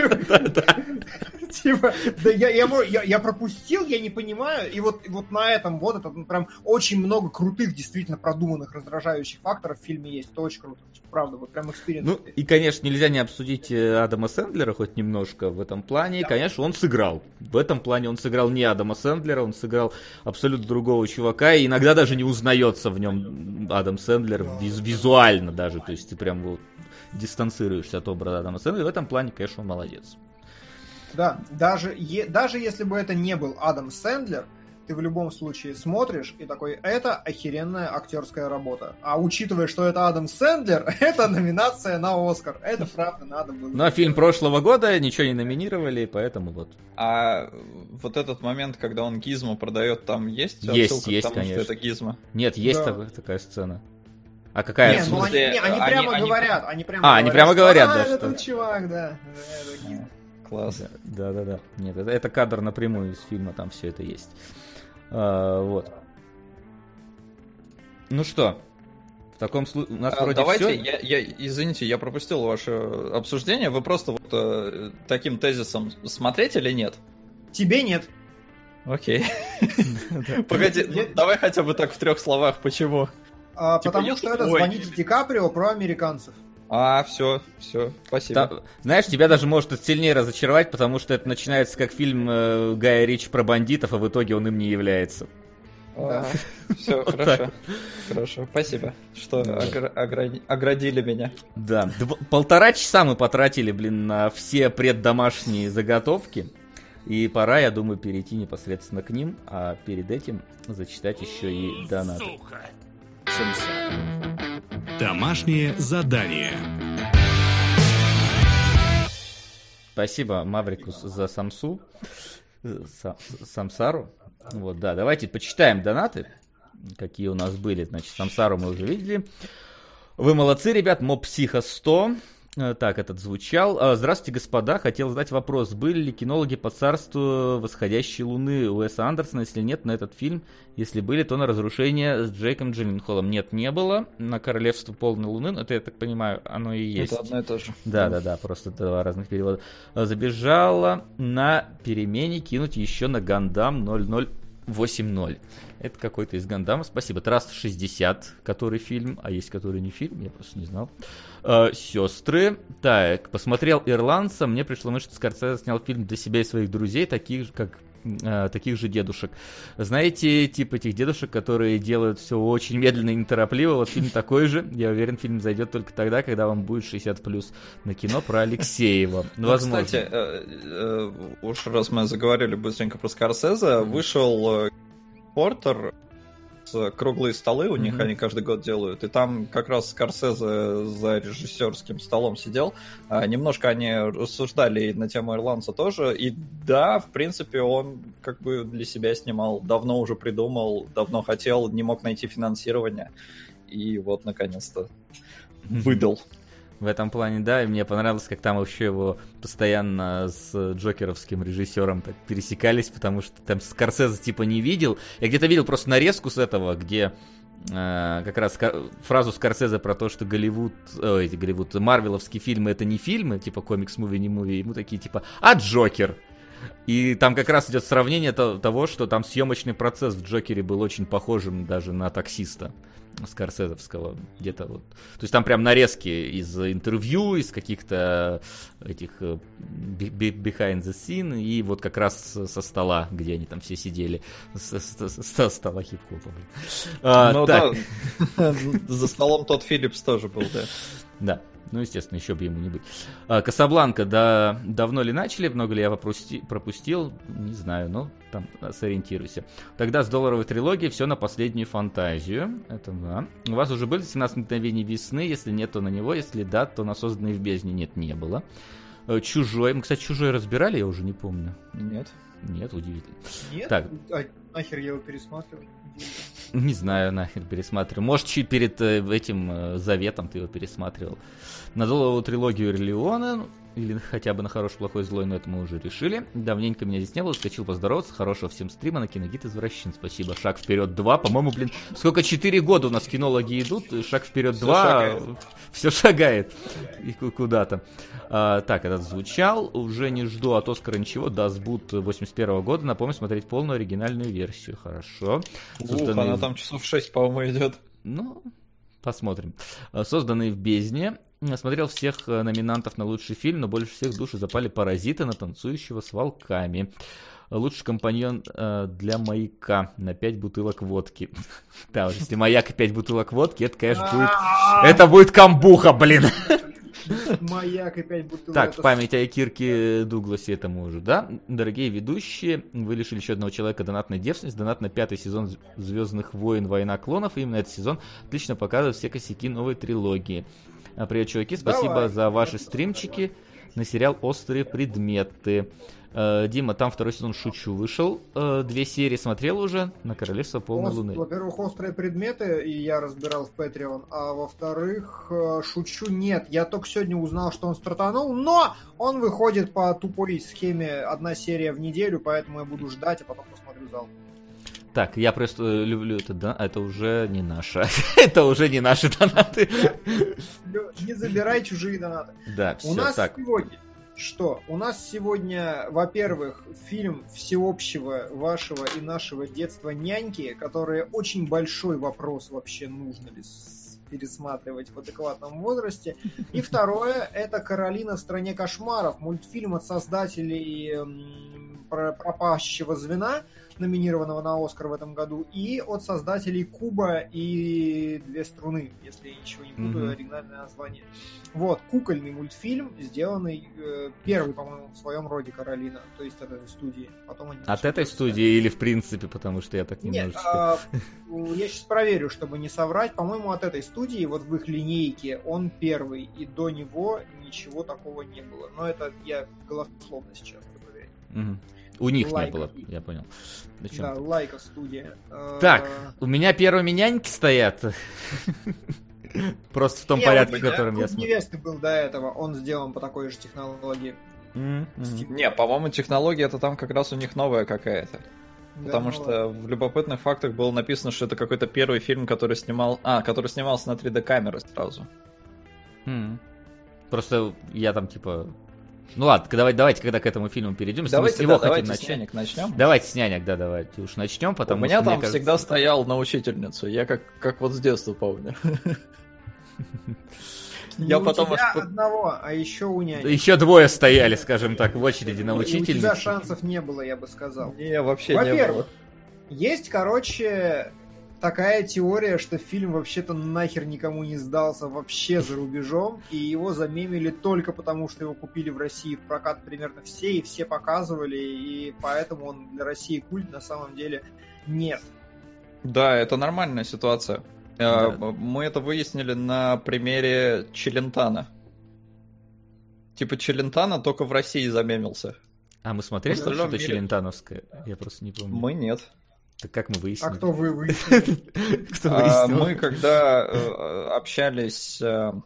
Типа, да я пропустил, я не понимаю. И вот на этом вот это прям очень много крутых, действительно продуманных, раздражающих факторов в фильме есть. Это очень круто. Правда, вот прям экспириенс. Ну, и, конечно, нельзя не обсудить Адама Сэндлера хоть немножко в этом плане. Да. Конечно, он сыграл. В этом плане он сыграл не Адама Сэндлера, он сыграл абсолютно другого чувака. И иногда даже не узнается в нем Адам Сэндлер визуально даже. То есть ты прям вот дистанцируешься от образа Адама Сэндлера. В этом плане, конечно, он молодец. Да, даже если бы это не был Адам Сэндлер, ты в любом случае смотришь и такой: это охеренная актерская работа. А учитывая, что это Адам Сэндлер, это номинация на Оскар. Это правда надо было. Ну а фильм прошлого года ничего не номинировали, поэтому вот. А вот этот момент, когда он Гизмо продает, там есть отсылка к тому, конечно. Что это Гизмо? Нет, есть такая сцена. А какая? Не, ну они прямо говорят. Они прямо говорят, да. Это тот чувак, да. Класс. Да. Нет, это кадр напрямую из фильма, там все это есть. Вот. Ну что, в таком случае у нас вроде давайте, все. Извините, я пропустил ваше обсуждение. Вы просто вот таким тезисом смотреть или нет? Тебе нет. Окей. Погоди, давай хотя бы так в 3 словах. Почему? Потому что это «Звоните Ди Каприо» про американцев. Все, спасибо. Знаешь, тебя даже может это сильнее разочаровать, потому что это начинается как фильм Гая Ричи про бандитов, а в итоге он им не является. Все, хорошо, спасибо, что оградили меня. Да, 1,5 часа мы потратили, на все преддомашние заготовки, и пора, я думаю, перейти непосредственно к ним, а перед этим зачитать еще и донаты. Домашнее задание. Спасибо, Маврикус, за Самсару. Вот, да, давайте почитаем донаты, какие у нас были. Значит, Самсару мы уже видели. Вы молодцы, ребят. Мопсиха 100. Так, этот звучал. Здравствуйте, господа. Хотел задать вопрос. Были ли кинологи по царству восходящей луны Уэса Андерсона? Если нет, на этот фильм. Если были, то на разрушение с Джейком Джилленхолом. Нет, не было. На королевство полной луны. Это, я так понимаю, оно и есть. Это одно и то же. Да. Просто 2 разных перевода. Забежала на перемене кинуть еще на Гандам 0080. Это какой-то из Гандамов. Спасибо. Трасс 60, который фильм, а есть который не фильм, я просто не знал. Сестры. Так, посмотрел «Ирландца», мне пришло мысль, что Скорсезе снял фильм для себя и своих друзей, таких же дедушек. Знаете, тип этих дедушек, которые делают все очень медленно и неторопливо. Вот фильм такой же. Я уверен, фильм зайдет только тогда, когда вам будет 60+ на кино про Алексеева. Возможно. Кстати, уж раз мы заговорили быстренько про Скорсезе, вышел Портер, круглые столы у них, они каждый год делают, и там как раз Скорсезе за режиссерским столом сидел. Немножко они рассуждали на тему «Ирландца» тоже, и да, в принципе, он как бы для себя снимал, давно уже придумал, давно хотел, не мог найти финансирование, и вот, наконец-то, выдал. В этом плане, да, и мне понравилось, как там вообще его постоянно с джокеровским режиссером так пересекались, потому что там Скорсезе типа не видел. Я где-то видел просто нарезку с этого, где как раз фразу Скорсезе про то, что марвеловские фильмы — это не фильмы, типа комикс-муви, не муви, ему такие типа «а Джокер». И там как раз идет сравнение того, что там съемочный процесс в «Джокере» был очень похожим даже на «Таксиста». скорсезовского, где-то вот. То есть там прям нарезки из интервью, из каких-то этих behind the scene, и вот как раз со стола, где они там все сидели, со стола хип-хопа. Ну да, за столом тот Филлипс тоже был, да. Да. Ну, естественно, еще бы ему не быть. Касабланка, да, давно ли начали, много ли я пропустил, не знаю, но там сориентируйся. Тогда с долларовой трилогии все на последнюю фантазию. Это да. У вас уже были 17 мгновений весны? Если нет, то на него. Если да, то на созданные в бездне. Нет, не было. Чужой. Мы, кстати, Чужой разбирали, я уже не помню. Нет. Нет, удивительно. Нет? Так. Нахер я его пересматривал? Не знаю, нахер пересматривал. Может, чуть перед этим заветом ты его пересматривал. На долларовую трилогию Эрлеона, или хотя бы на хороший, плохой, злой, но это мы уже решили. Давненько меня здесь не было, скочил поздороваться. Хорошего всем стрима на Киногид Извращен. Спасибо. Шаг вперед 2. По-моему, блин, сколько 4 года у нас кинологи идут. Шаг вперед 2. Все шагает. И куда-то. Так, этот звучал. Уже не жду от Оскара ничего. Дасбут 81 года. Напомню, смотреть полную оригинальную версию. Хорошо. Она там часов 6, по-моему, идет. Ну, посмотрим. Созданные в бездне. Смотрел всех номинантов на лучший фильм, но больше всех в душу запали «Паразиты» на танцующего с волками. Лучший компаньон для «Маяка» на 5 бутылок водки. Да, вот если «Маяк» и 5 бутылок водки, это, конечно, будет... Это будет камбуха, блин! «Маяк» и 5 бутылок. Так, в память о Кирке Дугласе это мы уже, да? Дорогие ведущие, вы лишили еще одного человека донатной девственности. Донат на 5-й сезон «Звездных войн. Война клонов». И именно этот сезон отлично показывает все косяки новой трилогии. Привет, чуваки, спасибо за ваши стримчики на сериал «Острые предметы». Дима, там второй сезон «Шучу» вышел. 2 серии смотрел уже на «Королевство полной луны». Во-первых, «Острые предметы» и я разбирал в Patreon, а во-вторых, «Шучу» нет. Я только сегодня узнал, что он стартанул, но он выходит по тупой схеме 1 серия в неделю, поэтому я буду ждать, а потом посмотрю зал. Так, я просто люблю это, да, это уже не наше. Это уже не наши донаты. Не забирай чужие донаты. Да, все, у нас так. Сегодня что? У нас сегодня, во-первых, фильм всеобщего вашего и нашего детства «Няньки», который очень большой вопрос вообще, нужно ли пересматривать в адекватном возрасте. И второе, это «Каролина в стране кошмаров», мультфильм от создателей «Пропащего звена», номинированного на Оскар в этом году, и от создателей «Куба» и «Две струны», если я ничего не путаю, оригинальное название. Вот, кукольный мультфильм, сделанный первый, по-моему, в своем роде «Каролина», то есть от этой студии. Потом от этой студии или в принципе, потому что я так немножечко... Нет, я сейчас проверю, чтобы не соврать. По-моему, от этой студии, вот в их линейке, он первый, и до него ничего такого не было. Но это я голословно сейчас проверяю. У них Лайка. Не было, я понял. Да, Лайка студия. Так, у меня первыми няньки стоят. Просто в том порядке, в котором я смотрю. Невесты был до этого, он сделан по такой же технологии. Не, по-моему, технология это там как раз у них новая какая-то. Потому что в любопытных фактах было написано, что это какой-то первый фильм, который снимался на 3D камеры сразу. Просто я там типа... Ну ладно, давайте, когда к этому фильму перейдем, если давайте, мы с него давайте хотим с «Нянек» начнем. Давайте с «Нянек», да, давайте уж начнем, потому у меня что, там мне кажется... всегда стоял на учительницу, я как вот с детства помню. Я потом у тебя одного, а еще у «Нянек». Еще 2 стояли, скажем так, в очереди на учительницу. У тебя шансов не было, я бы сказал. Не, вообще не было. Во-первых, есть, короче... такая теория, что фильм вообще-то нахер никому не сдался вообще за рубежом, и его замемили только потому, что его купили в России в прокат примерно все, и все показывали, и поэтому он для России культ, на самом деле нет. Да, это нормальная ситуация. Да. Мы это выяснили на примере Челентано. Типа Челентано только в России замемился. А мы смотрели что-то челентановское? Я просто не помню. Мы нет. Так как мы выяснили? А кто вы выяснили? Мы когда общались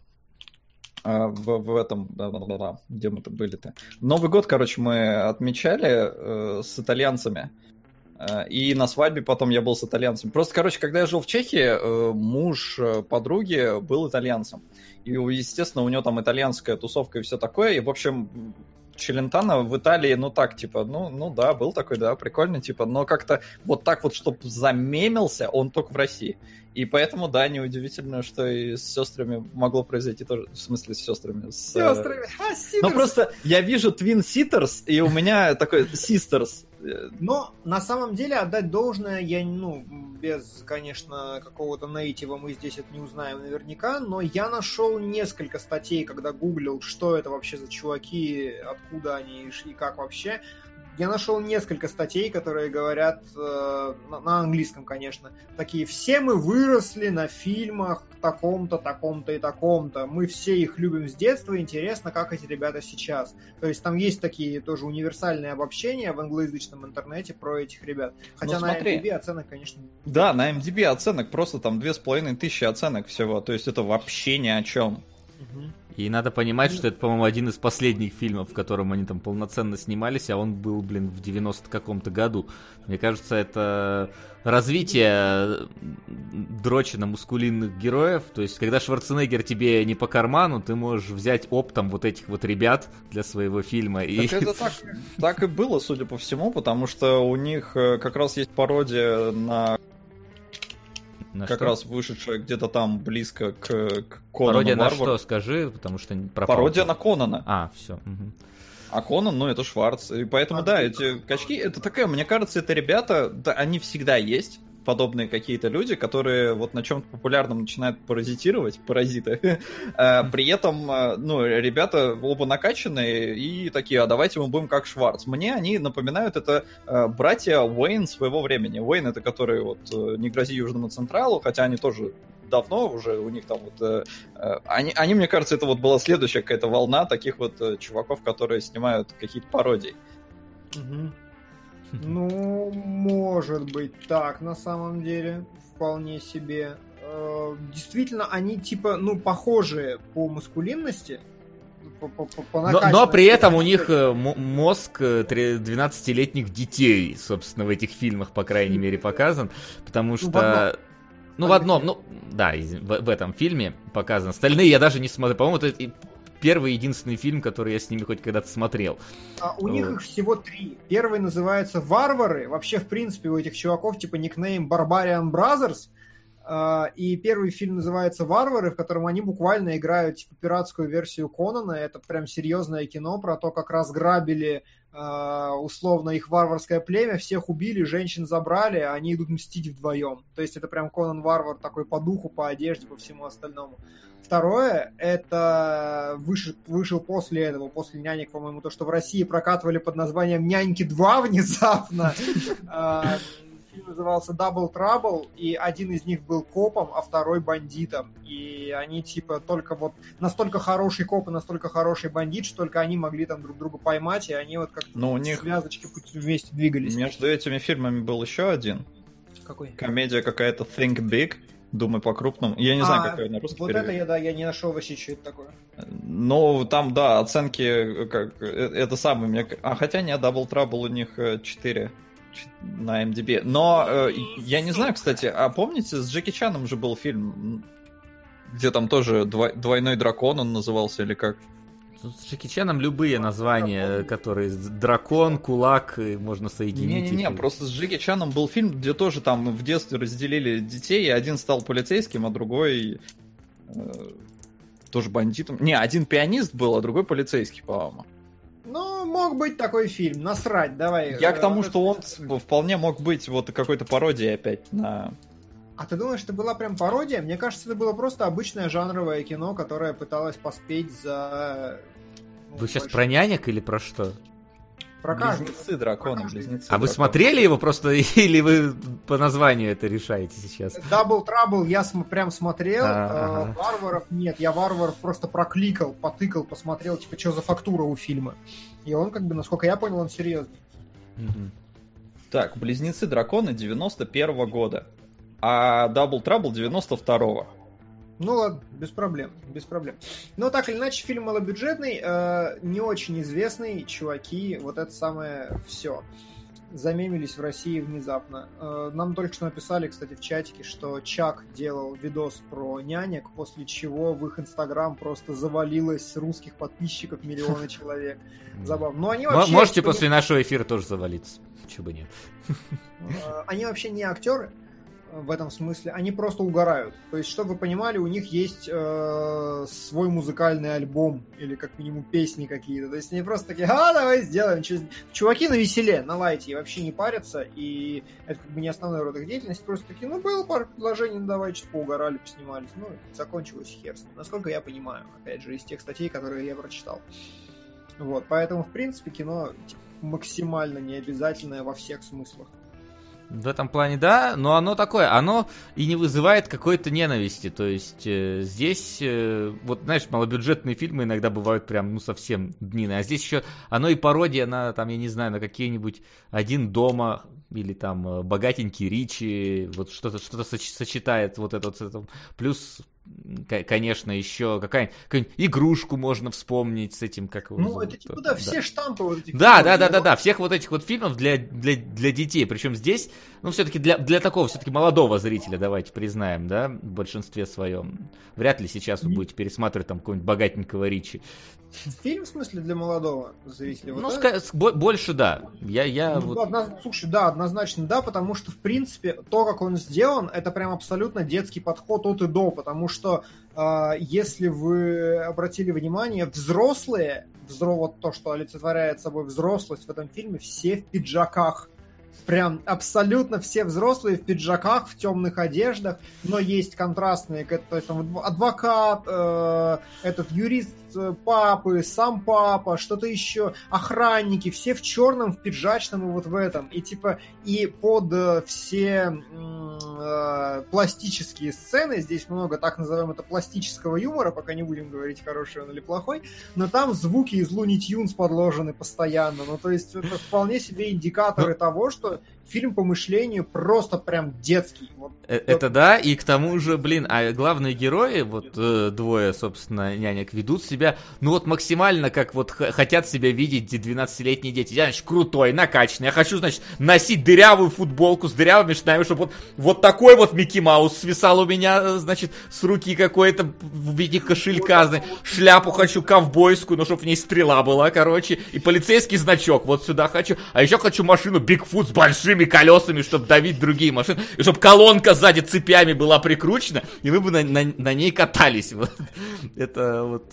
в этом... Где мы-то были-то? Новый год, короче, мы отмечали с итальянцами. И на свадьбе потом я был с итальянцем. Просто, короче, когда я жил в Чехии, муж подруги был итальянцем. И, естественно, у него там итальянская тусовка и все такое. И, в общем, Челентано в Италии, ну так, типа, ну да, был такой, да, прикольный, типа, но как-то вот так вот, чтобы замемился, он только в России. И поэтому, да, неудивительно, что и с сестрами могло произойти тоже, в смысле с сестрами. С сестрами, Ну просто я вижу Twin Sisters, и у меня такой Sisters. Но на самом деле отдать должное, я, без, конечно, какого-то нейтива мы здесь это не узнаем наверняка, но я нашел несколько статей, когда гуглил, что это вообще за чуваки, откуда они и как вообще. Я нашел несколько статей, которые говорят, на английском, конечно, такие: все мы выросли на фильмах таком-то, таком-то и таком-то. Мы все их любим с детства, интересно, как эти ребята сейчас. То есть там есть такие тоже универсальные обобщения в англоязычном интернете про этих ребят. Хотя на IMDb оценок, конечно... Да, на IMDb оценок просто там 2500 оценок всего. То есть это вообще ни о чем. И надо понимать, что это, по-моему, один из последних фильмов, в котором они там полноценно снимались, а он был, в 90 каком-то году. Мне кажется, это развитие дрочено-мускулинных героев. То есть, когда Шварценеггер тебе не по карману, ты можешь взять оптом вот этих вот ребят для своего фильма. Так это так и было, судя по всему, потому что у них как раз есть пародия на как раз вышедшая где-то там близко к Конану. Пародия на что, скажи, потому что пропал. Пародия на Конана. Все. А Конан, это Шварц. И поэтому, эти качки, это такая, мне кажется, это ребята, да, они всегда есть, подобные какие-то люди, которые вот на чем-то популярном начинают паразитировать, паразиты. При этом, ребята оба накачанные и такие: а давайте мы будем как Шварц. Мне они напоминают, это братья Уэйн своего времени. Уэйн — это которые вот «Не грози Южному Централу», хотя они тоже давно уже, у них там вот... Они, мне кажется, это вот была следующая какая-то волна таких вот чуваков, которые снимают какие-то пародии. Может быть так, на самом деле, вполне себе. Действительно, они типа, похожие по маскулинности, но при этом у них мозг 12-летних детей, собственно, в этих фильмах, по крайней мере, показан, потому что... в этом фильме показано. Остальные я даже не смотрю. По-моему, это первый и единственный фильм, который я с ними хоть когда-то смотрел. У них их всего 3. Первый называется «Варвары». Вообще, в принципе, у этих чуваков типа никнейм Barbarian Brothers. И первый фильм называется «Варвары», в котором они буквально играют типа пиратскую версию Конана. Это прям серьезное кино про то, как разграбили условно их варварское племя, всех убили, женщин забрали, а они идут мстить вдвоем. То есть это прям Конан Варвар такой по духу, по одежде, по всему остальному. Второе, это вышел после этого, после «Нянек», по-моему, то, что в России прокатывали под названием «Няньки 2» внезапно. Фильм назывался Double Trouble, и один из них был копом, а второй бандитом. И они типа только вот настолько хороший коп и настолько хороший бандит, что только они могли там друг друга поймать, и они вот как-то у них связочки вместе двигались. Между этими фильмами был еще один. Какой? Комедия какая-то Think Big. Думай по-крупному. Я не знаю, какой на русский перевод. Это я не нашел вообще, что это такое. Там, оценки, это самое, хотя нет, Double Trouble у них 4 на IMDb. Но я не знаю, кстати, а помните, с Джеки Чаном же был фильм, где там тоже «Двойной дракон» он назывался, или как? С Джеки Чаном любые названия, которые дракон, кулак, можно соединить. Не, просто с Джеки Чаном был фильм, где тоже там в детстве разделили детей, и один стал полицейским, а другой тоже бандитом. Не, один пианист был, а другой полицейский, по-моему. Мог быть такой фильм. Насрать, давай. Я к тому, что он вполне мог быть вот какой-то пародией опять на... А ты думаешь, это была прям пародия? Мне кажется, это было просто обычное жанровое кино, которое пыталось поспеть за... Вы сейчас про «Нянек» или про что? Про каждого. Близнецы дракона, близнецы. А вы смотрели его просто, или вы по названию это решаете сейчас? Double Trouble я прям смотрел, «Варваров» нет, я «Варваров» просто прокликал, потыкал, посмотрел, типа, что за фактура у фильма. И он, насколько я понял, он серьезный. Так, «Близнецы дракона» 91 года, а Double Trouble 92-го. Ладно, без проблем. Но так или иначе, фильм малобюджетный, не очень известный, чуваки, вот это самое все. замемились в России внезапно. Нам только что написали, кстати, в чатике, что Чак делал видос про нянек, после чего в их Инстаграм просто завалилось с русских подписчиков миллионы человек. Забавно. Но они вообще... Можете после нашего эфира тоже завалиться. Чего бы нет. Они вообще не актеры в этом смысле, они просто угорают. То есть, чтобы вы понимали, у них есть свой музыкальный альбом или как минимум песни какие-то. То есть они просто такие, давай сделаем. Чуваки навеселе, на лайте, и вообще не парятся, и это как бы не основной род их деятельности, просто такие, было пару предложений, давай, что-то поугорали, поснимались. Закончилось хер с ним. Насколько я понимаю, опять же, из тех статей, которые я прочитал. Вот, поэтому, в принципе, кино максимально необязательное во всех смыслах. В этом плане, да, но оно такое, оно и не вызывает какой-то ненависти, то есть здесь, вот знаешь, малобюджетные фильмы иногда бывают прям, совсем дниные, а здесь еще оно и пародия на, там, я не знаю, на какие-нибудь «Один дома» или там «Богатенький Ричи», вот что-то сочетает вот это вот, плюс... Конечно, еще какую-нибудь игрушку можно вспомнить с этим, как его... это типа, все штампы вот этих... Да, всех вот этих вот фильмов для детей, причем здесь, все-таки для такого все-таки молодого зрителя, давайте признаем, да, в большинстве своем. Вряд ли сейчас вы будете пересматривать там какого-нибудь «Богатенького Ричи». Фильм, в смысле, для молодого зрителя? Больше да. Слушай, да, однозначно да, потому что, в принципе, то, как он сделан, это прям абсолютно детский подход от и до, потому что, если вы обратили внимание, взрослые, вот то, что олицетворяет собой взрослость в этом фильме, все в пиджаках. Прям абсолютно все взрослые в пиджаках, в темных одеждах, но есть контрастные, то есть там адвокат, этот юрист папы, сам папа, что-то еще, охранники, все в черном, в пиджачном и вот в этом. И типа, и под все пластические сцены, здесь много, так назовем это, пластического юмора, пока не будем говорить, хороший он или плохой, но там звуки из Looney Tunes подложены постоянно. То есть это вполне себе индикаторы того, что фильм по мышлению просто прям детский. Это да, и к тому же, а главные герои, двое, собственно, нянек, ведут себя, максимально как хотят себя видеть 12-летние дети. Я, значит, крутой, накачанный, я хочу, значит, носить дырявую футболку с дырявыми штанами, чтобы вот такой вот Микки Маус свисал у меня, значит, с руки какой-то в виде кошелька, шляпу хочу ковбойскую, но чтобы в ней стрела была, короче, и полицейский значок вот сюда хочу, а еще хочу машину Бигфут с большими колесами, чтобы давить другие машины, и чтобы колонка сзади цепями была прикручена, и вы бы на ней катались. Это вот...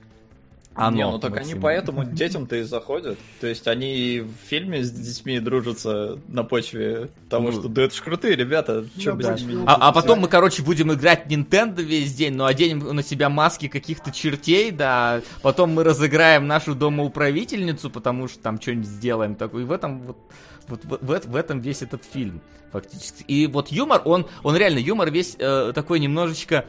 так они поэтому детям-то и заходят. То есть они в фильме с детьми дружатся на почве того, что это ж крутые ребята. А потом мы, будем играть в Nintendo весь день, но оденем на себя маски каких-то чертей, да. Потом мы разыграем нашу домоуправительницу, потому что там что-нибудь сделаем такое. И в этом весь этот фильм, фактически. И юмор, он реально, юмор весь такой немножечко...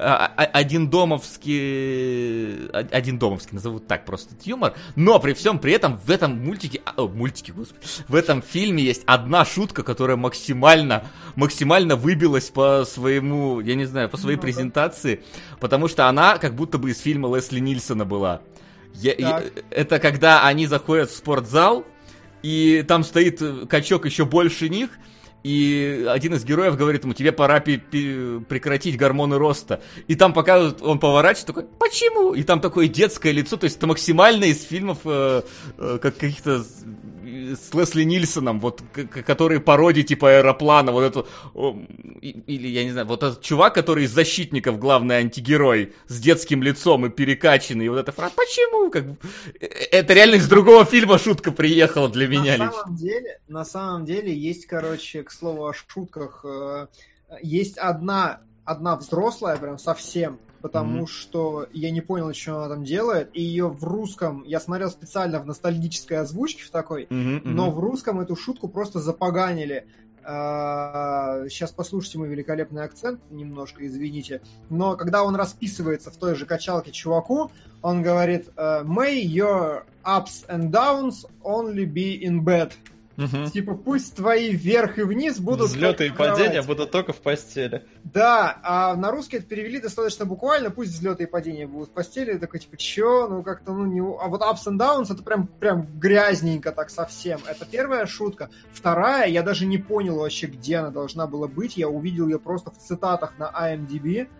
Одиндомовский, назовут так просто этот юмор, но при всем при этом в этом в этом фильме есть одна шутка, которая максимально выбилась по своему, я не знаю, по своей презентации, потому что она как будто бы из фильма Лесли Нильсона была. Это когда они заходят в спортзал, и там стоит качок еще больше них, и один из героев говорит ему: тебе пора прекратить гормоны роста. И там показывают, он поворачивается, такой: почему? И там такое детское лицо, то есть это максимально из фильмов как каких-то с Лесли Нильсоном, которые пародии типа Аэроплана, или я не знаю, этот чувак, который из «Защитников», главный антигерой, с детским лицом и перекачанный, и эта фраза: почему? Это реально из другого фильма шутка приехала для меня лично. На самом деле есть, к слову о шутках, есть одна взрослая, прям совсем, потому что я не понял, что она там делает, и ее в русском, я смотрел специально в ностальгической озвучке в такой, но в русском эту шутку просто запоганили. Сейчас послушайте мой великолепный акцент, немножко, извините, но когда он расписывается в той же качалке чуваку, он говорит: may your ups and downs only be in bed. Типа, пусть твои вверх и вниз будут... Взлеты и падения будут только в постели. Да, а на русский это перевели достаточно буквально, пусть взлеты и падения будут в постели. Я такой, типа, чё? Ну, как-то, ну, не... А вот ups and downs, это прям грязненько так совсем. Это первая шутка. Вторая, я даже не понял вообще, где она должна была быть. Я увидел ее просто в цитатах на IMDb.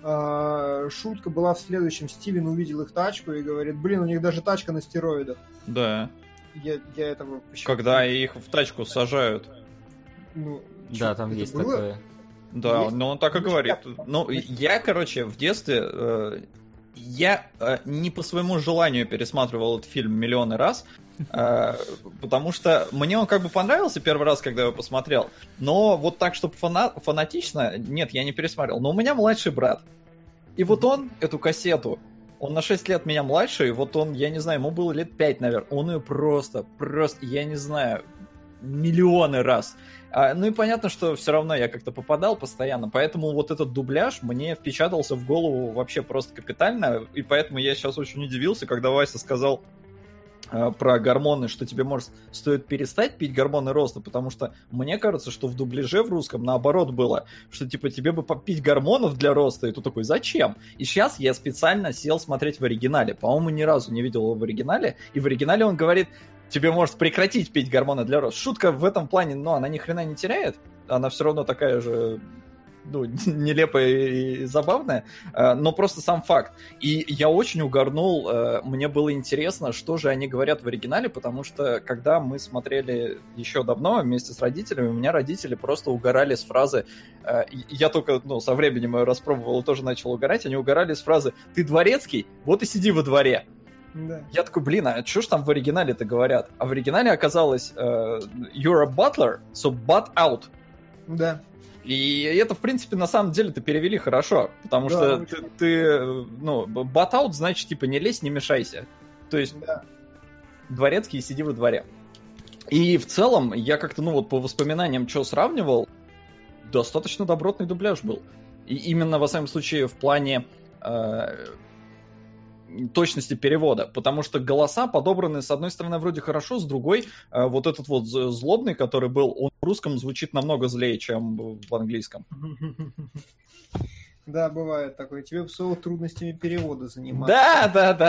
Шутка была в следующем. Стивен увидел их тачку и говорит, блин, у них даже тачка на стероидах. Да. Я этого... Когда их в тачку сажают. Ну, да, там есть было? Такое. Да, есть? но он так и говорит. Ну, я, короче, в детстве... Я не по своему желанию пересматривал этот фильм миллионы раз, потому что мне он как бы понравился первый раз, когда я его посмотрел, но вот так, чтобы фанатично, нет, я не пересмотрел. Но у меня младший брат, и вот он эту кассету, он на 6 лет меня младше, и вот он, я не знаю, ему было лет 5, наверное, он ее просто, я не знаю, миллионы раз. Ну и понятно, что все равно я как-то попадал постоянно, поэтому вот этот дубляж мне впечатался в голову вообще просто капитально, и поэтому я сейчас очень удивился, когда Вася сказал про гормоны, что тебе, может, стоит перестать пить гормоны роста, потому что мне кажется, что в дубляже в русском наоборот было, что типа тебе бы попить гормонов для роста, и ты такой, зачем? И сейчас я специально сел смотреть в оригинале, по-моему, ни разу не видел его в оригинале, и в оригинале он говорит, тебе может прекратить пить гормоны для роста. Шутка в этом плане, но она ни хрена не теряет, она все равно такая же, ну, нелепая и забавная, но просто сам факт. И я очень угорнул, мне было интересно, что же они говорят в оригинале, потому что, когда мы смотрели еще давно вместе с родителями, у меня родители просто угорали с фразы, я только, ну, со временем ее распробовал и тоже начал угорать, они угорали с фразы «ты дворецкий, вот и сиди во дворе». Да. Я такой, блин, а что ж там в оригинале-то говорят? А в оригинале оказалось «you're a butler, so butt out». Да. И это, в принципе, на самом деле-то перевели хорошо, потому что ты, ну, butt out значит, типа, не лезь, не мешайся. То есть, дворецкий, сиди во дворе. И в целом, я как-то, ну, вот по воспоминаниям, что сравнивал, достаточно добротный дубляж был. И именно, во всяком случае, в плане точности перевода, потому что голоса подобраны, с одной стороны, вроде хорошо, с другой, вот этот вот злобный, который был, он в русском звучит намного злее, чем в английском. Да, бывает такое. Тебе бы с трудностями перевода заниматься.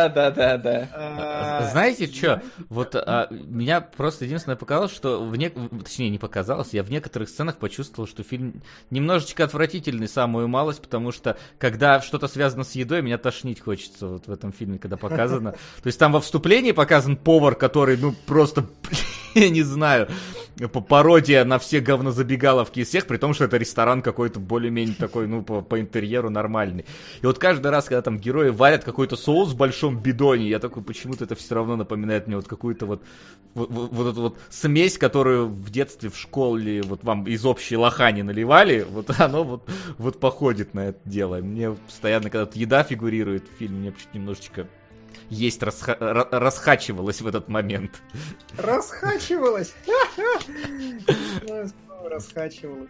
Да. Знаете что? Вот меня просто единственное показалось, что точнее не показалось, я в некоторых сценах почувствовал, что фильм немножечко отвратительный, самую малость, потому что когда что-то связано с едой, меня тошнить хочется вот в этом фильме, когда показано. То есть там во вступлении показан повар, который, ну просто, я не знаю, пародия на все говнозабегаловки из всех, при том, что это ресторан какой-то более-менее такой, ну, по интерьеру нормальный. И вот каждый раз, когда там герои варят какой-то соус в большом бидоне, я такой, почему-то это все равно напоминает мне вот какую-то вот эту вот смесь, которую в детстве в школе вот вам из общей лохани наливали, вот оно вот походит на это дело. Мне постоянно, когда еда фигурирует в фильме, мне чуть немножечко есть расхачивалась в этот момент. Расхачивалась? Расхачивалась.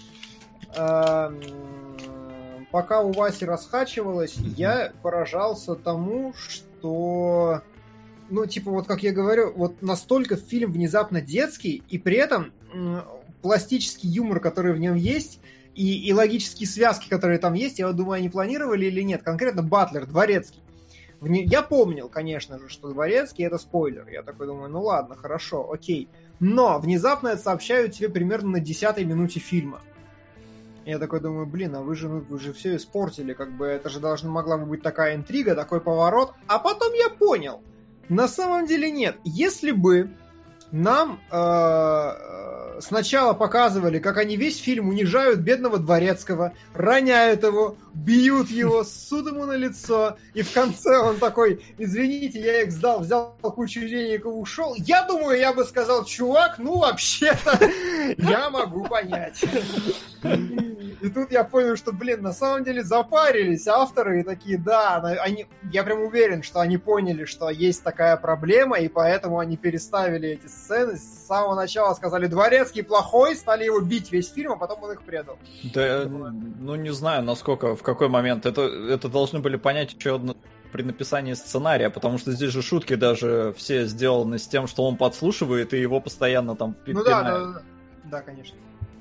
Пока у Васи расхачивалась, я поражался тому, что... Ну, типа, вот как я говорю, вот настолько фильм внезапно детский, и при этом пластический юмор, который в нем есть, и логические связки, которые там есть, я вот думаю, они планировали или нет. Конкретно Батлер, дворецкий. Я помнил, конечно же, что дворецкий — это спойлер. Я такой думаю, ну ладно, хорошо, окей. Но внезапно это сообщают тебе примерно на 10-й минуте фильма. Я такой думаю, блин, а вы же все испортили, как бы это же могла бы быть такая интрига, такой поворот. А потом я понял, на самом деле нет. Если бы нам сначала показывали, как они весь фильм унижают бедного дворецкого, роняют его, бьют его, ссут ему на лицо, и в конце он такой, извините, я их сдал, взял кучу денег и ушел. Я думаю, я бы сказал, чувак, ну вообще-то я могу понять. И тут я понял, что, блин, на самом деле запарились авторы и такие, да, я прям уверен, что они поняли, что есть такая проблема, и поэтому они переставили эти сцены. С самого начала сказали, дворецкий плохой, стали его бить весь фильм, а потом он их предал. Да, ну не знаю, насколько, в какой момент. Это должны были понять еще при написании сценария, потому что здесь же шутки даже все сделаны с тем, что он подслушивает, и его постоянно там пинают. Да, конечно.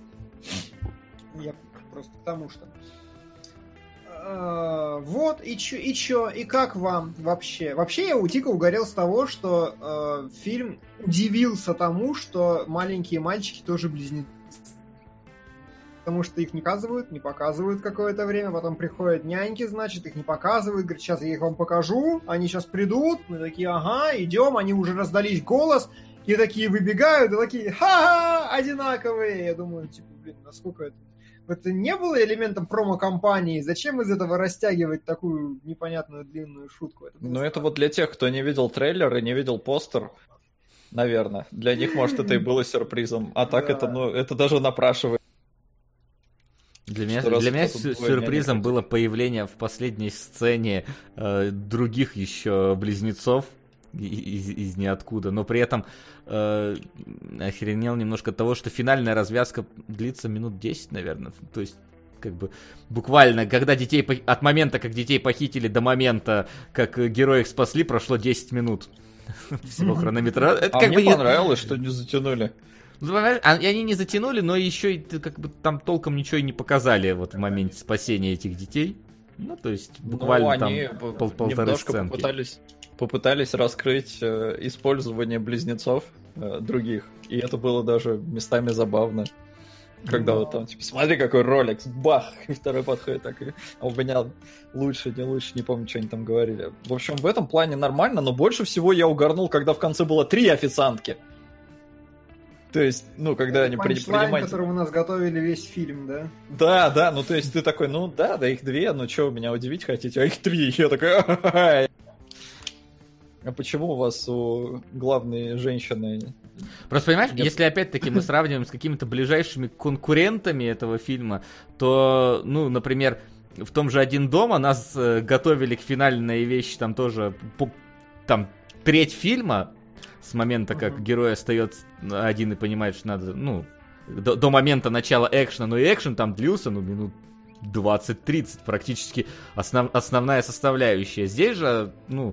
Я просто потому что... Вот, и чё, и как вам вообще? Вообще я дико угорел с того, что фильм удивился тому, что маленькие мальчики тоже близнецы. Потому что их не показывают какое-то время, потом приходят няньки, значит, их не показывают, говорят, сейчас я их вам покажу, они сейчас придут, мы такие, ага, идем, они уже раздались голос, и такие выбегают, и такие, ха-ха, одинаковые. Я думаю, типа, блин, насколько это не было элементом промо-компании, зачем из этого растягивать такую непонятную длинную шутку? Это вот для тех, кто не видел трейлер и не видел постер, наверное. Для них, может, это и было сюрпризом. А так это даже напрашивает. Для меня сюрпризом было появление в последней сцене других еще близнецов из ниоткуда, но при этом охренел немножко от того, что финальная развязка длится минут 10, наверное. То есть, как бы, буквально, когда от момента, как детей похитили, до момента, как герои их спасли, прошло 10 минут всего хронометража. Мне понравилось, что не затянули. Они не затянули, но еще и как бы там толком ничего и не показали вот в моменте спасения этих детей. Ну, то есть, буквально там полторы сценки. Попытались раскрыть использование близнецов других, и это было даже местами забавно. Когда вот там, типа, смотри, какой Rolex, бах, и второй подходит так, а у меня лучше, не помню, что они там говорили. В общем, в этом плане нормально, но больше всего я угорнул, когда в конце было 3 официантки. То есть, когда это они принимают... которым у нас готовили весь фильм, да? Да, то есть ты такой, да, их 2, что, меня удивить хотите, а их 3. Я такой, а почему у вас у главной женщины... Просто, понимаешь, если опять-таки мы сравниваем с какими-то ближайшими конкурентами этого фильма, то, например, в том же «Один дома» нас готовили к финальной вещи, там тоже, там, треть фильма, с момента, как герой остается один и понимает, что надо, до момента начала экшена, но и экшен там длился, минут 20-30, практически основная составляющая. Здесь же,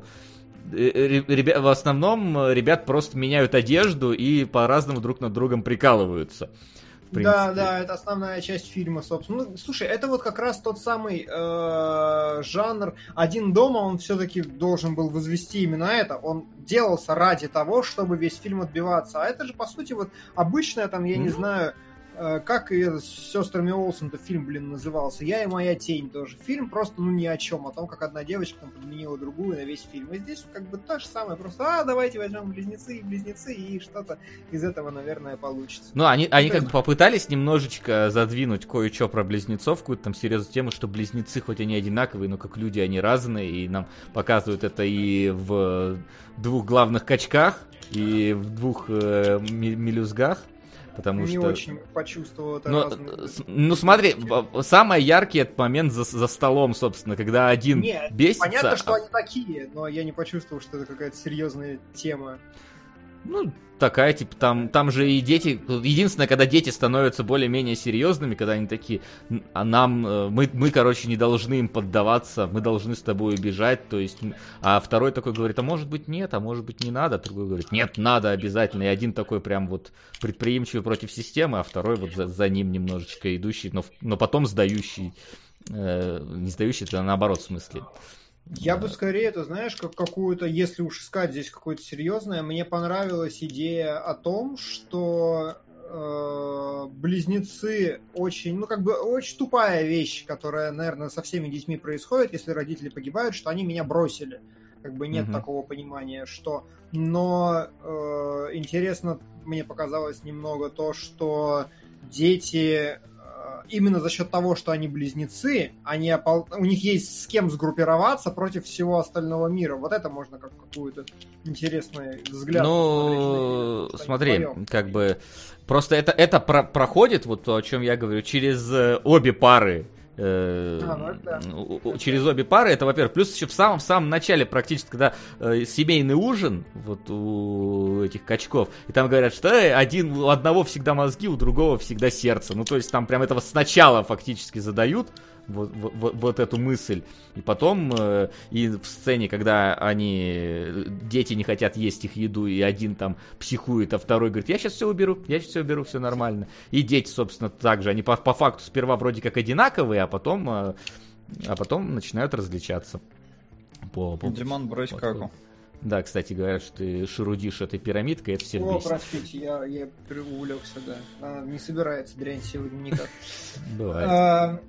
в основном ребят просто меняют одежду и по-разному друг над другом прикалываются. Да, это основная часть фильма, собственно. Слушай, это вот как раз тот самый жанр «Один дома», он все-таки должен был возвести именно это. Он делался ради того, чтобы весь фильм отбиваться. А это же, по сути, вот обычная там, я не знаю... Как и с сестрами Олсен-то фильм, назывался. «Я и моя тень» тоже. Фильм просто, ни о чем. О том, как одна девочка там подменила другую на весь фильм. И здесь как бы та же самая. Просто, давайте возьмем близнецы, и что-то из этого, наверное, получится. Они как бы попытались немножечко задвинуть кое-что про близнецов, какую-то там серьезную тему, что близнецы, хоть они одинаковые, но как люди они разные. И нам показывают это и в 2 главных качках, и в 2 мелюзгах. Потому не что... очень почувствовал это. Смотри, самый яркий этот момент за столом, собственно, когда один бесится. Понятно, что они такие, но я не почувствовал, что это какая-то серьезная тема. Такая, типа, там же и дети... Единственное, когда дети становятся более-менее серьезными, когда они такие, мы, короче, не должны им поддаваться, мы должны с тобой убежать, то есть... А второй такой говорит, а может быть нет, а может быть не надо. Другой говорит, нет, надо обязательно. И один такой прям вот предприимчивый против системы, а второй вот за ним немножечко идущий, но потом сдающий. Не сдающий, это наоборот в смысле. Я бы скорее, это знаешь, как какую-то, если уж искать здесь какое-то серьезное, мне понравилась идея о том, что близнецы очень, очень тупая вещь, которая, наверное, со всеми детьми происходит, если родители погибают, что они меня бросили. Нет такого понимания, что... Но интересно, мне показалось немного то, что дети... Именно за счет того, что они близнецы, у них есть с кем сгруппироваться против всего остального мира. Вот это можно как какую-то интересный взгляд. Смотри, как бы... Просто это проходит, вот то, о чем я говорю, через обе пары. Через обе пары, это, во-первых, плюс еще в самом начале практически, когда семейный ужин вот у этих качков, и там говорят, что у одного всегда мозги, у другого всегда сердце. То есть там прям этого сначала фактически задают, вот эту мысль. И потом, и в сцене, когда дети не хотят есть их еду, и один там психует, а второй говорит, я сейчас все уберу, все нормально. И дети, собственно, также, они по факту сперва вроде как одинаковые, а потом начинают различаться. Димон, брось каку. Да, кстати, говорят, что ты шерудишь этой пирамидкой, это всех бесит. Простите, я увлекся, да. Она не собирается дрянь сегодня никак. Бывает.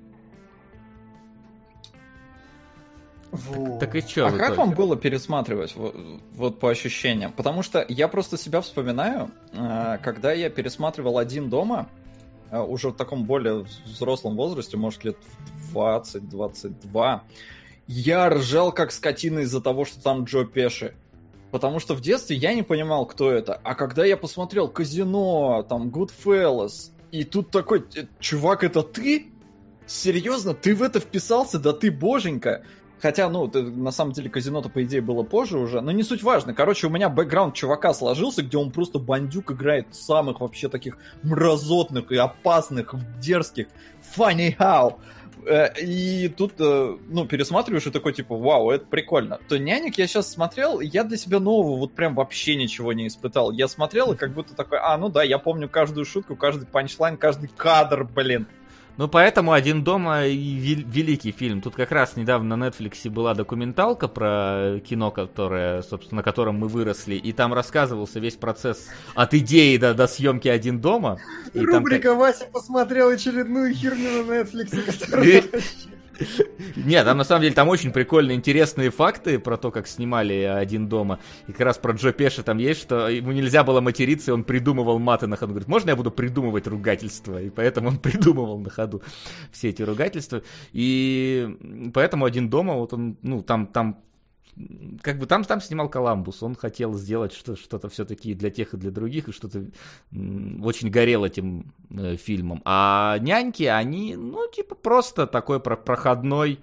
Так и что? А как вам было пересматривать, вот по ощущениям? Потому что я просто себя вспоминаю, когда я пересматривал «Один дома», уже в таком более взрослом возрасте, может, лет 20-22, я ржал как скотина из-за того, что там Джо Пеши. Потому что в детстве я не понимал, кто это. А когда я посмотрел «Казино», там «Goodfellas», и тут такой, чувак, это ты? Серьезно? Ты в это вписался? Да ты боженька! Хотя, на самом деле, «Казино»-то, по идее, было позже уже, но не суть важно. Короче, у меня бэкграунд чувака сложился, где он просто бандюк играет самых вообще таких мразотных и опасных, дерзких. Funny how! И тут, пересматриваешь и такой, типа, вау, это прикольно. То «Нянек» я сейчас смотрел, и я для себя нового вот прям вообще ничего не испытал. Я смотрел, и как будто такой, я помню каждую шутку, каждый панчлайн, каждый кадр, блин. Ну, поэтому «Один дома» и великий фильм. Тут как раз недавно на Netflix была документалка про кино, собственно, на котором мы выросли, и там рассказывался весь процесс от идеи до съемки «Один дома». Рубрика там... «Вася посмотрел очередную херню на Netflix». Нет, там на самом деле там очень прикольные, интересные факты про то, как снимали «Один дома». И как раз про Джо Пеши там есть, что ему нельзя было материться, и он придумывал маты на ходу. Говорит, можно я буду придумывать ругательства? И поэтому он придумывал на ходу все эти ругательства. И поэтому «Один дома», вот он, там снимал Коламбус, он хотел сделать что-то все-таки для тех и для других, и что-то очень горел этим фильмом. А «Няньки», они, просто такой проходной,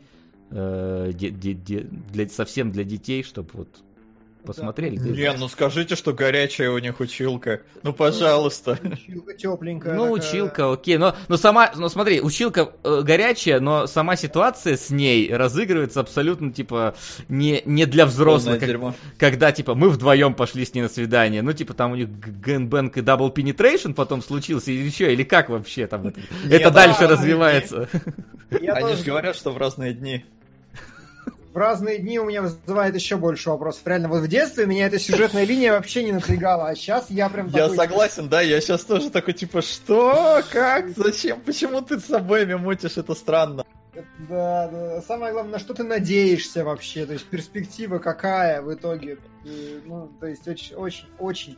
совсем для детей, чтобы вот посмотрели. Да. Скажите, что горячая у них училка. пожалуйста. Училка тепленькая. Училка, окей. Но смотри, училка горячая, но сама ситуация с ней разыгрывается абсолютно, не для взрослых. Когда, мы вдвоем пошли с ней на свидание. Там у них гэнбэнг и дабл пенетрейшн потом случился, или как вообще там это дальше развивается? Они же говорят, что в разные дни. В разные дни у меня вызывает еще больше вопросов. Реально, вот в детстве меня эта сюжетная линия вообще не напрягала, а сейчас я прям такой... Я согласен, да, я сейчас тоже такой, что? Как? Зачем? Почему ты с обоими мутишь? Это странно. Да. Самое главное, на что ты надеешься вообще? То есть перспектива какая в итоге? То есть очень...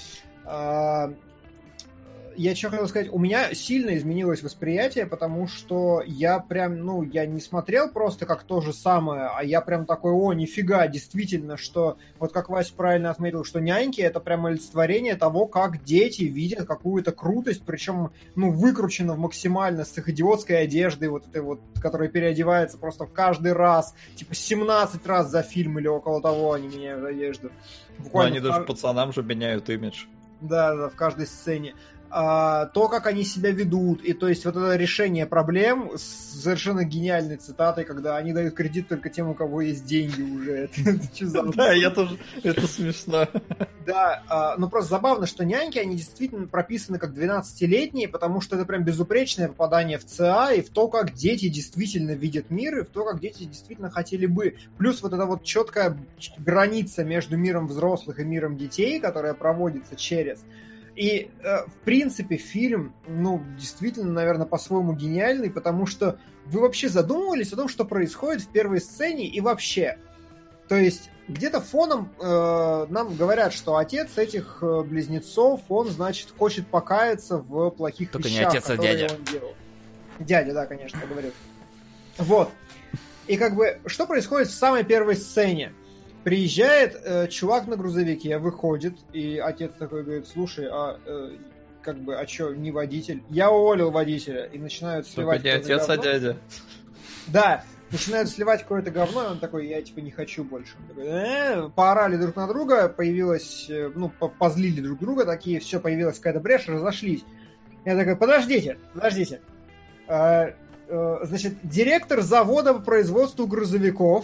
Я что хотел сказать, у меня сильно изменилось восприятие, потому что я прям, я не смотрел просто как то же самое, а я прям такой, нифига, действительно, что, вот как Вася правильно отметил, что «Няньки» — это прям олицетворение того, как дети видят какую-то крутость, причем, выкручено максимально с их идиотской одеждой, вот этой вот, которая переодевается просто каждый раз, 17 раз за фильм или около того они меняют одежду. Буквально они даже пацанам же меняют имидж. Да, в каждой сцене. То, как они себя ведут, и то есть вот это решение проблем с совершенно гениальной цитатой, когда они дают кредит только тем, у кого есть деньги уже. Да, я тоже, это смешно. Да, просто забавно, что «Няньки», они действительно прописаны как 12-летние, потому что это прям безупречное попадание в ЦА и в то, как дети действительно видят мир, и в то, как дети действительно хотели бы. Плюс вот эта вот четкая граница между миром взрослых и миром детей, которая проводится через... И, в принципе, фильм, действительно, наверное, по-своему гениальный, потому что вы вообще задумывались о том, что происходит в первой сцене и вообще. То есть, где-то фоном нам говорят, что отец этих близнецов, он, значит, хочет покаяться в плохих только вещах, не отец, которые а дядя. Он делал. Дядя, да, конечно, я говорю. Вот. И что происходит в самой первой сцене? Приезжает чувак на грузовике, выходит, и отец такой говорит, слушай, что, не водитель? Я уволил водителя, и начинают сливать какое-то говно. Только не отец, а дядя. Да, начинают сливать какое-то говно, и он такой, я не хочу больше. Он такой, поорали друг на друга, появилось, позлили друг друга, такие, все, появилась какая-то брешь, разошлись. Я такой, подождите. значит, директор завода по производству грузовиков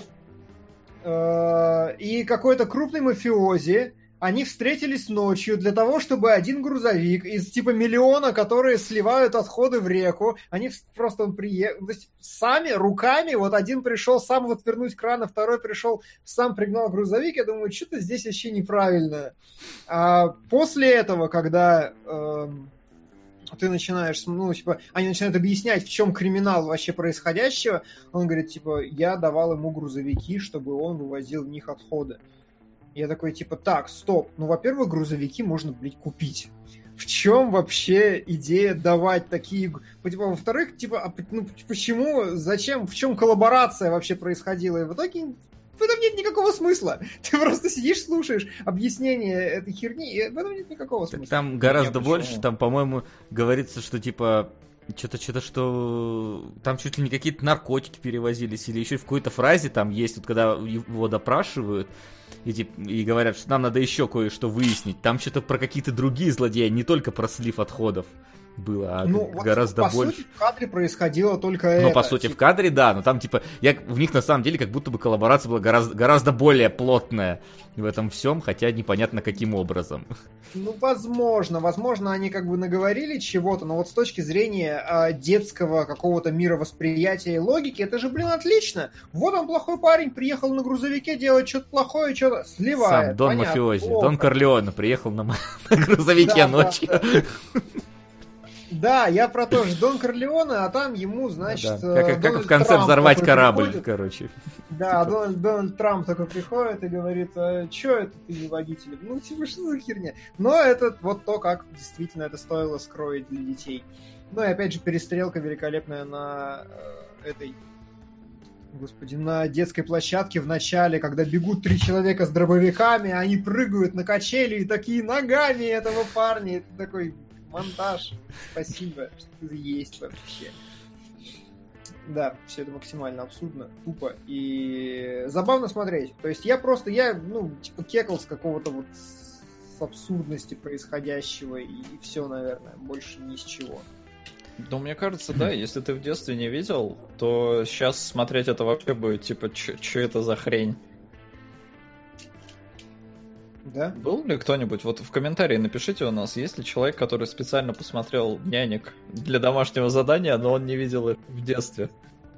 и какой-то крупный мафиози, они встретились ночью для того, чтобы один грузовик из типа миллиона, которые сливают отходы в реку, они просто приехали, сами, руками, вот один пришел сам отвернуть кран, а второй пришел, сам пригнал грузовик, я думаю, что-то здесь вообще неправильно. А после этого, когда ты начинаешь, ну, типа, они начинают объяснять, в чем криминал вообще происходящего, он говорит, типа, я давал ему грузовики, чтобы он вывозил в них отходы. Я такой, типа, так, стоп. Ну, во-первых, грузовики можно, блядь, купить. В чем вообще идея давать такие... Во-вторых, типа, ну, почему, зачем, в чем коллаборация вообще происходила? И в итоге в этом нет никакого смысла. Ты просто сидишь, слушаешь объяснение этой херни, и в этом нет никакого смысла. Там гораздо больше, там, по-моему, говорится, что, типа... Что-то, что там чуть ли не какие-то наркотики перевозились, или еще в какой-то фразе там есть, вот когда его допрашивают, и говорят, что нам надо еще кое-что выяснить. Там что-то про какие-то другие злодеи, не только про слив отходов было, а ну, гораздо вот, больше. По сути, в кадре происходило только это. Ну, по сути, типа... в кадре, да, но там, типа, в них на самом деле как будто бы коллаборация была гораздо более плотная в этом всем, хотя непонятно каким образом. Ну, возможно, они как бы наговорили чего-то, но вот с точки зрения детского какого-то мировосприятия и логики, это же, блин, отлично. Вот он, плохой парень, приехал на грузовике делать что-то плохое, что-то сливает. Сам Дон понятно, Мафиози, плохо. Дон Корлеоне приехал на грузовике ночью. Да, я про то же. Дон Корлеоне, а там ему, значит... Да. Как в конце взорвать корабль, приходит, короче. Да, Дональд Трамп такой приходит и говорит, что это ты не водитель? Ну, типа, что за херня? Но это вот то, как действительно это стоило скроить для детей. Ну, и опять же, перестрелка великолепная на этой... Господи, на детской площадке в начале, когда бегут 3 человека с дробовиками, они прыгают на качели и такие ногами этого парня. Это такой... Монтаж. Спасибо, что ты есть вообще. Да, все это максимально абсурдно, тупо и забавно смотреть. То есть я типа кекал с какого-то вот с абсурдности происходящего и все, наверное, больше ни с чего. Ну, мне кажется, да, если ты в детстве не видел, то сейчас смотреть это вообще будет, типа, что это за хрень? Да? Был ли кто-нибудь? Вот в комментарии напишите у нас, есть ли человек, который специально посмотрел «Нянек» для домашнего задания, но он не видел их в детстве?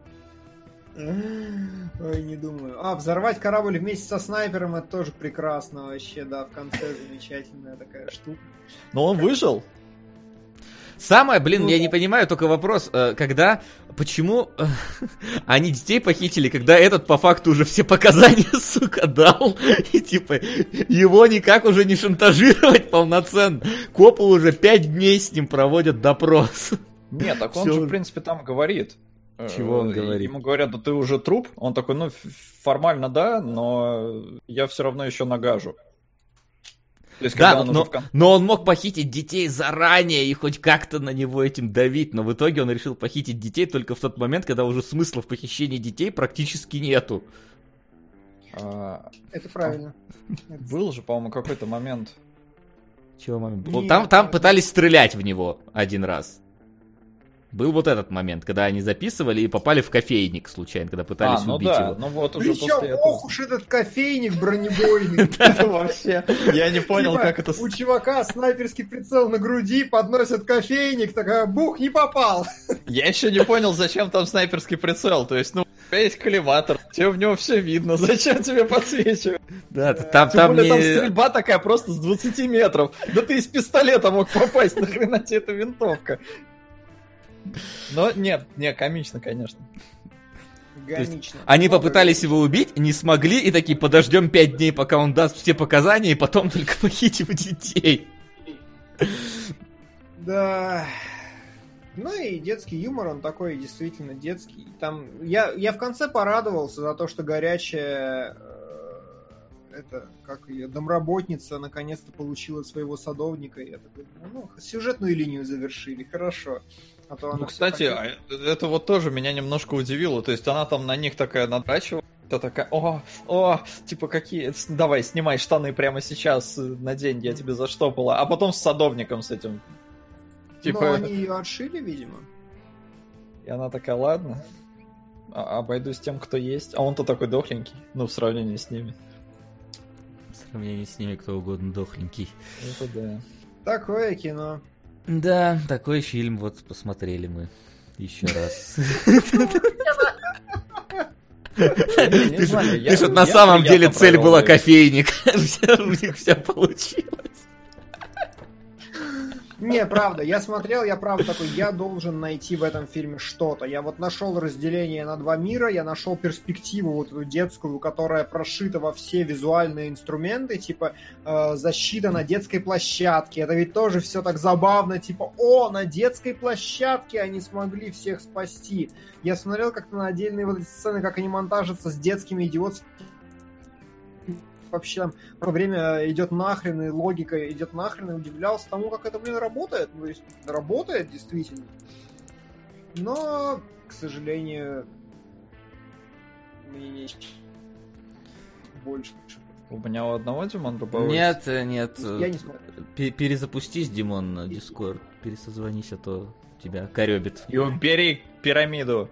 Ой, не думаю. Взорвать корабль вместе со снайпером — это тоже прекрасно вообще, да, в конце замечательная такая штука. Но он выжил? Самое, я не понимаю, только вопрос, почему они детей похитили, когда этот по факту уже все показания, сука, дал, и типа его никак уже не шантажировать полноценно. Копы уже 5 дней с ним проводят допрос. Нет, так он же, в принципе, там говорит. Чего он говорит? Ему говорят, да ты уже труп. Он такой, ну, формально да, но я все равно еще нагажу. То есть, да, но он мог похитить детей заранее и хоть как-то на него этим давить, но в итоге он решил похитить детей только в тот момент, когда уже смысла в похищении детей практически нету. Это правильно. Был же, по-моему, какой-то момент. Чего момент? Там пытались стрелять в него один раз. Был вот этот момент, когда они записывали и попали в кофейник случайно, когда пытались убить его. Ну вот уже причем, после этого. ох уж этот кофейник бронебойный. Это вообще, я не понял, как это... У чувака снайперский прицел на груди, подносят кофейник, такая, бух, не попал. Я еще не понял, зачем там снайперский прицел, то есть, ну, у тебя есть коллиматор, тебе в него все видно, зачем тебе подсвечивать? Да, там стрельба такая просто с 20 метров, да ты из пистолета мог попасть, нахрена тебе эта винтовка? Но нет, комично, конечно. Они попытались его убить, не смогли, и такие, подождем 5 дней, пока он даст все показания, и потом только похитим детей. Да. Ну и детский юмор, он такой действительно детский. Там я в конце порадовался за то, что горячая домработница наконец-то получила своего садовника. И я такой, сюжетную линию завершили, хорошо. Кстати, это вот тоже меня немножко удивило. То есть она там на них такая надрачивала, такая, типа какие, давай, снимай штаны прямо сейчас, надень, я тебе заштопала. А потом с садовником с этим. Типа... Ну, они ее отшили, видимо. И она такая, ладно, обойдусь тем, кто есть. А он-то такой дохленький, ну, в сравнении с ними. В сравнении с ними кто угодно дохленький. Это да. Такое кино. Да, такой фильм вот посмотрели мы еще раз. Ты что, на самом деле цель была кофейник. У них все получилось. Не, правда, я смотрел, я правда такой, я должен найти в этом фильме что-то. Я вот нашел разделение на два мира, я нашел перспективу вот эту детскую, которая прошита во все визуальные инструменты, типа защита на детской площадке. Это ведь тоже все так забавно, типа, на детской площадке они смогли всех спасти. Я смотрел как-то на отдельные вот эти сцены, как они монтажатся с детскими идиотскими. Вообще там время идет нахрен, и логика идет нахрен, и удивлялся тому, как это, работает. Ну, то есть, работает действительно. Но, к сожалению, мне не больше. У меня у одного Димон Дубовой? Нет. Я не смотрю. Перезапустись, Димон, на Discord. Пересозвонись, а то тебя корёбит. И убери пирамиду.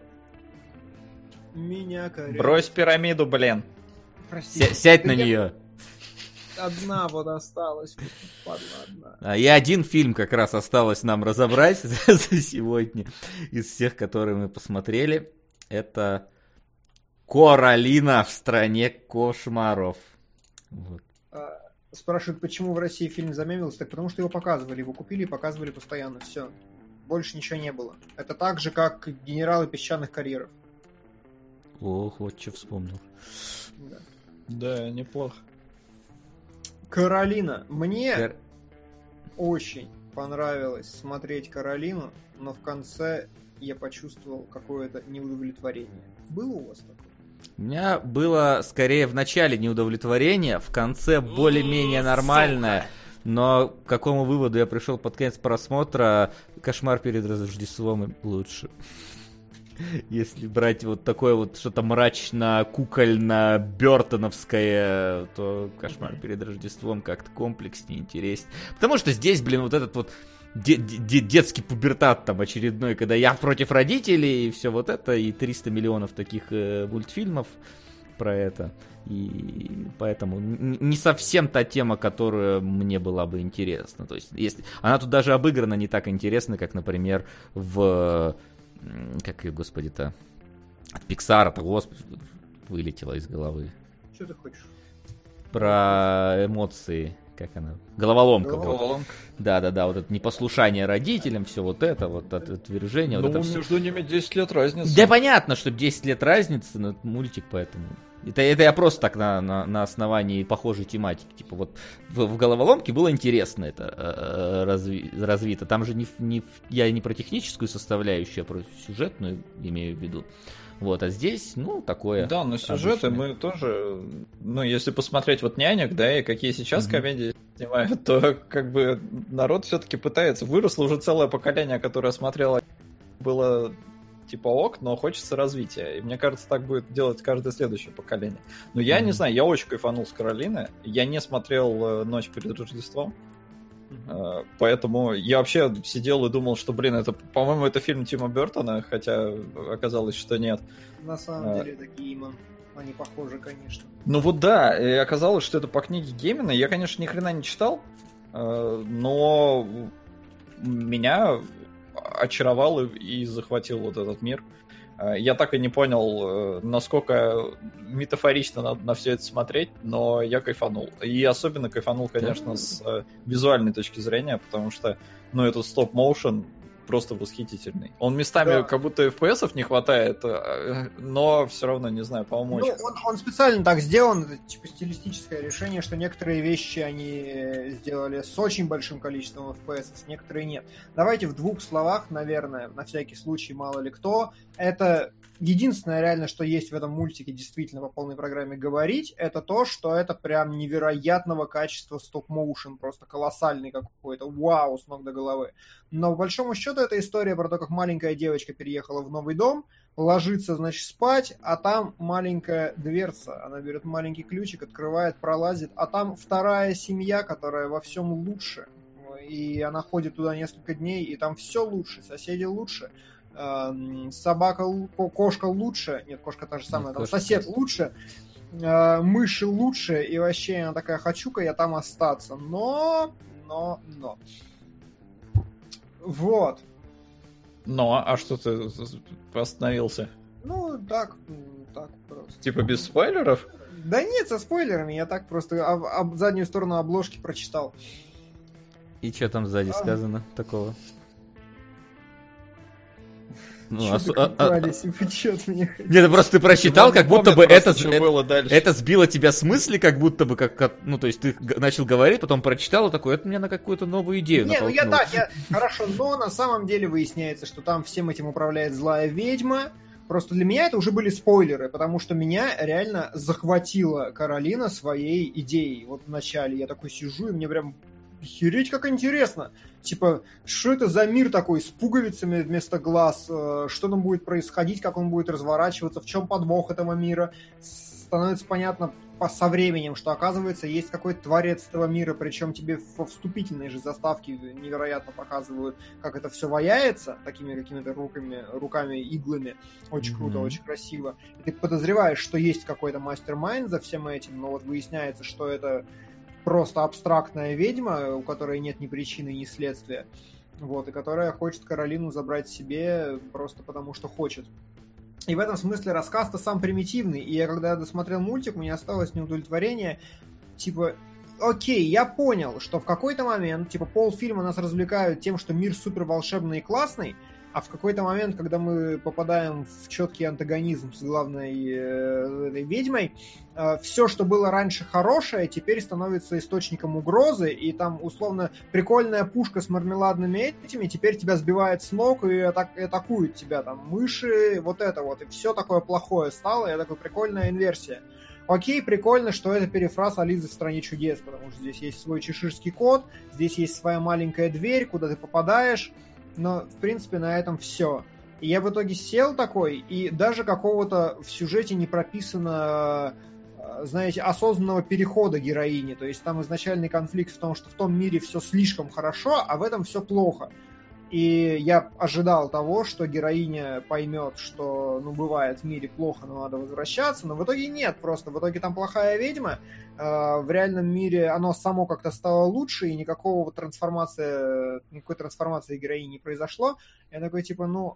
Меня корёбит. Брось пирамиду, блин. Простите. Сядь на нее. Одна вот осталась. Падла одна. И один фильм как раз осталось нам разобрать за сегодня из всех, которые мы посмотрели. Это «Коралина в стране кошмаров». Вот. Спрашивают, почему в России фильм замемился. Так потому что его показывали. Его купили и показывали постоянно. Все. Больше ничего не было. Это так же, как «Генералы песчаных карьеров». Ох, вот что вспомнил. Да. Да, неплохо. Каролина. Мне очень понравилось смотреть Каролину, но в конце я почувствовал какое-то неудовлетворение. Было у вас такое? У меня было скорее в начале неудовлетворение, в конце более-менее нормальное. Но к какому выводу я пришел под конец просмотра? «Кошмар перед Рождеством» лучше. Если брать вот такое вот что-то мрачно-кукольно-бёртоновское, то «Кошмар перед Рождеством» как-то комплекснее, интереснее. Потому что здесь, вот этот вот детский пубертат там очередной, когда я против родителей, и все вот это, и 300 миллионов таких мультфильмов про это. И поэтому не совсем та тема, которая мне была бы интересна. То есть, если она тут даже обыграна не так интересно, как, например, в... Как ее, господи-то, от Пиксара-то, господи, вылетело из головы. Что ты хочешь? Про эмоции, как она? Головоломка. Головоломка. Да, вот это непослушание родителям, все вот это, вот отвержение. Ну, вот это между ними 10 лет разницы. Да понятно, что 10 лет разницы, но это мультик, поэтому... Это я просто так на основании похожей тематики. Типа вот в «Головоломке» было интересно это развито. Там же я не про техническую составляющую, а про сюжетную имею в виду. Вот, а здесь, такое. Да, но сюжеты обычное. Мы тоже... если посмотреть вот «Нянек», да, и какие сейчас комедии снимают, то как бы народ все-таки пытается. Выросло уже целое поколение, которое смотрело, было... типа ок, но хочется развития. И мне кажется, так будет делать каждое следующее поколение. Но я не знаю, я очень кайфанул с Каролины. Я не смотрел «Ночь перед Рождеством». Поэтому я вообще сидел и думал, что, это, по-моему, это фильм Тима Бёртона, хотя оказалось, что нет. На самом деле, такие имя. Они похожи, конечно. Ну вот да, и оказалось, что это по книге Геймана. Я, конечно, ни хрена не читал, но меня... очаровал и захватил вот этот мир. Я так и не понял, насколько метафорично надо на все это смотреть, но я кайфанул. И особенно кайфанул, конечно, с визуальной точки зрения, потому что, этот стоп-моушен просто восхитительный. Он местами как будто FPS-ов не хватает, но все равно, не знаю, по-моему, очень... Он специально так сделан, это типа стилистическое решение, что некоторые вещи они сделали с очень большим количеством FPS, некоторые нет. Давайте в двух словах, наверное, на всякий случай, мало ли кто, это единственное реально, что есть в этом мультике действительно по полной программе говорить, это то, что это прям невероятного качества стоп-моушен, просто колоссальный какой-то, вау, с ног до головы. Но по большому счету это история про то, как маленькая девочка переехала в новый дом, ложится, значит, спать, а там маленькая дверца. Она берет маленький ключик, открывает, пролазит, а там вторая семья, которая во всем лучше. И она ходит туда несколько дней, и там все лучше, соседи лучше. собака, кошка лучше, нет, кошка та же самая, там сосед лучше, мыши лучше, и вообще она такая, хочу-ка я там остаться, но. Вот. А что ты остановился? Ну, так просто. Типа без спойлеров? Да нет, со спойлерами, я так просто заднюю сторону обложки прочитал. И что там сзади сказано такого? Нет, просто ты прочитал, как будто бы это сбило тебя с мысли, как будто бы, ну, то есть ты начал говорить, потом прочитал, и такой, это меня на какую-то новую идею натолкнуло. Не, ну хорошо, но на самом деле выясняется, что там всем этим управляет злая ведьма. Просто для меня это уже были спойлеры, потому что меня реально захватила Каролина своей идеей. Вот в начале я такой сижу, и мне прям охереть, как интересно. Типа, что это за мир такой с пуговицами вместо глаз? Что там будет происходить, как он будет разворачиваться, в чем подвох этого мира? Становится понятно со временем, что, оказывается, есть какой-то творец этого мира, причем тебе во вступительной же заставке невероятно показывают, как это все ваяется, такими какими-то руками, иглами. Очень круто, очень красиво. И ты подозреваешь, что есть какой-то мастер-майнд за всем этим, но вот выясняется, что это просто абстрактная ведьма, у которой нет ни причины, ни следствия, вот, и которая хочет Каролину забрать себе просто потому, что хочет. И в этом смысле рассказ-то сам примитивный, и я когда досмотрел мультик, у меня осталось неудовлетворение, типа, окей, я понял, что в какой-то момент, типа, полфильма нас развлекают тем, что мир супер волшебный и классный, а в какой-то момент, когда мы попадаем в четкий антагонизм с главной этой ведьмой, все, что было раньше хорошее, теперь становится источником угрозы, и там, условно, прикольная пушка с мармеладными этими теперь тебя сбивает с ног и атакует тебя, там, мыши, вот это вот, и все такое плохое стало, и такая прикольная инверсия. Окей, прикольно, что это перефраз Алисы в стране чудес, потому что здесь есть свой чеширский кот, здесь есть своя маленькая дверь, куда ты попадаешь, но, в принципе, на этом все. И я в итоге сел такой, и даже какого-то в сюжете не прописано, знаете, осознанного перехода героини. То есть там изначальный конфликт в том, что в том мире все слишком хорошо, а в этом все плохо. И я ожидал того, что героиня поймет, что, ну, бывает в мире плохо, но надо возвращаться, но в итоге нет, просто в итоге там плохая ведьма, в реальном мире оно само как-то стало лучше, и никакой трансформации героини не произошло. Я такой, типа, ну,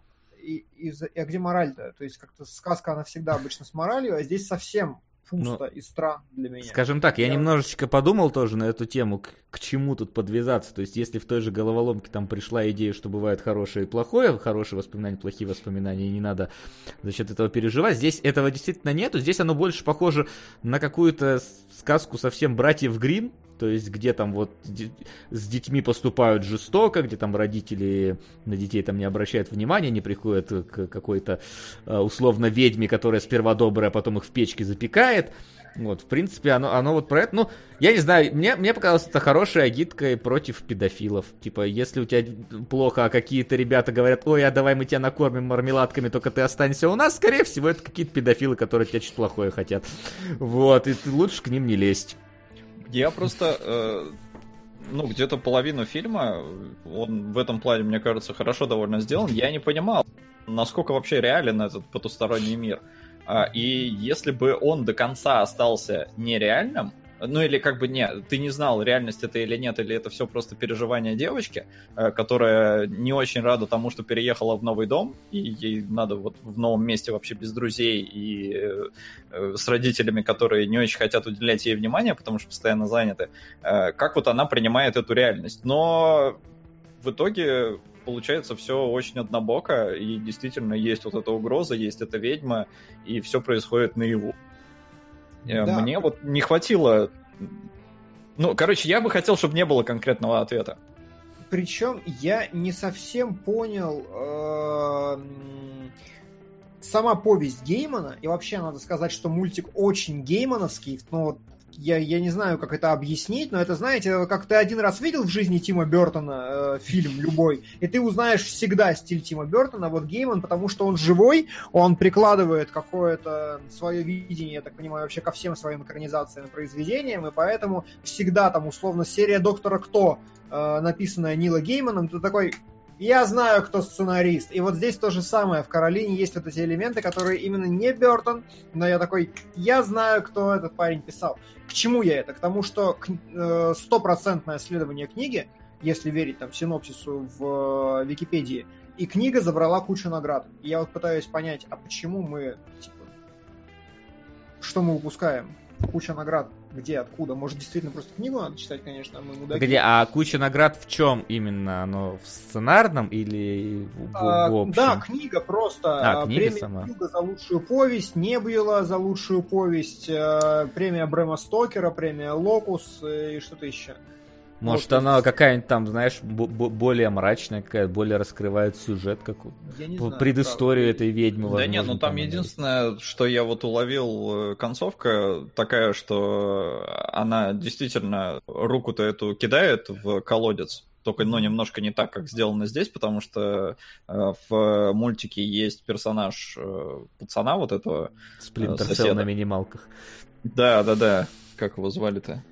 а где мораль-то? То есть как-то сказка, она всегда обычно с моралью, а здесь совсем пусто и странно для меня. Скажем так, я немножечко подумал тоже на эту тему, к чему тут подвязаться. То есть, если в той же головоломке там пришла идея, что бывает хорошее и плохое, хорошие воспоминания, плохие воспоминания, и не надо за счет этого переживать, здесь этого действительно нету. Здесь оно больше похоже на какую-то сказку совсем братьев Гримм. То есть, где там вот с детьми поступают жестоко, где там родители на детей там не обращают внимания, не приходят к какой-то условно ведьме, которая сперва добрая, а потом их в печке запекает. Вот, в принципе, оно вот про это. Ну, я не знаю, мне показалось, это хорошая агитка против педофилов. Типа, если у тебя плохо, а какие-то ребята говорят, ой, а давай мы тебя накормим мармеладками, только ты останься у нас, скорее всего, это какие-то педофилы, которые тебя что-то плохое хотят. Вот, и лучше к ним не лезть. Я просто, где-то половину фильма, он в этом плане, мне кажется, хорошо довольно сделан. Я не понимал, насколько вообще реален этот потусторонний мир. И если бы он до конца остался нереальным, ну или как бы ты не знал, реальность это или нет, или это все просто переживание девочки, которая не очень рада тому, что переехала в новый дом, и ей надо вот в новом месте вообще без друзей и с родителями, которые не очень хотят уделять ей внимание, потому что постоянно заняты, как вот она принимает эту реальность. Но в итоге получается все очень однобоко, и действительно есть вот эта угроза, есть эта ведьма, и все происходит наяву. Да. Мне вот не хватило... Ну, короче, я бы хотел, чтобы не было конкретного ответа. Причем я не совсем понял сама повесть Геймана, и вообще надо сказать, что мультик очень геймановский, но вот я не знаю, как это объяснить, но это, знаете, как ты один раз видел в жизни Тима Бёртона фильм любой, и ты узнаешь всегда стиль Тима Бёртона, вот Гейман, потому что он живой, он прикладывает какое-то свое видение, я так понимаю, вообще ко всем своим экранизациям и произведениям, и поэтому всегда там, условно, серия «Доктора Кто», написанная Нила Гейманом, ты такой... я знаю, кто сценарист. И вот здесь то же самое. В Каролине есть вот эти элементы, которые именно не Бёртон, но я такой, я знаю, кто этот парень писал. К чему я это? К тому, что 100% исследование книги, если верить там синопсису в Википедии, и книга забрала кучу наград. И я вот пытаюсь понять, а почему мы, типа, что мы упускаем? Куча наград. Где, откуда? Может, действительно просто книгу надо читать, конечно, а мы мудаки. Где? А куча наград в чем именно? Оно в сценарном или в общем? Да, книга просто. Книга премия сама. Хьюга за лучшую повесть, Небула за лучшую повесть, премия Брэма Стокера, премия Локус и что-то еще. Может, Вот, она какая-нибудь там, знаешь, более мрачная, какая-то, более раскрывает сюжет, какую предысторию этой ведьмы. Да нет, ну там единственное, что я вот уловил, концовка такая, что она действительно руку-то эту кидает в колодец, только, ну, немножко не так, как сделано здесь, потому что в мультике есть персонаж пацана вот этого Сплинтер Селл соседа. на минималках. Да, как его звали-то?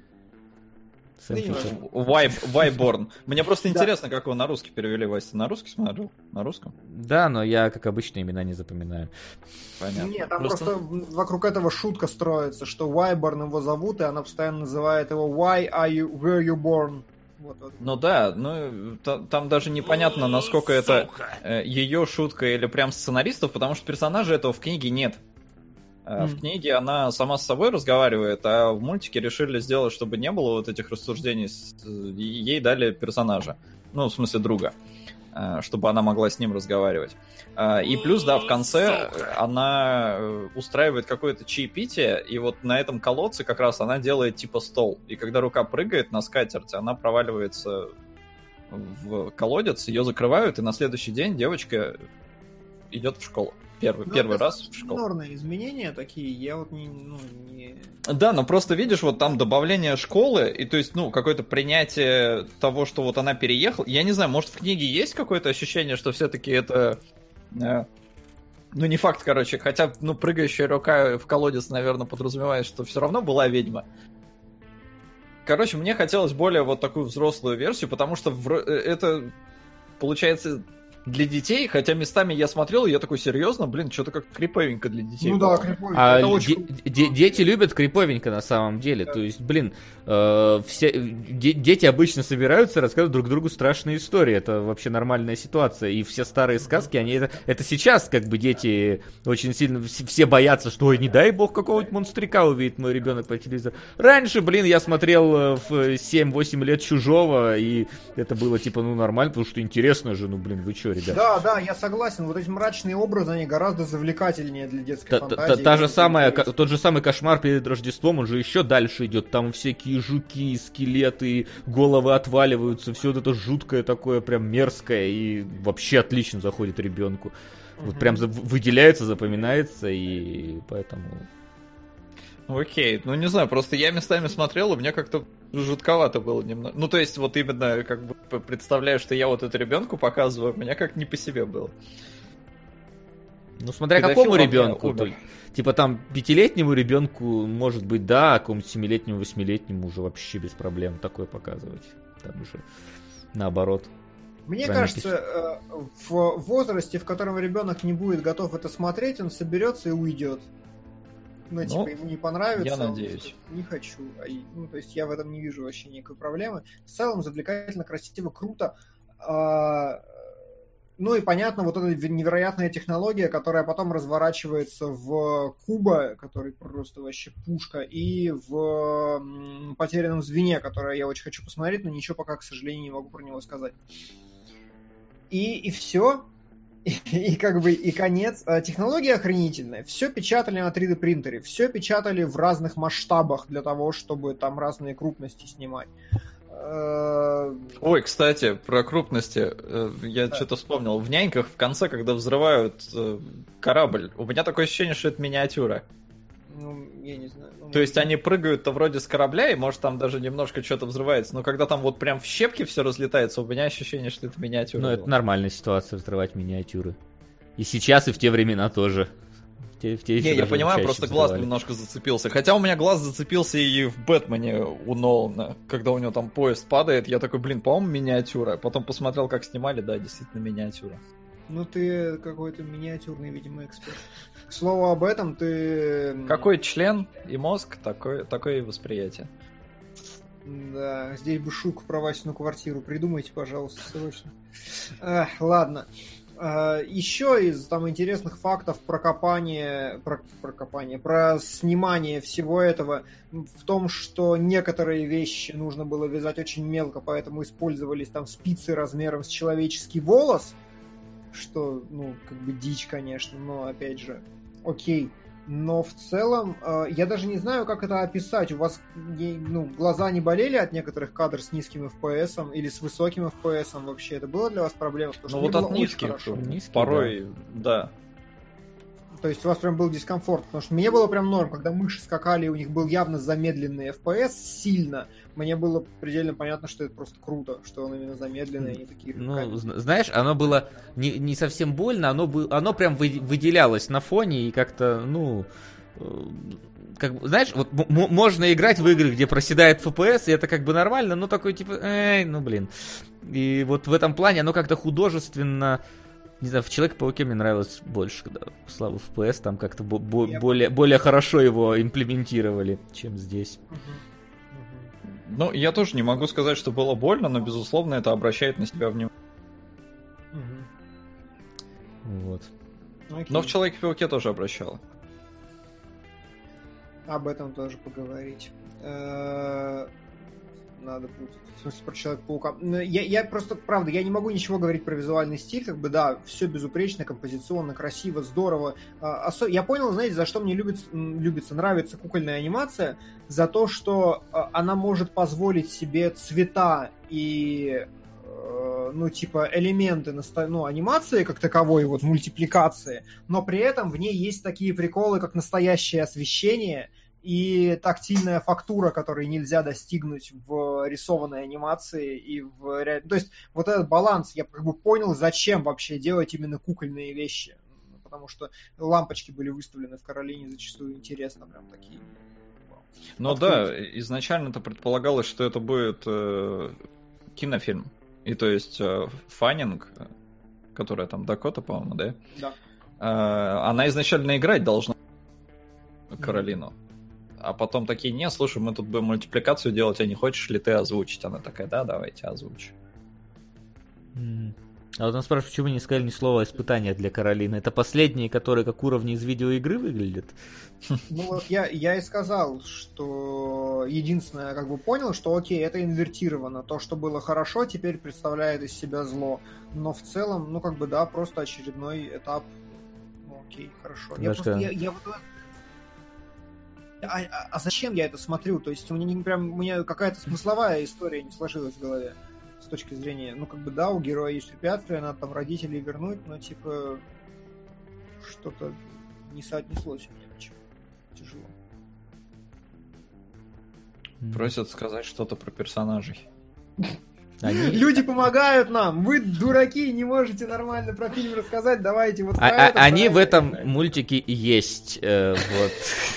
Вайборн. Мне просто интересно, как его на русский перевели. Вася, на русский смотрел? На русском? Да, но я, как обычно, имена не запоминаю. Понятно. Нет, там просто вокруг этого шутка строится, что Вайборн его зовут, и она постоянно называет его Where you born? Вот. Ну да, ну там даже непонятно, насколько это ее шутка или прям сценаристов, потому что персонажа этого в книге нет. В книге она сама с собой разговаривает, а в мультике решили сделать, чтобы не было вот этих рассуждений, ей дали персонажа, ну, в смысле друга, чтобы она могла с ним разговаривать. И плюс, да, в конце она устраивает какое-то чаепитие, и вот на этом колодце как раз она делает типа стол. И когда рука прыгает на скатерть, она проваливается в колодец, ее закрывают, и на следующий день девочка идет в школу. Первый раз в школу. Минорные изменения такие, я вот не... Да, но просто видишь, вот там добавление школы, и то есть, ну, какое-то принятие того, что вот она переехала. Я не знаю, может, в книге есть какое-то ощущение, что все-таки это... Ну, не факт, короче. Хотя, ну, прыгающая рука в колодец, наверное, подразумевает, что все равно была ведьма. Короче, мне хотелось более вот такую взрослую версию, потому что это, получается... для детей, хотя местами я смотрел, и я такой, серьезно, блин, что-то как криповенько для детей. Ну да, криповенько. Дети любят криповенько на самом деле. Да. То есть, блин, дети обычно собираются и рассказывают друг другу страшные истории. Это вообще нормальная ситуация. И все старые сказки, они это сейчас как бы дети очень сильно все боятся, что, ой, не дай бог какого-нибудь монстрика увидит мой ребенок по телевизору. Раньше, блин, я смотрел в 7-8 лет «Чужого», и это было типа, ну, нормально, потому что интересно же, ну, блин, вы чё, ребят? Да, я согласен. Вот эти мрачные образы, они гораздо завлекательнее для детской фантазии. Тот же самый «Кошмар перед Рождеством», он же еще дальше идет. Там всякие жуки, скелеты, головы отваливаются. Все вот это жуткое такое, прям мерзкое. И вообще отлично заходит ребенку. Вот прям выделяется, запоминается, и поэтому... Окей, ну не знаю, просто я местами смотрел, и мне как-то жутковато было немного. Ну, то есть, вот именно, как бы, представляю, что я вот это ребенку показываю, мне как не по себе было. Ну, смотря какому ребенку. Типа там 5-летнему ребенку, может быть, да, а какому-то 7-летнему, 8-летнему уже вообще без проблем такое показывать. Там уже наоборот. Мне кажется, в возрасте, в котором ребенок не будет готов это смотреть, он соберется и уйдет. Ну, типа, ему не понравится. Я надеюсь. Не хочу. Ну, то есть я в этом не вижу вообще никакой проблемы. В целом, завлекательно, красиво, круто. Ну и понятно, вот эта невероятная технология, которая потом разворачивается в Куба, который просто вообще пушка, и в Потерянном звене, которое я очень хочу посмотреть, но ничего пока, к сожалению, не могу про него сказать. И все. И как бы и конец. Технология охренительная. Все печатали на 3D принтере, все печатали в разных масштабах для того, чтобы там разные крупности снимать. Ой, кстати, про крупности я что-то вспомнил. В «Няньках» в конце, когда взрывают корабль, у меня такое ощущение, что это миниатюра. Ну, я не знаю. То есть они прыгают-то вроде с корабля, и может там даже немножко что-то взрывается, но когда там вот прям в щепки все разлетается, у меня ощущение, что это миниатюра. Ну, это нормальная ситуация, взрывать миниатюры. И сейчас, и в те времена тоже. Не, я понимаю, просто глаз немножко зацепился. Хотя у меня глаз зацепился и в Бэтмене у Нолана, когда у него там поезд падает. Я такой, по-моему, миниатюра. Потом посмотрел, как снимали, да, действительно миниатюра. Ну, ты какой-то миниатюрный, видимо, эксперт. К слову об этом, ты... Какой член и мозг, такое и восприятие. Да, здесь бы шутку про Васину квартиру придумайте, пожалуйста, срочно. Ладно. Еще из там интересных фактов про снимание всего этого в том, что некоторые вещи нужно было вязать очень мелко, поэтому использовались там спицы размером с человеческий волос, что, дичь, конечно, но, опять же, окей. Но в целом, я даже не знаю, как это описать. У вас глаза не болели от некоторых кадров с низким FPS или с высоким FPS вообще? Это было для вас проблема? От низких порой, да. То есть у вас прям был дискомфорт, потому что мне было прям норм, когда мыши скакали, у них был явно замедленный FPS сильно, мне было предельно понятно, что это просто круто, что он именно замедленный, и такие... Знаешь, оно было не совсем больно, оно прям выделялось на фоне, и как-то, знаешь, вот можно играть в игры, где проседает FPS, и это как бы нормально, но такой типа, И вот в этом плане оно как-то художественно... Не знаю, в Человеке-пауке мне нравилось больше, когда слава FPS там как-то более хорошо его имплементировали, чем здесь. Я тоже не могу сказать, что было больно, но, безусловно, это обращает на себя внимание. Вот. Но в Человеке-пауке тоже обращало. Об этом тоже поговорить. Надо будет. В смысле, про Человека-паука. Я просто, правда, я не могу ничего говорить про визуальный стиль, все безупречно, композиционно, красиво, здорово. Я понял, знаете, за что мне нравится кукольная анимация, за то, что она может позволить себе цвета и элементы анимации как таковой, мультипликации, но при этом в ней есть такие приколы, как настоящее освещение и тактильная фактура, которой нельзя достигнуть в рисованной анимации и в реальной... То есть вот этот баланс, я понял, зачем вообще делать именно кукольные вещи. Потому что лампочки были выставлены в Каролине зачастую интересно, прям такие. Изначально-то предполагалось, что это будет кинофильм. И то есть Фаннинг, которая там Дакота, по-моему, да? Да. Она изначально играть должна Каролину. А потом такие, слушай, мы тут будем мультипликацию делать, а не хочешь ли ты озвучить? Она такая, да, давайте озвучу. А вот он спрашивает, почему не сказали ни слова испытания для Каролины? Это последние, которые как уровни из видеоигры выглядят? Я и сказал, что единственное, понял, что окей, это инвертировано. То, что было хорошо, теперь представляет из себя зло. Но в целом, просто очередной этап. Окей, хорошо. А зачем я это смотрю? То есть у меня какая-то смысловая история не сложилась в голове с точки зрения, у героя есть препятствия, надо там родителей вернуть, но что-то не соотнеслось у меня почему. Тяжело. Просят сказать что-то про персонажей. Люди помогают нам! Вы, дураки, не можете нормально про фильм рассказать, давайте вот они в этом мультике есть, вот...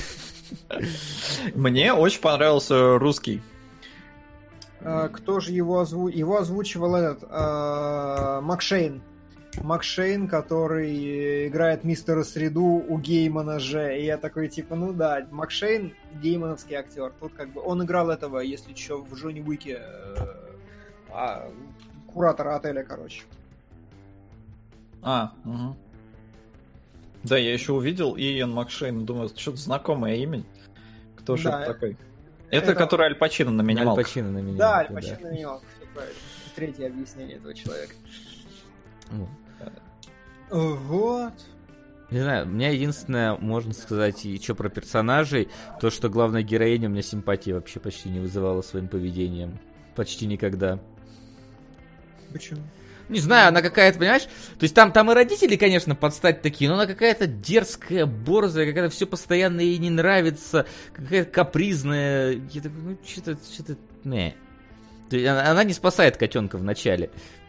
Мне очень понравился русский. Кто же его озвучивал? Его озвучивал Макшейн. Макшейн, который играет мистера Среду у Геймана же. И я такой, Макшейн геймановский актер. Тут он играл этого, если что, в Джонни Уике, куратора отеля, короче. Угу. Да, я еще увидел Иэн Макшейн, думаю, что-то знакомое имя. Кто же это такой? Это который Аль Пачино на минималках. Да, Аль Пачино на минималках, все правильно. Третье объяснение этого человека. Вот. Не знаю, у меня единственное, можно сказать, и что про персонажей, то, что главная героиня у меня симпатии вообще почти не вызывала своим поведением. Почти никогда. Почему? Не знаю, она какая-то, понимаешь? То есть там и родители, конечно, подстать такие, но она какая-то дерзкая, борзая, какая-то все постоянно ей не нравится, какая-то капризная. Я такой, что-то, не. Она не спасает котенка в начале.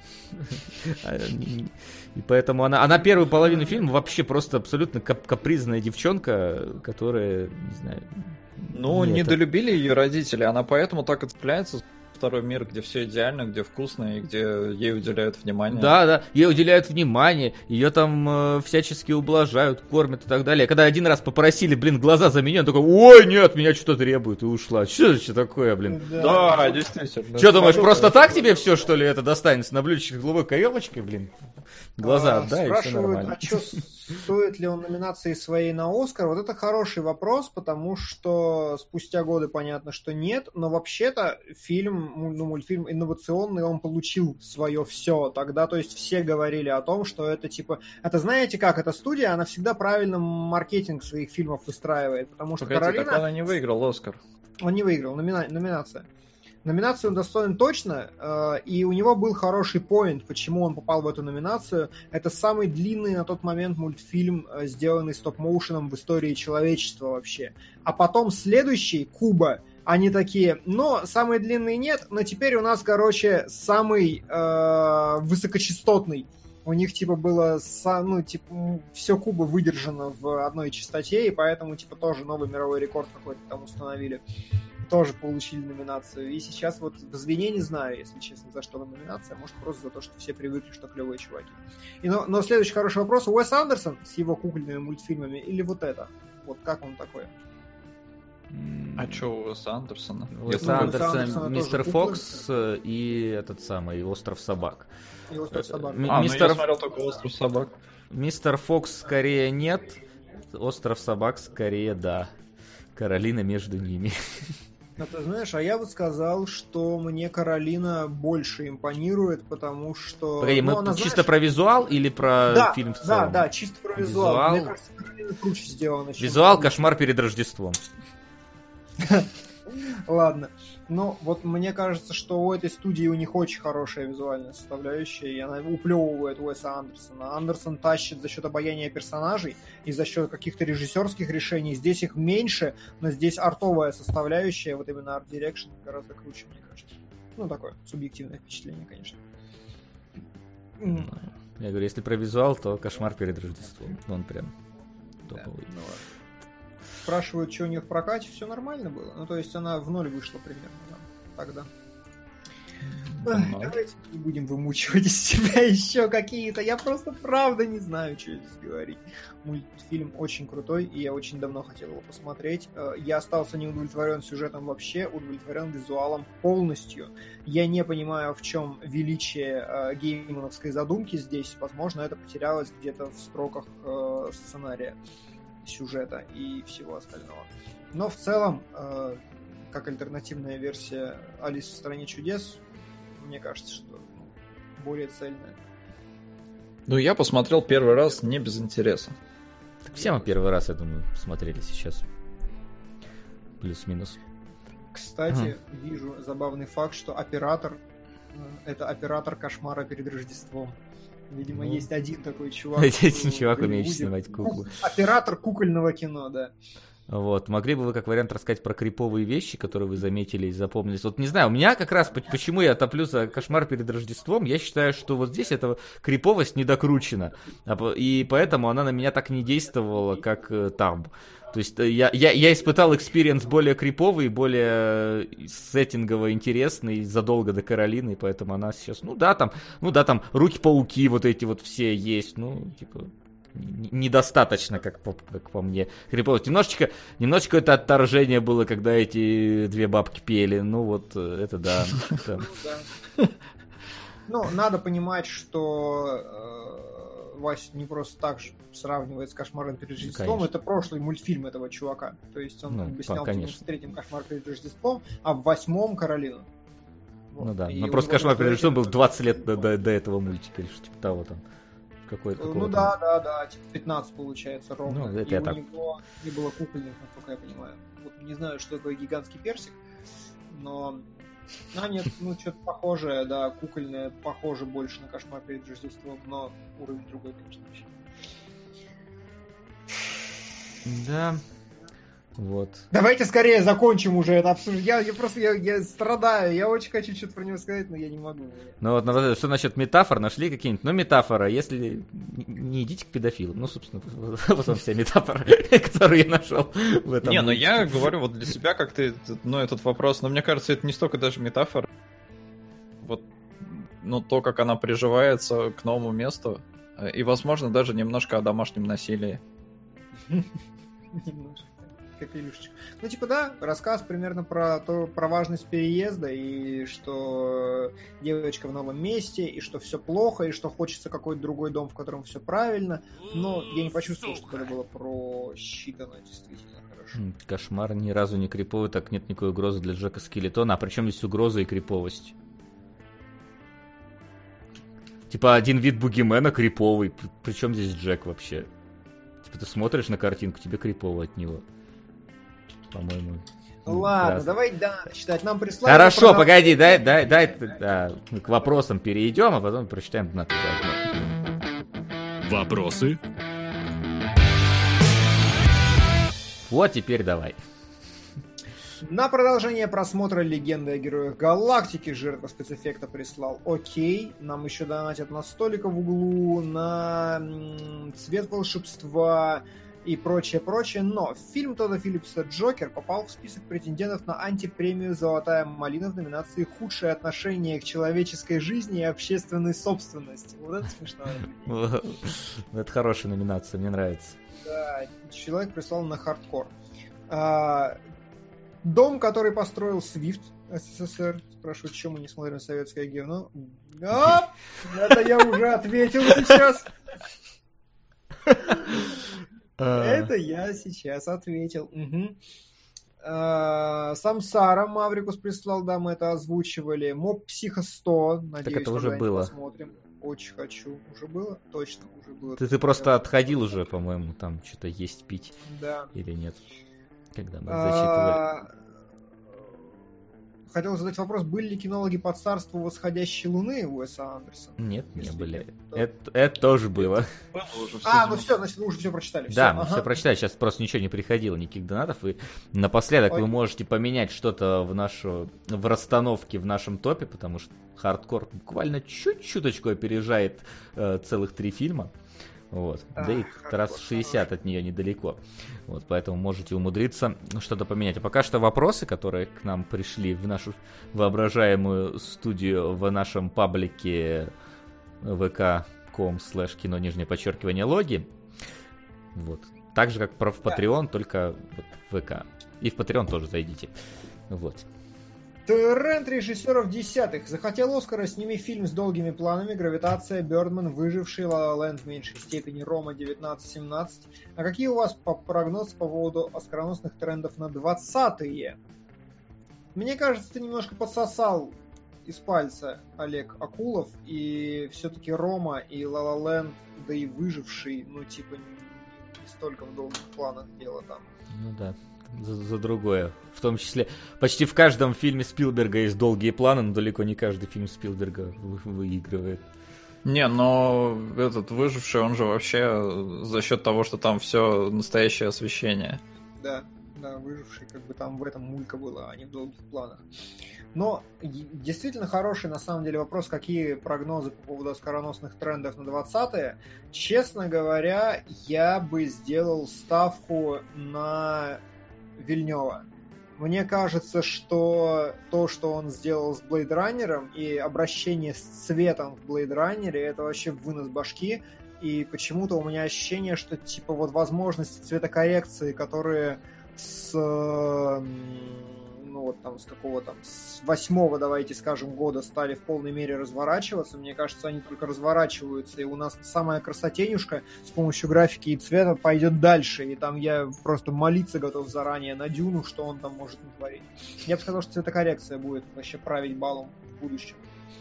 И поэтому она первую половину фильма вообще просто абсолютно капризная девчонка, которая, не знаю... Ну, недолюбили ее родители, она поэтому так и цепляется. Второй мир, где все идеально, где вкусно и где ей уделяют внимание. Да, ей уделяют внимание, ее там всячески ублажают, кормят и так далее. Когда один раз попросили, глаза за меня, он такой: ой, нет, меня что-то требует, и ушла. Что такое, Да, действительно. Что думаешь, просто так тебе все, что ли, это достанется на блюдечке с голубой каемочкой, Глаза отдай, и все нормально. А что, стоит ли он номинации своей на Оскар? Вот это хороший вопрос, потому что спустя годы понятно, что нет, но вообще-то мультфильм инновационный, он получил свое все тогда, то есть все говорили о том, что это это знаете как, эта студия, она всегда правильно маркетинг своих фильмов выстраивает, потому что Каролина... Так она не выиграл Оскар. Он не выиграл, номинация. Номинацию он достоин точно, и у него был хороший поинт, почему он попал в эту номинацию. Это самый длинный на тот момент мультфильм, сделанный стоп-моушеном в истории человечества вообще. А потом следующий, Куба, они такие, самый длинный нет, но теперь у нас, самый высокочастотный. У них, было, все Куба выдержано в одной частоте, и поэтому, тоже новый мировой рекорд какой-то там установили. Тоже получили номинацию. И сейчас в «Звене» не знаю, если честно, за что номинация. Может, просто за то, что все привыкли, что клевые чуваки. Но следующий хороший вопрос. Уэс Андерсон с его кукольными мультфильмами или вот это? Вот как он такой? А что у Уэса Андерсона? Уэс Андерсон, Мистер Фокс и этот самый «Остров собак». И «Остров собак». Я смотрел только «Остров собак». Мистер Фокс скорее нет, «Остров собак» скорее да. Каролина между ними. А ты знаешь, а я бы сказал, что мне Каролина больше импонирует, потому что... Погоди, мы чисто про визуал или про фильм в целом? Да, чисто про визуал. Мне кажется, Каролина круче сделана. Визуал — кошмар перед Рождеством. Ладно. Но мне кажется, что у этой студии у них очень хорошая визуальная составляющая, и она уплевывает Уэса Андерсона. Андерсон тащит за счет обаяния персонажей и за счет каких-то режиссерских решений. Здесь их меньше, но здесь артовая составляющая, именно арт-дирекшн гораздо круче, мне кажется. Такое субъективное впечатление, конечно. Я говорю, если про визуал, то «Кошмар перед Рождеством». Он прям топовый. Да, спрашивают, что у нее в прокате, все нормально было. То есть она в ноль вышла примерно тогда. Давайте не будем вымучивать из себя еще какие-то. Я просто правда не знаю, что здесь говорить. Мультфильм очень крутой, и я очень давно хотел его посмотреть. Я остался не удовлетворен сюжетом вообще, удовлетворен визуалом полностью. Я не понимаю, в чем величие геймановской задумки здесь. Возможно, это потерялось где-то в строках сценария, сюжета и всего остального. Но в целом, как альтернативная версия «Алисы в стране чудес», мне кажется, что более цельная. Я посмотрел первый раз не без интереса. Так все мы первый раз, я думаю, смотрели сейчас. Плюс-минус. Кстати, вижу забавный факт, что оператор — это оператор «Кошмара перед Рождеством». Видимо, есть один такой чувак. Один чувак, умеющий снимать куклы. Оператор кукольного кино, да. Могли бы вы как вариант рассказать про криповые вещи, которые вы заметили и запомнились? Не знаю, у меня как раз, почему я топлю за «Кошмар перед Рождеством», я считаю, что здесь эта криповость недокручена, и поэтому она на меня так не действовала, как там. То есть я испытал экспириенс более криповый, более сеттингово интересный задолго до Каролины, поэтому она сейчас, там руки-пауки эти все есть, недостаточно, как по мне. Криповость. Немножечко это отторжение было, когда эти две бабки пели. Это да. Надо понимать, что Вася не просто так же сравнивает с «Кошмаром перед Рождеством». Конечно. Это прошлый мультфильм этого чувака. То есть он снял в 93-м «Кошмар перед Рождеством», а в 8-м «Каролину». Просто «Кошмар перед Рождеством» был 20 лет до этого мультика, или что-то типа того там. Да, 15 получается ровно. Это и у него не было кукольных, насколько я понимаю. Не знаю, что такое гигантский персик, но... нет, что-то похожее, да, кукольное, похоже больше на «Кошмар перед Рождеством», но уровень другой, конечно, вообще. Да. Вот. Давайте скорее закончим уже это обсуждение. Я страдаю, я очень хочу что-то про него сказать, но я не могу. Ну вот, что насчет метафор, нашли какие-нибудь? Ну, метафора, если не идите к педофилам. Ну, собственно, вот он вся метафора, которую я нашел в этом. Не, ну я говорю вот для себя как-то, ну, этот вопрос, но мне кажется, это не столько даже метафора. Вот, ну, то, как она приживается к новому месту, и, возможно, даже немножко о домашнем насилии. Немножко. Капелюшечек. Ну, типа, да, рассказ примерно про важность переезда, и что девочка в новом месте, и что все плохо, и что хочется какой-то другой дом, в котором все правильно. Но я не почувствовал, что это было просчитано действительно хорошо. Кошмар, ни разу не криповый, так нет никакой угрозы для Джека Скелетона. А при чем здесь угроза и криповость? Типа, один вид бугимена криповый. Причем здесь Джек вообще? Типа, ты смотришь на картинку, тебе крипово от него. По-моему. Ладно, давай читать. Нам прислали... Хорошо, погоди, дай к вопросам перейдем, а потом прочитаем надпись. Вопросы? Вот теперь давай. На продолжение просмотра «Легенды о героях галактики» жертва спецэффекта прислал. Окей, нам еще донатят на столика в углу, на цвет волшебства и прочее, но фильм Тодда Филлипса «Джокер» попал в список претендентов на антипремию «Золотая малина» в номинации «Худшее отношение к человеческой жизни и общественной собственности». Вот это смешно. Это хорошая номинация, мне нравится. Да, человек прислал на хардкор. Дом, который построил Свифт СССР. Спрашивают, почему мы не смотрим советское говно. Это я уже ответил сейчас. Это я сейчас ответил. Самсара Маврикус прислал, да, мы это озвучивали. Моб Психо 100. Надеюсь, так это уже было. Посмотрим. Очень хочу. Уже было? Точно, уже было. Ты просто отходил уже, по-моему, там что-то есть, пить. Да. Или нет? Когда мы зачитывали. Хотел задать вопрос, были ли кинологи по царству восходящей луны Уэса Андерсона? Нет, не были. Это тоже было. Ну все, значит, вы уже все прочитали. Да, мы все прочитали, сейчас просто ничего не приходило, никаких донатов. И напоследок вы можете поменять что-то в расстановке в нашем топе, потому что хардкор буквально чуть-чуточку опережает целых 3 фильма. Вот. Да и раз 60 от нее недалеко. Вот, поэтому можете умудриться что-то поменять. А пока что вопросы, которые к нам пришли в нашу воображаемую студию в нашем паблике vk.com/кино_логи. Вот. Так же, как в Patreon, только вот в ВК. И в Patreon тоже зайдите. Вот. Тренд режиссеров десятых. Захотел Оскара, сними фильм с долгими планами. Гравитация, Бёрдман, Выживший, Ла Ла Ленд в меньшей степени, Рома 1917. А какие у вас прогнозы по поводу оскароносных трендов на 20-е? Мне кажется, ты немножко подсосал из пальца Олег Акулов, и все-таки Рома и Ла Ла Ленд, да и Выживший, ну типа не столько в долгих планах дело там. Ну да. За другое. В том числе, почти в каждом фильме Спилберга есть долгие планы, но далеко не каждый фильм Спилберга выигрывает. Не, но этот Выживший, он же вообще за счет того, что там все настоящее освещение. Да, Выживший, как бы там в этом мулька была, а не в долгих планах. Но действительно хороший, на самом деле, вопрос, какие прогнозы по поводу оскароносных трендов на 20-е. Честно говоря, я бы сделал ставку на Вильнёва. Мне кажется, что то, что он сделал с Blade Runner и обращение с цветом в Blade Runner, это вообще вынос башки. И почему-то у меня ощущение, что типа вот возможности цветокоррекции, которые с с какого там, с 8-го, давайте скажем, года стали в полной мере разворачиваться. Мне кажется, они только разворачиваются, и у нас самая красотенюшка с помощью графики и цвета пойдет дальше, и там я просто молиться готов заранее на Дюну, что он там может натворить. Я бы сказал, что цветокоррекция будет вообще править балом в будущем.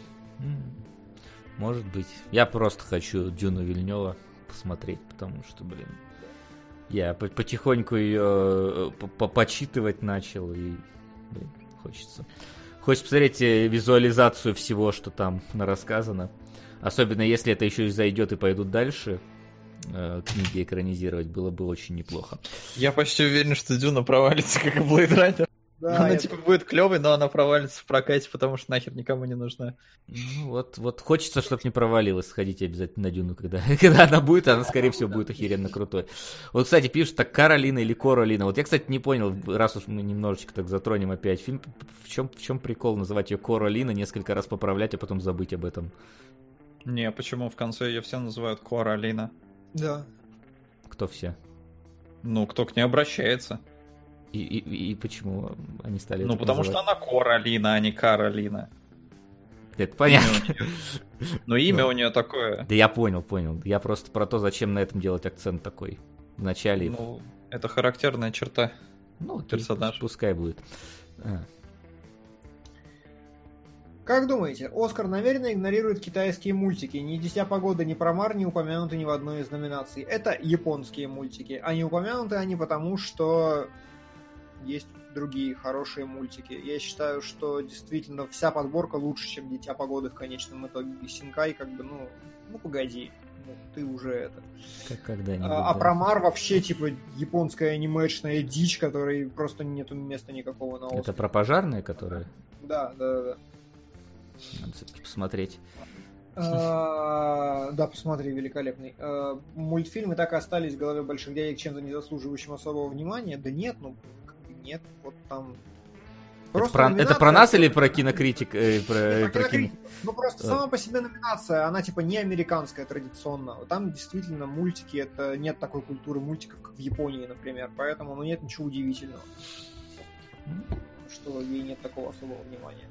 Может быть. Я просто хочу Дюну Вильнёва посмотреть, потому что, я потихоньку ее почитывать начал, и хочется посмотреть визуализацию всего, что там рассказано. Особенно если это еще и зайдет и пойдут дальше книги экранизировать, было бы очень неплохо. Я почти уверен, что Дюна провалится, как и Blade Runner. Да, она типа будет клевой, но она провалится в прокате, потому что нахер никому не нужна. Ну вот хочется, чтобы не провалилась. Сходите обязательно на Дюну, когда она будет, она, скорее всего, будет охеренно крутой. Вот, кстати, пишут, так Каролина или Королина. Вот я, кстати, не понял, раз уж мы немножечко так затронем опять фильм, в чем прикол называть ее Королина, несколько раз поправлять, а потом забыть об этом? Не, почему? В конце ее все называют Королина. Да. Кто все? Ну, кто к ней обращается. И почему они стали... Ну, потому что она Королина, а не Каролина. Это понятно. Но имя у нее такое. Да я понял. Я просто про то, зачем на этом делать акцент такой. В начале... Ну, это характерная черта персонажа. Пускай будет. Как думаете, Оскар намеренно игнорирует китайские мультики? Ни «Дитя погоды», ни «Промар» не упомянуты ни в одной из номинаций. Это японские мультики. А не упомянуты они потому, что есть другие хорошие мультики. Я считаю, что действительно вся подборка лучше, чем «Дитя погоды» в конечном итоге. Синкай как бы, ну погоди. Ты уже это... Когда-нибудь. А Промар вообще, типа, японская анимешная дичь, которой просто нету места никакого на Оскаре. Это про пожарные, которые? Да. Надо все-таки посмотреть. Да, посмотри, великолепный. Мультфильмы так и остались в голове больших дядек чем-то не заслуживающим особого внимания. Да нет, нет, вот там... Это про нас или про кинокритик? Про кинокритик. Ну просто сама по себе номинация, она типа не американская традиционно. Там действительно мультики, это нет такой культуры мультиков, как в Японии, например. Поэтому нет ничего удивительного, что ей нет такого особого внимания.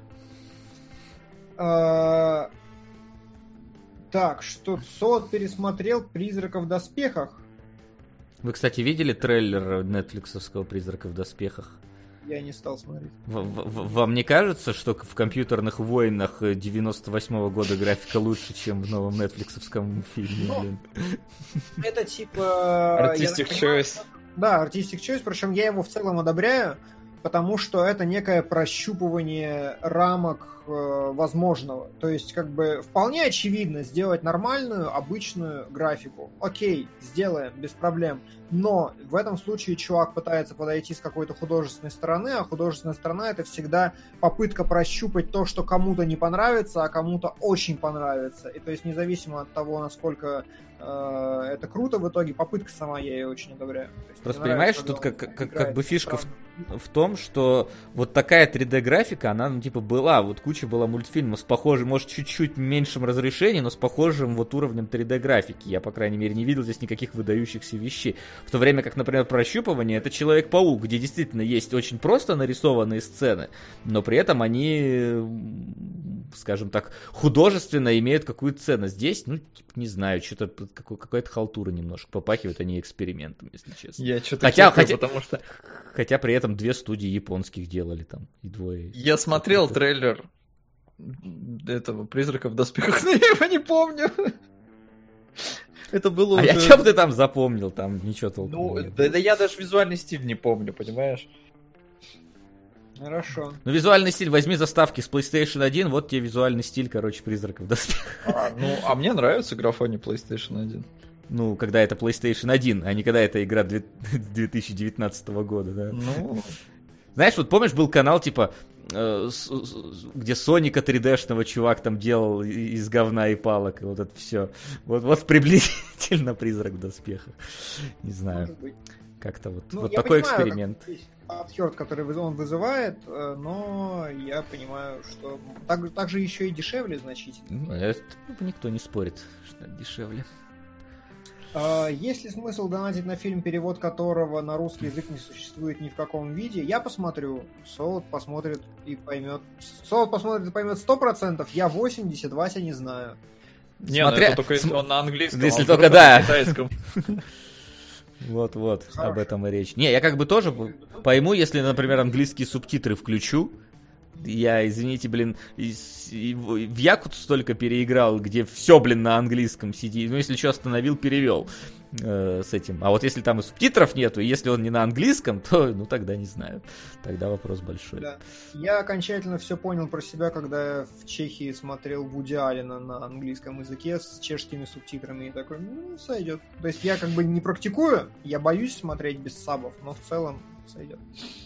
Так, что Сот пересмотрел «Призрака в доспехах». Вы, кстати, видели трейлер нетфликсовского «Призрака в доспехах»? Я не стал смотреть. Вам не кажется, что в «Компьютерных войнах» 98-го года графика лучше, чем в новом нетфликсовском фильме? Это типа... Artistic Choice. Да, Artistic Choice, причем я его в целом одобряю, потому что это некое прощупывание рамок возможного. То есть, как бы, вполне очевидно сделать нормальную, обычную графику. Окей, сделаем, без проблем. Но в этом случае чувак пытается подойти с какой-то художественной стороны, а художественная сторона — это всегда попытка прощупать то, что кому-то не понравится, а кому-то очень понравится. И то есть, независимо от того, насколько это круто, в итоге попытка сама, я ее очень одобряю. Просто понимаешь, что тут как бы фишка в том, что вот такая 3D-графика, она, была, вот куча была мультфильмов с похожим, может, чуть-чуть меньшим разрешением, но с похожим вот уровнем 3D-графики. Я, по крайней мере, не видел здесь никаких выдающихся вещей. В то время как, например, «Прощупывание» — это «Человек-паук», где действительно есть очень просто нарисованные сцены, но при этом они, скажем так, художественно имеют какую-то ценность. Здесь, не знаю, что-то какая-то халтура немножко попахивает, а не экспериментом, если честно. Я что-то потому что... Хотя при этом 2 студии японских делали там, и 2... Я смотрел трейлер этого «Призрака в доспехах», но я его не помню. Это было уже... А что бы ты там запомнил? Там ничего толком. Да я даже визуальный стиль не помню, понимаешь? Хорошо. Ну, визуальный стиль, возьми заставки с PlayStation 1, вот тебе визуальный стиль, «Призраков в доспехах». А мне нравится графоний PlayStation 1. Ну, когда это PlayStation 1, а не когда это игра 2019 года, да? Ну... Знаешь, вот помнишь, был канал, типа, где Соника 3D-шного чувак там делал из говна и палок, и вот это все. Вот приблизительно «Призрак в доспехах». Не знаю. Как-то вот такой эксперимент. Отхёрт, который он вызывает, но я понимаю, что так же еще и дешевле значительно. Это никто не спорит, что это дешевле. Есть ли смысл донатить на фильм, перевод которого на русский язык не существует ни в каком виде? Я посмотрю. Солод посмотрит и поймет. Солод посмотрит и поймет 100%. Я 80%, Вася не знаю. Не, это только если он на английском. Если только, да. На китайском. Вот, об этом и речь. Не, я как бы тоже пойму, если, например, английские субтитры включу. Я, извините, в Якутск столько переиграл, где все, на английском сидит. Ну, если что, остановил, перевел. с этим. А вот если там и субтитров нету, и если он не на английском, то, ну, тогда не знаю. Тогда вопрос большой. Да. Я окончательно все понял про себя, когда я в Чехии смотрел Вуди Аллена на английском языке с чешскими субтитрами, и такой, ну, сойдет. То есть я как бы не практикую, я боюсь смотреть без сабов, но в целом сойдет.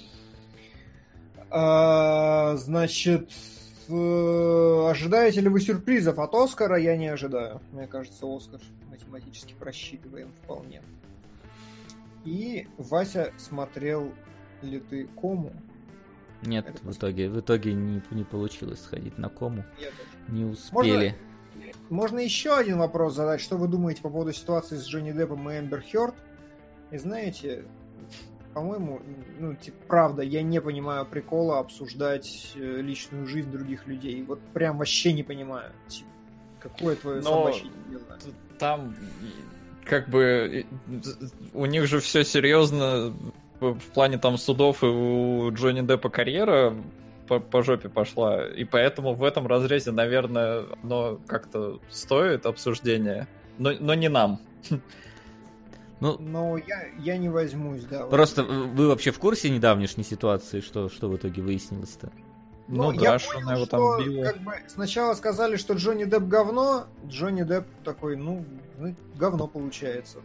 Значит, ожидаете ли вы сюрпризов от Оскара? Я не ожидаю. Мне кажется, Оскар математически просчитываем вполне. И, Вася, смотрел ли ты Кому? Нет, в итоге не получилось сходить на Кому. Я тоже. Не успели. Можно еще один вопрос задать. Что вы думаете по поводу ситуации с Джонни Деппом и Эмбер Хёрд? И знаете, по-моему, ну, типа, правда, я не понимаю прикола обсуждать личную жизнь других людей. Вот прям вообще не понимаю. Типа, какое твое собачье дело? Там, как бы, у них же все серьезно в плане там судов, и у Джонни Деппа карьера по жопе пошла, и поэтому в этом разрезе, наверное, оно как-то стоит обсуждения, но не нам. Ну, но я не возьмусь, да. Просто вы вообще в курсе недавнешней ситуации, что в итоге выяснилось-то? Ну я да, что она его там била. Как бы сначала сказали, что Джонни Депп говно, Джонни Депп такой, ну говно получается.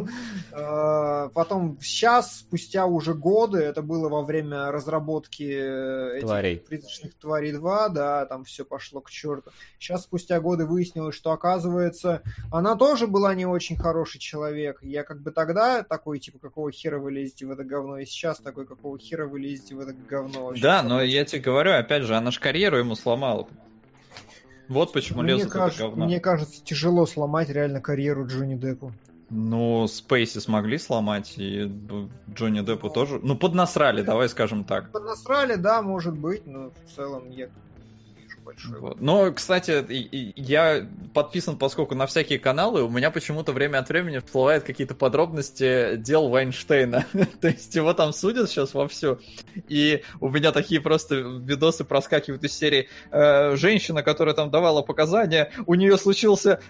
Потом сейчас, спустя уже годы, это было во время разработки этих «Призрачных тварей 2», да, там все пошло к черту. Сейчас, спустя годы, выяснилось, что, оказывается, она тоже была не очень хороший человек. Я как бы тогда такой, типа, какого хера вы лезете в это говно, и сейчас такой, какого хера вы лезете в это говно. Вообще, да, но я тебе говорю, опять же, она ж карьеру ему сломала. Вот почему лезут в это говно. Мне кажется, тяжело сломать реально карьеру Джонни Деппу. Ну, Спейси смогли сломать, и Джонни Деппу тоже. Ну, поднасрали, давай скажем так. Поднасрали, да, может быть, но в целом я вижу большой. Вот. Но, кстати, я подписан, поскольку на всякие каналы, у меня почему-то время от времени всплывают какие-то подробности дел Вайнштейна. То есть его там судят сейчас вовсю. И у меня такие просто видосы проскакивают из серии. Женщина, которая там давала показания, у нее случился...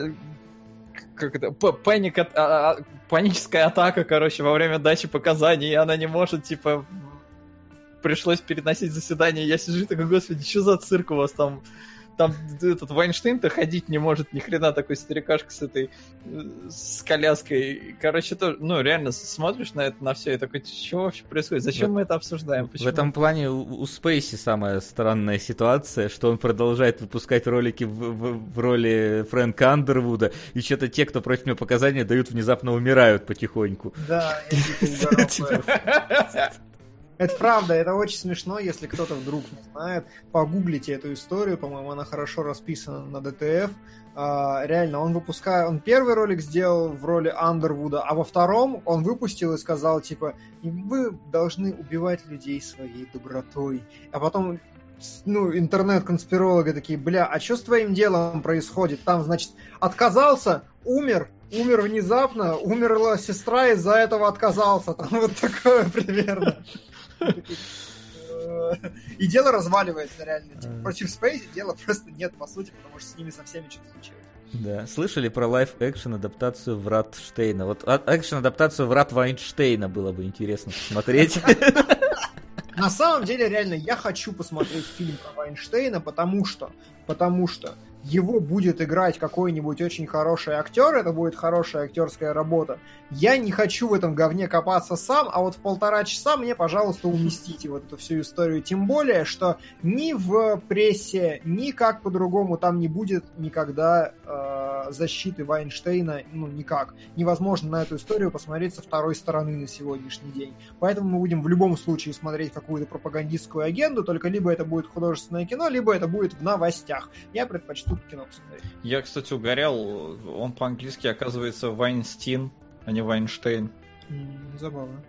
паническая атака, короче, во время дачи показаний, и она не может, типа, пришлось переносить заседание. Я сижу и такой, господи, что за цирк у вас там? Там этот Вайнштейн-то ходить не может, ни хрена, такой старикашка с коляской. Короче, то, ну, реально смотришь на это, на все, и такой, что вообще происходит? Зачем мы это обсуждаем? Почему? В этом плане у Спейси самая странная ситуация, что он продолжает выпускать ролики в роли Фрэнка Андервуда, и что-то те, кто против него показания дают, внезапно умирают потихоньку. Да, это правда, это очень смешно, если кто-то вдруг не знает. Погуглите эту историю, по-моему, она хорошо расписана на ДТФ. Реально, он первый ролик сделал в роли Андервуда, а во втором он выпустил и сказал, типа, вы должны убивать людей своей добротой. А потом, ну, интернет-конспирологи такие, бля, а что с твоим делом происходит? Там, значит, отказался, умер внезапно, умерла сестра, из-за этого отказался. Там вот такое примерно. И дело разваливается реально. Типа, против Спейси дела просто нет, по сути, потому что с ними со всеми что-то случилось. Да, слышали про лайв-экшен адаптацию «Врат Штейна»? Вот экшен-адаптацию «Врат Вайнштейна» было бы интересно посмотреть. На самом деле, реально, я хочу посмотреть фильм про Вайнштейна, потому что его будет играть какой-нибудь очень хороший актер, это будет хорошая актерская работа. Я не хочу в этом говне копаться сам, а вот в 1,5 часа мне, пожалуйста, уместите вот эту всю историю. Тем более, что ни в прессе, ни как по-другому там не будет никогда защиты Вайнштейна, ну, никак. Невозможно на эту историю посмотреть со второй стороны на сегодняшний день. Поэтому мы будем в любом случае смотреть какую-то пропагандистскую агенду, только либо это будет художественное кино, либо это будет в новостях. Я предпочту кино посмотреть. Я, кстати, угорел. Он по-английски, оказывается, Вайнстин, а не Вайнштейн. Забавно.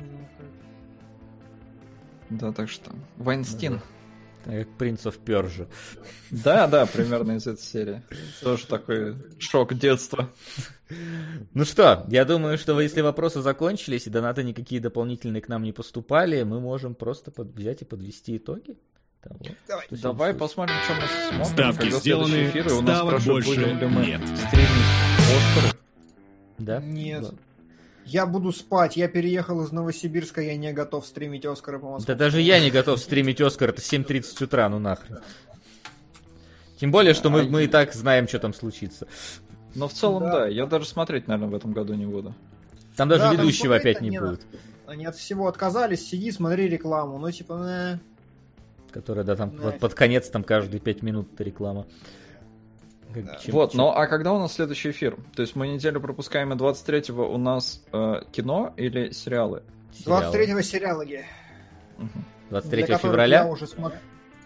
Да, так что Вайнстин. Как Prince of Persia. Да, примерно из этой серии. Тоже такой шок детства. Ну что, я думаю, что если вопросы закончились и донаты никакие дополнительные к нам не поступали, мы можем просто взять и подвести итоги. Давай посмотрим, что мы смотрим. Ставки сделаны, у нас ставок больше будем ли мы нет. стримить Оскар. Да? Нет. Да. Я буду спать. Я переехал из Новосибирска, я не готов стримить Оскара по Москве. Да даже я не готов стримить Оскар, это 7:30 утра, ну нахрен. Тем более, что мы и так знаем, что там случится. Но в целом, да, я даже смотреть, наверное, в этом году не буду. Там даже Да, ведущего там опять не будет. Они от всего отказались, сиди, смотри рекламу. Ну, типа, Которая, да, там под конец там каждые 5 минут реклама. Вот, ну а когда у нас следующий эфир? То есть мы неделю пропускаем, и 23-го у нас кино или сериалы? 23-го сериалоги. 23 февраля? Я уже смотрю.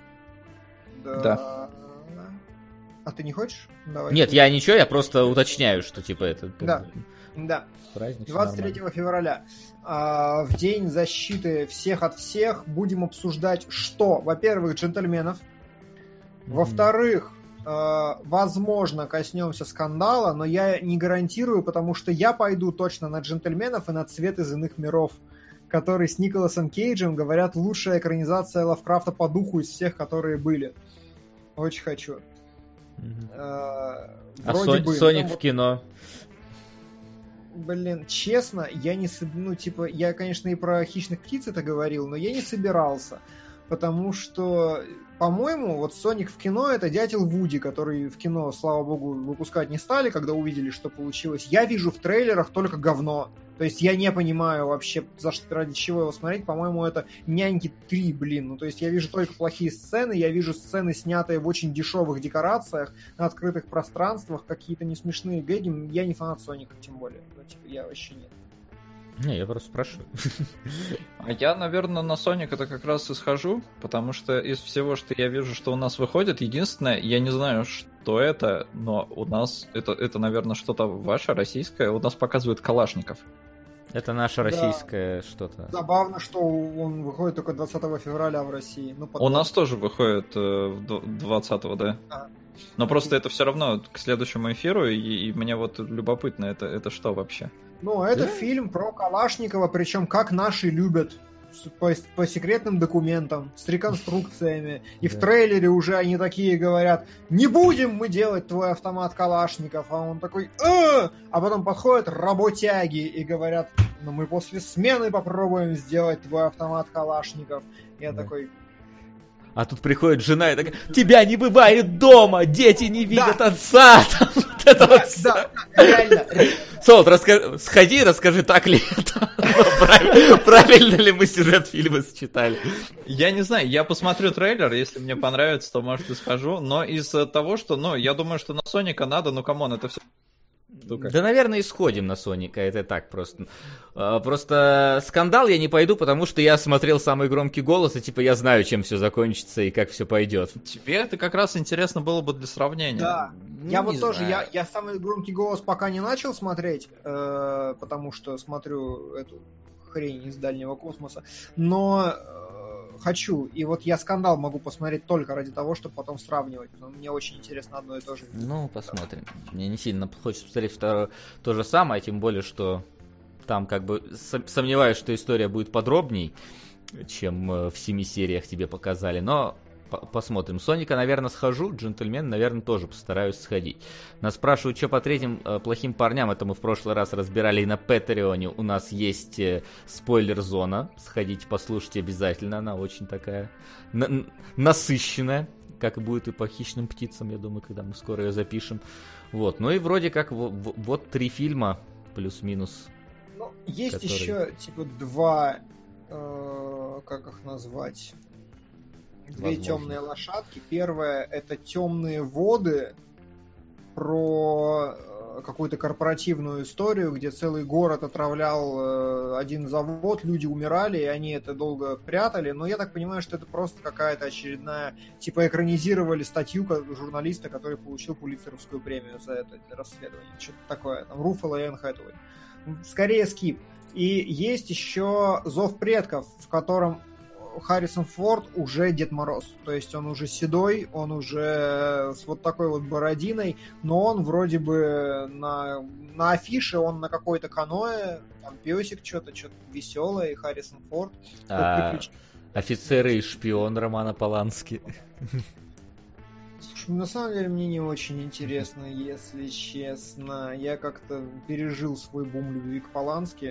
Да. А ты не хочешь? Давай. Нет, я ничего, я просто уточняю, что типа это... Да. Праздник. 23 февраля. В день защиты всех от всех будем обсуждать, что, во-первых, джентльменов, во-вторых, возможно, коснемся скандала, но я не гарантирую, потому что я пойду точно на джентльменов и на Цвет из иных миров, который с Николасом Кейджем, говорят, лучшая экранизация Лавкрафта по духу из всех, которые были. Очень хочу. Соник в кино. Блин, честно, я не... Ну, типа, я, конечно, и про «Хищных птиц» это говорил, но я не собирался. Потому что, по-моему, вот «Соник» в кино — это дятел Вуди, который в кино, слава богу, выпускать не стали, когда увидели, что получилось. Я вижу в трейлерах только говно. То есть я не понимаю вообще, ради чего его смотреть. По-моему, это «Няньки 3», блин. Ну, то есть я вижу только плохие сцены, я вижу сцены, снятые в очень дешевых декорациях, на открытых пространствах, какие-то несмешные гэги. Я не фанат «Соника», тем более. Ну, типа, я вообще нет. Не, я просто спрашиваю. А я, наверное, на Sonic это как раз и схожу, потому что из всего, что я вижу, что у нас выходит, единственное, я не знаю, что это, но у нас это наверное, что-то ваше, российское, у нас показывают Калашников. Это наше российское что-то. Забавно, что он выходит только 20 февраля в России. Ну, у нас тоже выходит 20-го, да. Но просто это все равно к следующему эфиру, и мне вот любопытно, это что вообще? Ну, это фильм про Калашникова, причем как наши любят, по секретным документам, с реконструкциями. И в трейлере уже они такие говорят: не будем мы делать твой автомат Калашников. А он такой: а потом подходят работяги и говорят: ну мы после смены попробуем сделать твой автомат Калашников. Я такой... А тут приходит жена и такая: тебя не бывает дома, дети не видят отца. Да, реально. Солод, сходи и расскажи, так ли это. Правильно ли мы сюжет фильма считали. Я не знаю, я посмотрю трейлер, если мне понравится, то, может, и схожу. Но из того, что, я думаю, что на Соника надо, камон, это все... Да, наверное, исходим на Соника, это так просто. Просто скандал я не пойду, потому что я смотрел «Самый громкий голос», и типа я знаю, чем все закончится и как все пойдет. Тебе это как раз интересно было бы для сравнения. Да, я вот тоже, я «Самый громкий голос» пока не начал смотреть, потому что смотрю эту хрень из дальнего космоса, но... хочу. И вот я «Скандал» могу посмотреть только ради того, чтобы потом сравнивать. Но мне очень интересно одно и то же. Ну, посмотрим. Мне не сильно хочется посмотреть второе то же самое, тем более, что там как бы сомневаюсь, что история будет подробней, чем в 7 сериях тебе показали. Но посмотрим. Соника, наверное, схожу. Джентльмен, наверное, тоже постараюсь сходить. Нас спрашивают, что по третьим плохим парням. Это мы в прошлый раз разбирали и на Патреоне. У нас есть спойлер-зона. Сходите, послушайте обязательно. Она очень такая насыщенная. Как и будет и по «Хищным птицам», я думаю, когда мы скоро ее запишем. Вот. Ну и вроде как вот 3 фильма плюс-минус. Ну, есть еще типа 2, как их назвать? 2 темные лошадки. Первая — это «Темные воды», про какую-то корпоративную историю, где целый город отравлял один завод, люди умирали, и они это долго прятали. Но я так понимаю, что это просто какая-то очередная... Типа экранизировали статью журналиста, который получил Пулитцеровскую премию за это расследование. Что-то такое. Там Руффало и Энн Хэтэуэй. Скорее скип. И есть еще «Зов предков», в котором Харрисон Форд уже Дед Мороз. То есть он уже седой, он уже с вот такой вот бородиной, но он вроде бы на афише, он на какой-то каноэ, там песик что-то веселое, и Харрисон Форд. «Офицеры и шпион» Романа Полански. Слушай, на самом деле мне не очень интересно, если честно. Я как-то пережил свой бум любви к Полански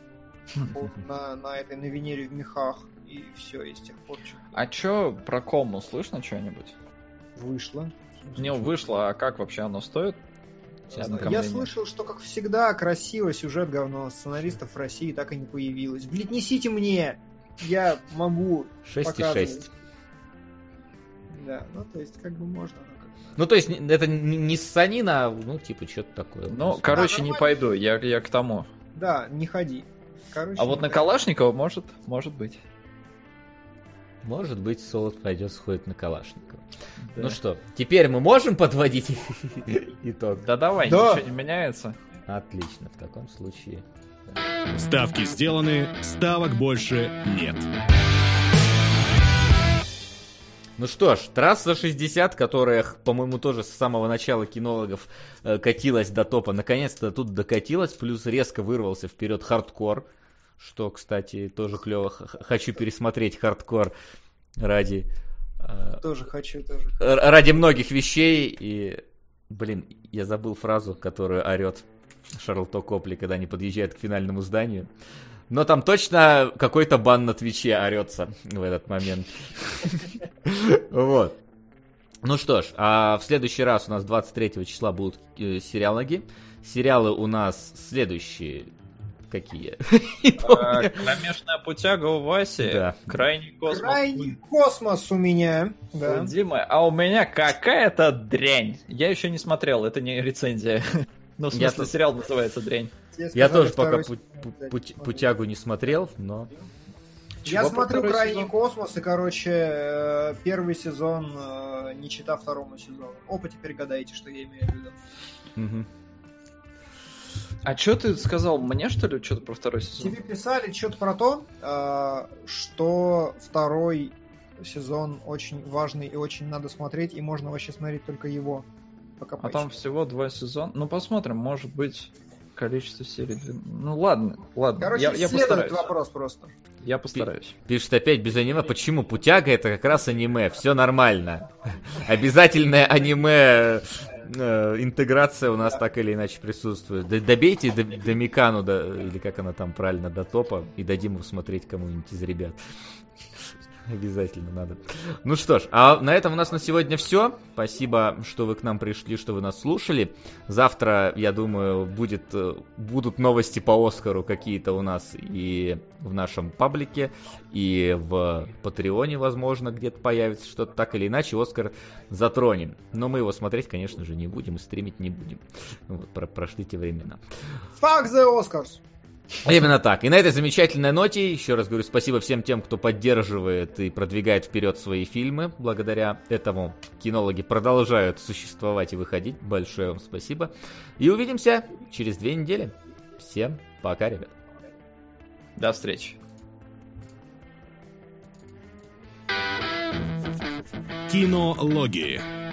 на Венере в мехах, и все, и с тех пор что-то... А чё про Кому? Слышно что-нибудь? Вышло. Не, вышло, а как вообще оно стоит? Я слышал, что, как всегда, красиво, сюжет говно. Сценаристов России так и не появилось. Блядь, несите мне! Я могу 6,6. Да, ну то есть как бы можно. Ну то есть это не ссанина, ну типа что-то такое. Ну, короче, не пойду, я к тому. Да, не ходи. Короче, А вот на Калашникова может быть. Может быть, Солод пойдет сходит на Калашникова. Да. Ну что, теперь мы можем подводить итог? Да давай, Да. ничего не меняется. Отлично, в таком случае. Ставки сделаны, ставок больше нет. Ну что ж, трасса 60, которая, по-моему, тоже с самого начала кинологов катилась до топа, наконец-то тут докатилась, плюс резко вырвался вперед хардкор, что, кстати, тоже клево. Хочу пересмотреть хардкор ради... Тоже хочу, тоже. Ради многих вещей, и, блин, я забыл фразу, которую орет Шарлотто Копли, когда они подъезжают к финальному зданию. Но там точно какой-то бан на Твиче орется в этот момент. Вот. Ну что ж, а в следующий раз у нас 23 числа будут сериалоги. Сериалы у нас следующие. Какие? Кромешная путяга у Васи. Да. Крайний космос. Крайний космос у меня. Да. Дима, а у меня какая-то дрянь. Я еще не смотрел, это не рецензия. Ну, в смысле, сериал называется «Дрянь». Я тоже пока путягу не смотрел, но... Я смотрю «Крайний космос», и, короче, первый сезон не читав второму сезону. Опа, теперь гадаете, что я имею в виду. А что ты сказал? Мне, что ли, что-то про второй сезон? Тебе писали что-то про то, что второй сезон очень важный и очень надо смотреть, и можно вообще смотреть только его. Пока а там всего 2 сезона. Ну, посмотрим, может быть, количество серий. Ну, ладно. Короче, я следует постараюсь. Вопрос просто. Я постараюсь. Пишет опять без аниме. Почему? Путяга это как раз аниме. Все нормально. Обязательное аниме интеграция у нас так или иначе присутствует. Добейте до Микану, или как она там правильно, до топа, и дадим его смотреть кому-нибудь из ребят. Обязательно надо. Ну что ж, а на этом у нас на сегодня все. Спасибо, что вы к нам пришли, что вы нас слушали. Завтра, я думаю, будут новости по Оскару какие-то у нас и в нашем паблике, и в Патреоне, возможно, где-то появится что-то. Так или иначе, Оскар затронем. Но мы его смотреть, конечно же, не будем и стримить не будем. Вот, прошли те времена. Fuck the Oscars! Именно так. И на этой замечательной ноте еще раз говорю спасибо всем тем, кто поддерживает и продвигает вперед свои фильмы. Благодаря этому кинологи продолжают существовать и выходить. Большое вам спасибо. И увидимся через 2 недели. Всем пока, ребят. До встречи. Кинологии.